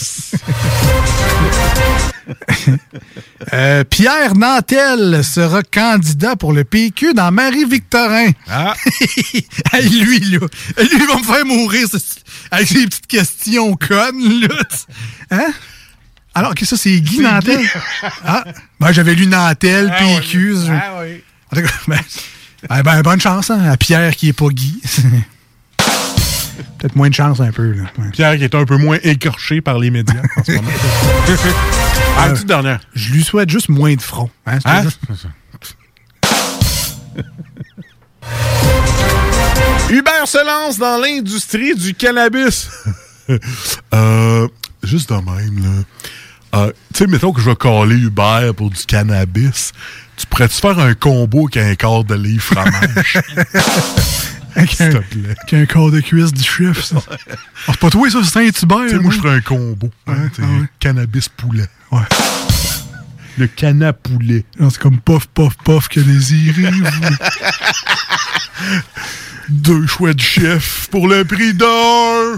Pierre Nantel sera candidat pour le PQ dans Marie-Victorin. Ah! lui, il va me faire mourir avec ses petites questions connes, là. Hein? Alors que ça, c'est Guy Nantel. Ah! Ben, j'avais lu Nantel, PQ. Oui. Ah oui. En tout cas, bonne chance, hein, à Pierre qui est pas Guy. Peut-être moins de chance un peu, là. Ouais. Pierre qui est un peu moins écorché par les médias en ce moment. Toute dernière. Je lui souhaite juste moins de front. Hein? Uber se lance dans l'industrie du cannabis. Juste de même, là. Tu sais, mettons que je vais caller Uber pour du cannabis. Tu pourrais-tu faire un combo avec un quart de livre fromage? S'il te plaît. Avec un quart de cuisse du chef, ça. C'est pas toi, ça, c'est un Uber. Tu sais, moi, je ferais un combo. Cannabis poulet. Ouais. Le canapoulet. C'est comme pof, pof, pof que désirez. 2 choix de chef pour le prix d'un.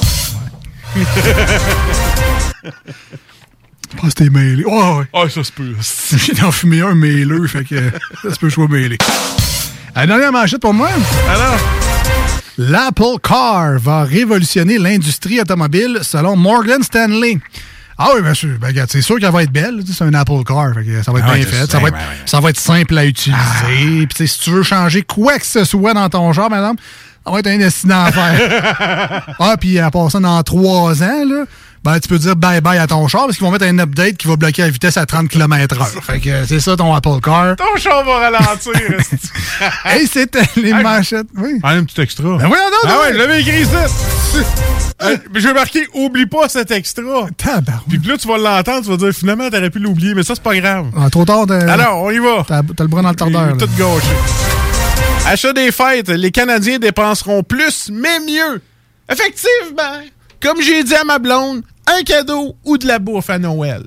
Je pense que t'es mêlé. Oh, ouais. Ça se peut. J'ai en fumé un mêleux, fait que ça se peut que je sois mêlé. La dernière manchette pour moi. Alors? L'Apple Car va révolutionner l'industrie automobile selon Morgan Stanley. Ah oui, bien sûr. Ben, c'est sûr qu'elle va être belle. C'est un Apple Car. Fait que ça va être bien fait. Ça va être simple à utiliser. Puis si tu veux changer quoi que ce soit dans ton genre, par exemple, ça va être un incident à faire. Puis en passant dans 3 ans, là, ben, tu peux dire bye-bye à ton char parce qu'ils vont mettre un update qui va bloquer la vitesse à 30 km/h. Fait que c'est ça ton Apple Car. Ton char va ralentir. Hey, c'était les manchettes. Oui. Un petit extra. Ben oui, non. Je l'avais écrit ça. Je vais marquer « Oublie pas cet extra ». Puis là, tu vas l'entendre, tu vas dire « Finalement, t'aurais pu l'oublier, mais ça, c'est pas grave. » Trop tard. Alors, on y va. T'as le bras dans le tordeur. Tout gâché. Achat des fêtes, les Canadiens dépenseront plus, mais mieux. Effectivement, comme j'ai dit à ma blonde, un cadeau ou de la bouffe à Noël.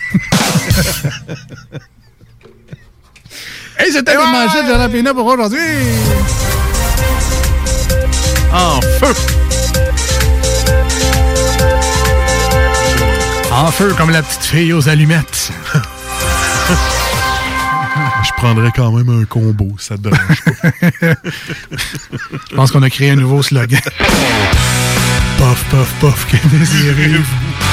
Hey, c'était les manchettes de Rapina pour aujourd'hui. En feu. En feu comme la petite fille aux allumettes. Je prendrais quand même un combo, ça te dérange pas. Je pense qu'on a créé un nouveau slogan. Puff, puff, puff, que désirez-vous?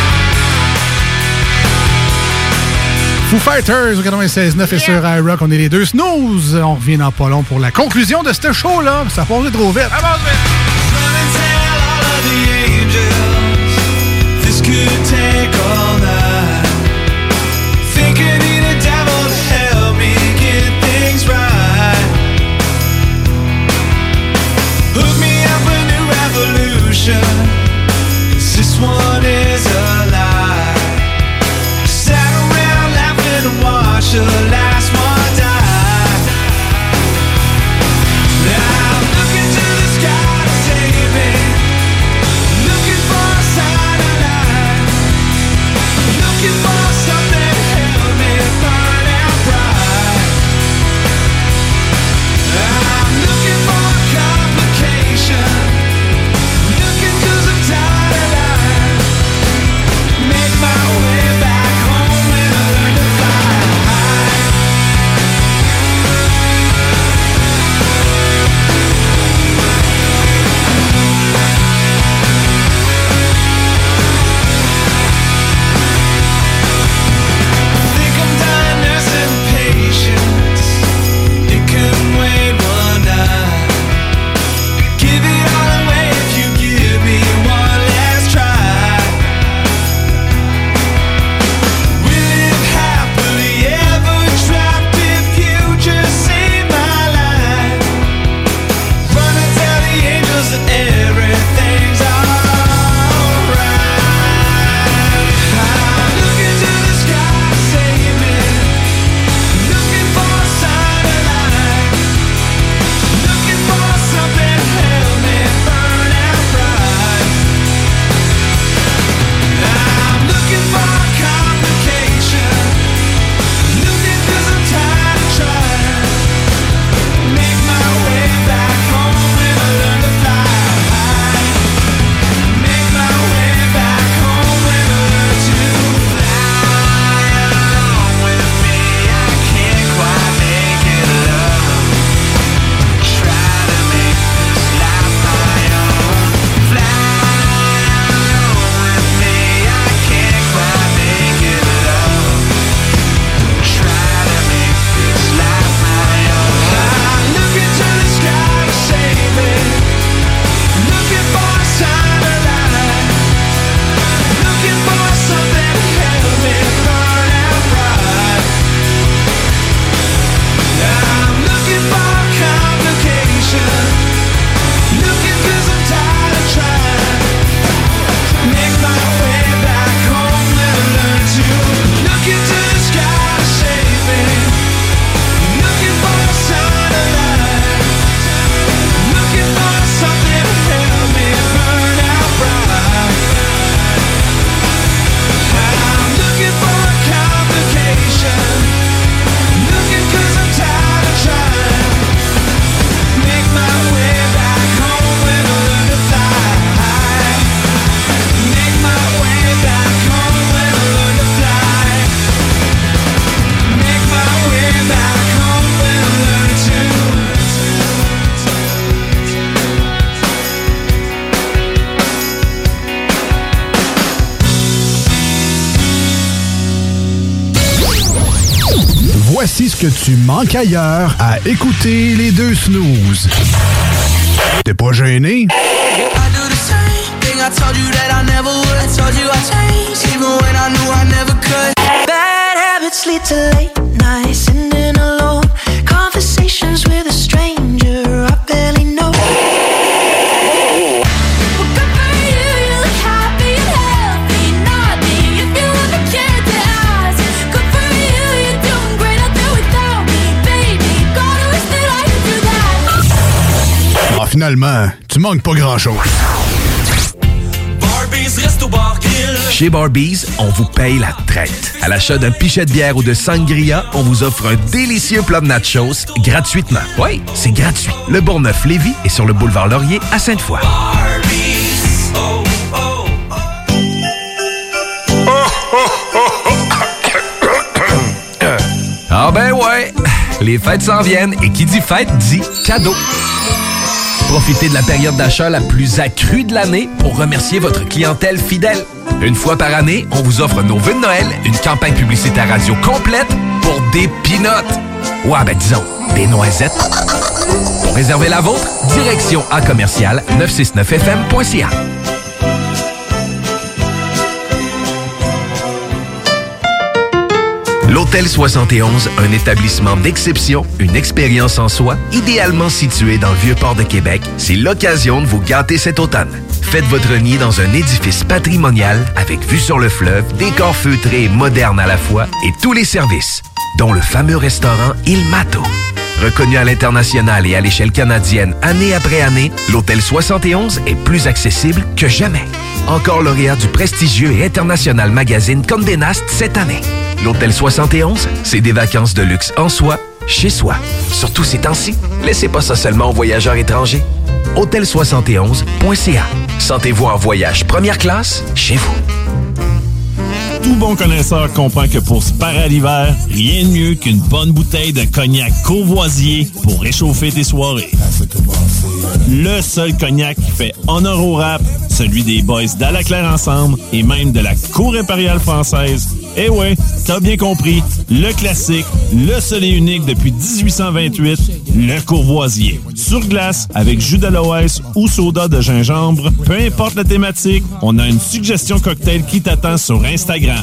Foo Fighters au 96.9 et sur iRock, on est les 2 snooze. On revient dans pas long pour la conclusion de ce show-là. Ça passe trop vite. This could take all night. Think I need a devil to help me get things right. Hook me up a new revolution. 'Cause this one is a lie. Sat around laughing and watched the last one die. Now I'm looking to the sky to save me. Looking for a sign of life. Looking for something to help me burn out bright. I'm looking for a complication. Looking 'cause I'm tired of life. Make my way back home and I learn to fly high. Voici ce que tu manques ailleurs à écouter les deux snooze. T'es pas gêné? I told you that I never would. I told you I changed, even when I knew I never could. Bad habits lead to late nights, sitting alone. Conversations with a stranger I barely know. Well, good for you, you look happy and healthy. Nothing if you ever cared to ask. Good for you, you're doing great out there without me, baby. God, I wish that I could do that. Ah, finalement, tu manques pas grand-chose. Chez Barbies, on vous paye la traite. À l'achat d'un pichet de bière ou de sangria, on vous offre un délicieux plat de nachos gratuitement. Oui, c'est gratuit. Le Bourgneuf-Lévis est sur le boulevard Laurier à Sainte-Foy. Ah ben ouais, les fêtes s'en viennent et qui dit fête dit cadeau. Profitez de la période d'achat la plus accrue de l'année pour remercier votre clientèle fidèle. Une fois par année, on vous offre nos vœux de Noël, une campagne publicitaire radio complète pour des peanuts. Ouais, ben disons, des noisettes. Pour réserver la vôtre, direction à commercial 969fm.ca. L'Hôtel 71, un établissement d'exception, une expérience en soi, idéalement situé dans le Vieux-Port de Québec, c'est l'occasion de vous gâter cet automne. Faites votre nid dans un édifice patrimonial avec vue sur le fleuve, décor feutré et moderne à la fois et tous les services, dont le fameux restaurant Il Mato. Reconnu à l'international et à l'échelle canadienne année après année, l'Hôtel 71 est plus accessible que jamais. Encore lauréat du prestigieux et international magazine Condé Nast cette année. L'Hôtel 71, c'est des vacances de luxe en soi, chez soi. Surtout ces temps-ci, laissez pas ça seulement aux voyageurs étrangers. Hôtel71.ca. Sentez-vous en voyage première classe chez vous. Tout bon connaisseur comprend que pour se parer à l'hiver, rien de mieux qu'une bonne bouteille de cognac Courvoisier pour réchauffer tes soirées. Le seul cognac qui fait honneur au rap, celui des boys d'À-la-Claire Ensemble et même de la Cour impériale française. Eh ouais, t'as bien compris, le classique, le seul et unique depuis 1828, le Courvoisier. Sur glace, avec jus d'aloès ou soda de gingembre, peu importe la thématique, on a une suggestion cocktail qui t'attend sur Instagram.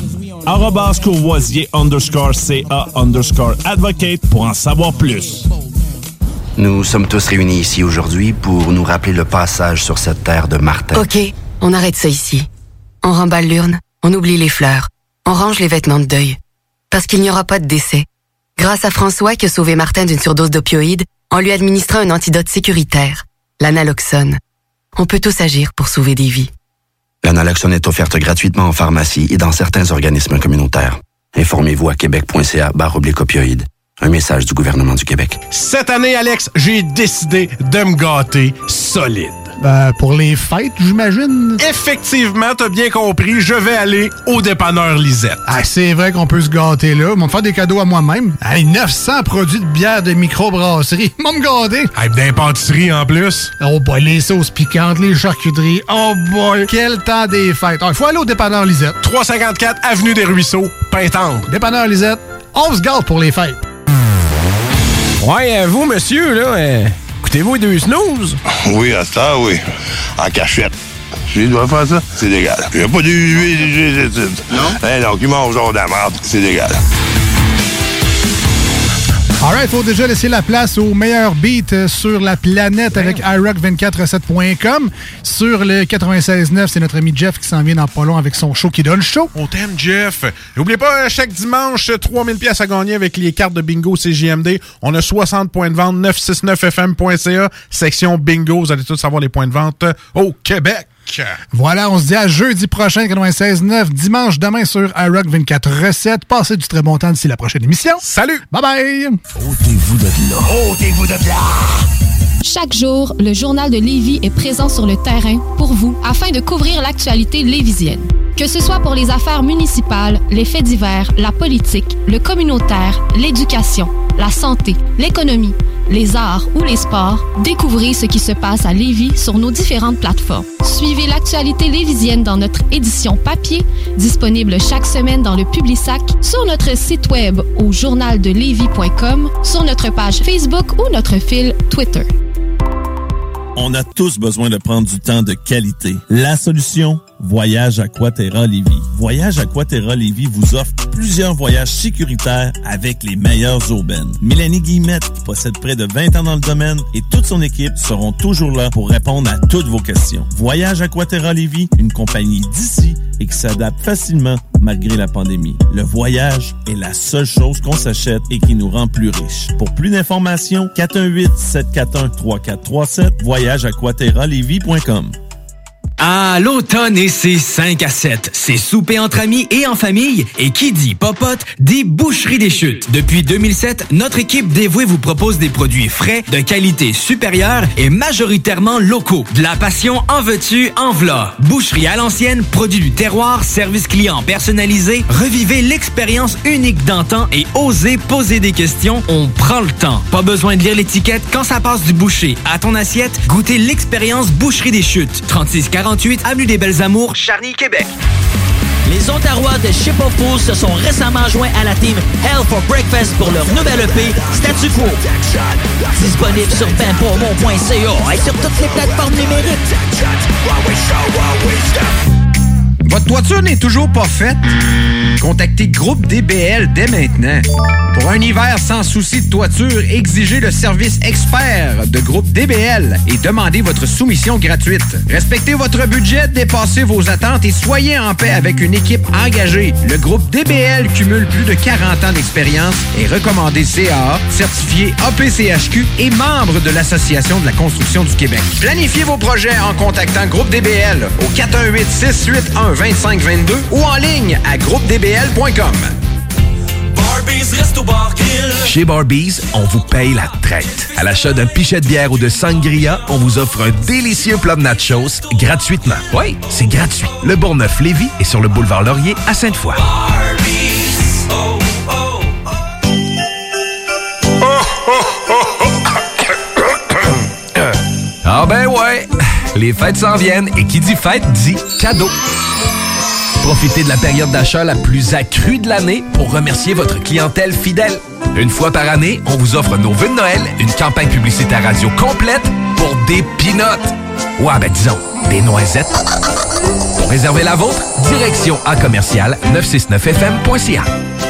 @Courvoisier_CA_advocate pour en savoir plus. Nous sommes tous réunis ici aujourd'hui pour nous rappeler le passage sur cette terre de Martin. OK, on arrête ça ici. On remballe l'urne, on oublie les fleurs, on range les vêtements de deuil. Parce qu'il n'y aura pas de décès. Grâce à François qui a sauvé Martin d'une surdose d'opioïdes, en lui administrant un antidote sécuritaire, l'analoxone. On peut tous agir pour sauver des vies. L'analoxone est offerte gratuitement en pharmacie et dans certains organismes communautaires. Informez-vous à québec.ca/opioïdes. Un message du gouvernement du Québec. Cette année, Alex, j'ai décidé de me gâter solide. Pour les fêtes, j'imagine. Effectivement, t'as bien compris, je vais aller au dépanneur Lisette. Ah, c'est vrai qu'on peut se gâter là. Ils vont me faire des cadeaux à moi-même. Hey, 900 produits de bière de microbrasserie. Ils vont me gâter. Hey, d'impantisserie en plus. Oh boy, les sauces piquantes, les charcuteries. Oh boy, quel temps des fêtes. Il faut aller au dépanneur Lisette. 354 Avenue des Ruisseaux, Pintendre. Dépanneur Lisette, on se gâte pour les fêtes. Ouais, vous, monsieur, là, écoutez-vous les deux snooze? Oui, à ça, oui. En cachette. Je dois faire ça, c'est légal. Il n'y a pas d'huile. Non? Non, qui mange genre de la merde, c'est légal. Alright, il faut déjà laisser la place au meilleur beat sur la planète avec iRock247.com. Sur le 96.9, c'est notre ami Jeff qui s'en vient dans pas long avec son show qui donne chaud. On t'aime, Jeff. N'oubliez pas, chaque dimanche, 3000 pièces à gagner avec les cartes de bingo CJMD. On a 60 points de vente, 969fm.ca, section bingo. Vous allez tous savoir les points de vente au Québec. Voilà, on se dit à jeudi prochain, 96.9, dimanche demain sur iRock 24 recettes. Passez du très bon temps d'ici la prochaine émission. Salut! Bye bye! Ôtez-vous de là! Ôtez-vous de là! Chaque jour, le Journal de Lévis est présent sur le terrain pour vous afin de couvrir l'actualité lévisienne. Que ce soit pour les affaires municipales, les faits divers, la politique, le communautaire, l'éducation, la santé, l'économie, les arts ou les sports, découvrez ce qui se passe à Lévis sur nos différentes plateformes. Suivez l'actualité lévisienne dans notre édition papier, disponible chaque semaine dans le Publisac, sur notre site web au journaldelevis.com, sur notre page Facebook ou notre fil Twitter. On a tous besoin de prendre du temps de qualité. La solution, Voyage Aquaterra Lévis. Voyage Aquaterra Lévis vous offre plusieurs voyages sécuritaires avec les meilleures aubaines. Mélanie Guillemette, qui possède près de 20 ans dans le domaine, et toute son équipe seront toujours là pour répondre à toutes vos questions. Voyage Aquaterra Lévis, une compagnie d'ici et qui s'adapte facilement malgré la pandémie. Le voyage est la seule chose qu'on s'achète et qui nous rend plus riches. Pour plus d'informations, 418-741-3437, voyageaquaterralévis.com. Ah, l'automne et ses 5 à 7. C'est souper entre amis et en famille. Et qui dit popote, dit Boucherie des Chutes. Depuis 2007, notre équipe dévouée vous propose des produits frais, de qualité supérieure et majoritairement locaux. De la passion en veux-tu, en v'là. Boucherie à l'ancienne, produits du terroir, service client personnalisé. Revivez l'expérience unique d'antan et osez poser des questions. On prend le temps. Pas besoin de lire l'étiquette. Quand ça passe du boucher à ton assiette, goûtez l'expérience Boucherie des Chutes. 3648 Avenue des Belles Amours, Charny, Québec. Les Ontarois de Ship of Fools se sont récemment joints à la team Hell for Breakfast pour leur nouvelle EP, Statu Quo. Disponible sur benpourmont.ca et sur toutes les plateformes numériques. Votre toiture n'est toujours pas faite? Contactez Groupe DBL dès maintenant. Pour un hiver sans souci de toiture, exigez le service expert de Groupe DBL et demandez votre soumission gratuite. Respectez votre budget, dépassez vos attentes et soyez en paix avec une équipe engagée. Le Groupe DBL cumule plus de 40 ans d'expérience et recommandé CAA, certifié APCHQ et membre de l'Association de la construction du Québec. Planifiez vos projets en contactant Groupe DBL au 418-681-2522 ou en ligne à groupedbl.com. Chez Barbies, on vous paye la traite. À l'achat d'un pichet de bière ou de sangria, on vous offre un délicieux plat de nachos gratuitement. Oui, c'est gratuit. Le Bourgneuf-Lévis est sur le boulevard Laurier à Sainte-Foy. Ah ben ouais, les fêtes s'en viennent et qui dit fête dit cadeau. Profitez de la période d'achat la plus accrue de l'année pour remercier votre clientèle fidèle. Une fois par année, on vous offre nos vœux de Noël, une campagne publicitaire radio complète pour des peanuts. Ouais, ben disons, des noisettes. Pour réserver la vôtre, direction à commercial 969fm.ca.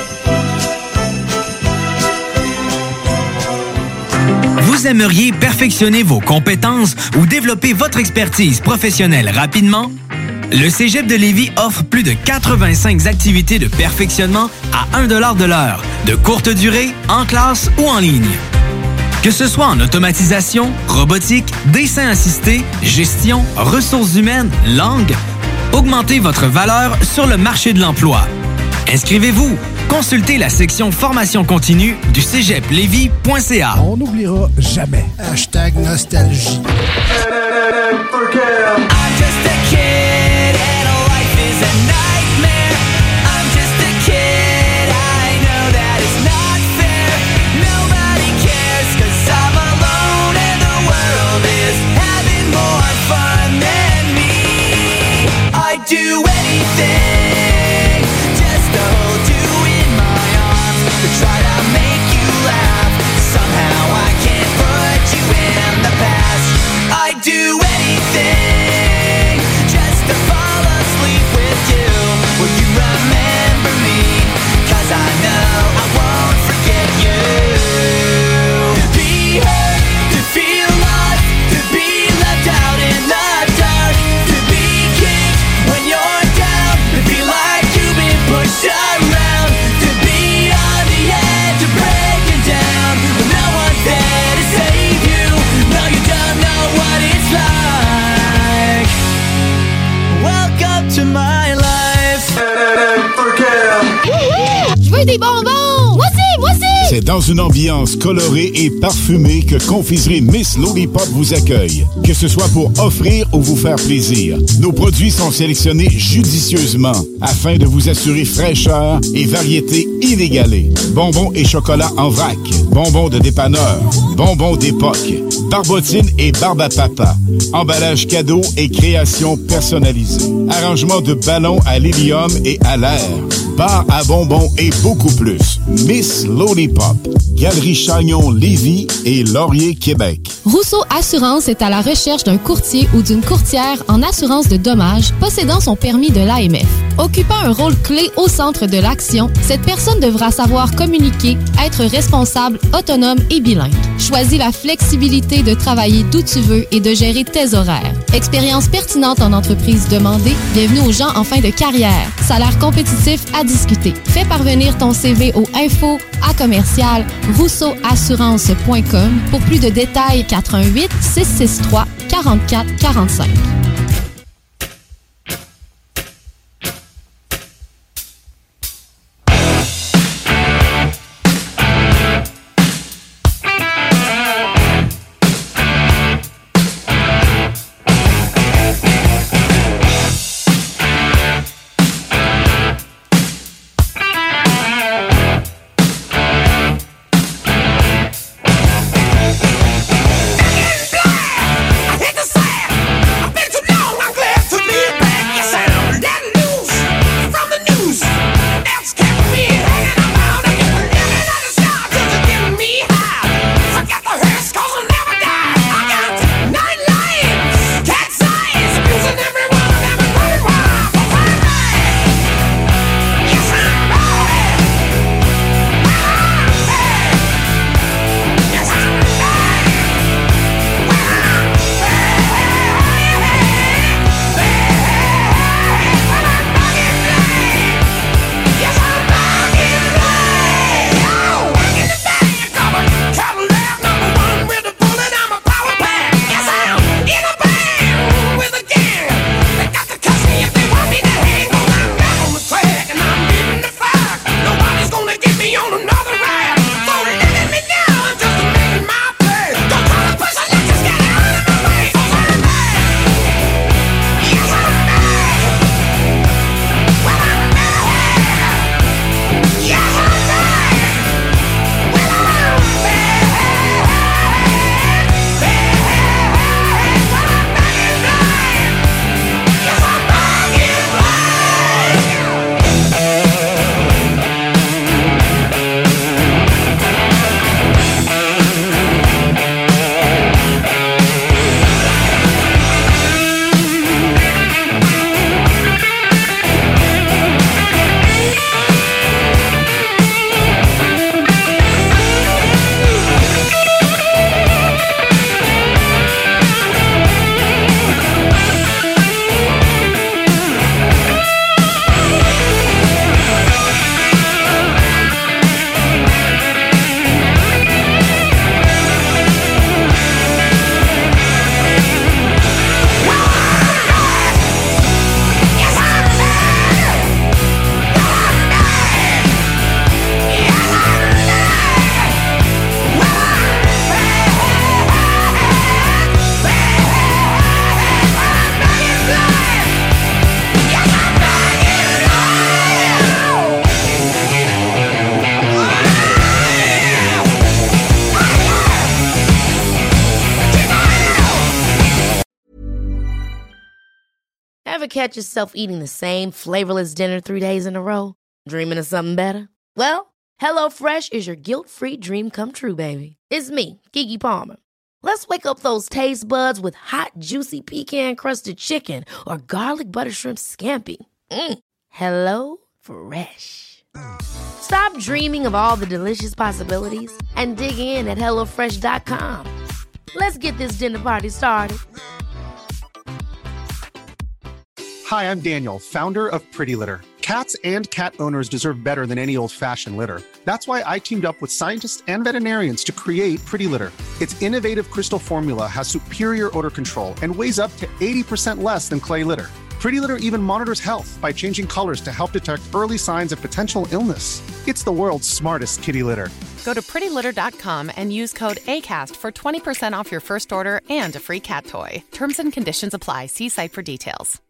Vous aimeriez perfectionner vos compétences ou développer votre expertise professionnelle rapidement? Le Cégep de Lévis offre plus de 85 activités de perfectionnement à 1 $ de l'heure, de courte durée, en classe ou en ligne. Que ce soit en automatisation, robotique, dessin assisté, gestion, ressources humaines, langue, augmentez votre valeur sur le marché de l'emploi. Inscrivez-vous. Consultez la section formation continue du cégeplevy.ca. On n'oubliera jamais. Hashtag nostalgie. Do anything just to hold you in my arms, to try to make you laugh. Somehow I can't put you in the past. I'd do anything just to fall asleep with you. Will you remember me? 'Cause I know I won't forget you. To be hurt, to feel lost, to be left out in the dark, to be kicked when you're down, to feel like you've been pushed around, to be on the edge of breaking down, when no one's there to save you. No, you don't know what it's like. Welcome to my life. Je veux des bonbons! Moi aussi! C'est C'est dans une ambiance colorée et parfumée que Confiserie Miss Lollipop vous accueille. Que ce soit pour offrir ou vous faire plaisir, nos produits sont sélectionnés judicieusement afin de vous assurer fraîcheur et variété inégalée. Bonbons et chocolat en vrac, bonbons de dépanneur, bonbons d'époque, barbotines et barbe à papa, emballage cadeau et création personnalisée, arrangement de ballons à l'hélium et à l'air, bar à bonbons et beaucoup plus. Miss Lollipop, Galerie Chagnon Lévis et Laurier Québec. Rousseau Assurance est à la recherche d'un courtier ou d'une courtière en assurance de dommages possédant son permis de l'AMF. Occupant un rôle clé au centre de l'action, cette personne devra savoir communiquer, être responsable, autonome et bilingue. Choisis la flexibilité de travailler d'où tu veux et de gérer tes horaires. Expérience pertinente en entreprise demandée, bienvenue aux gens en fin de carrière. Salaire compétitif à discuter. Fais parvenir ton CV au info@rousseauassurance.com. Pour plus de détails, 418 663 44 45. Ever catch yourself eating the same flavorless dinner 3 days in a row? Dreaming of something better? Well, HelloFresh is your guilt-free dream come true, baby. It's me, Keke Palmer. Let's wake up those taste buds with hot, juicy pecan-crusted chicken or garlic butter shrimp scampi. Hello Fresh. Stop dreaming of all the delicious possibilities and dig in at HelloFresh.com. Let's get this dinner party started. Hi, I'm Daniel, founder of Pretty Litter. Cats and cat owners deserve better than any old-fashioned litter. That's why I teamed up with scientists and veterinarians to create Pretty Litter. Its innovative crystal formula has superior odor control and weighs up to 80% less than clay litter. Pretty Litter even monitors health by changing colors to help detect early signs of potential illness. It's the world's smartest kitty litter. Go to prettylitter.com and use code ACAST for 20% off your first order and a free cat toy. Terms and conditions apply. See site for details.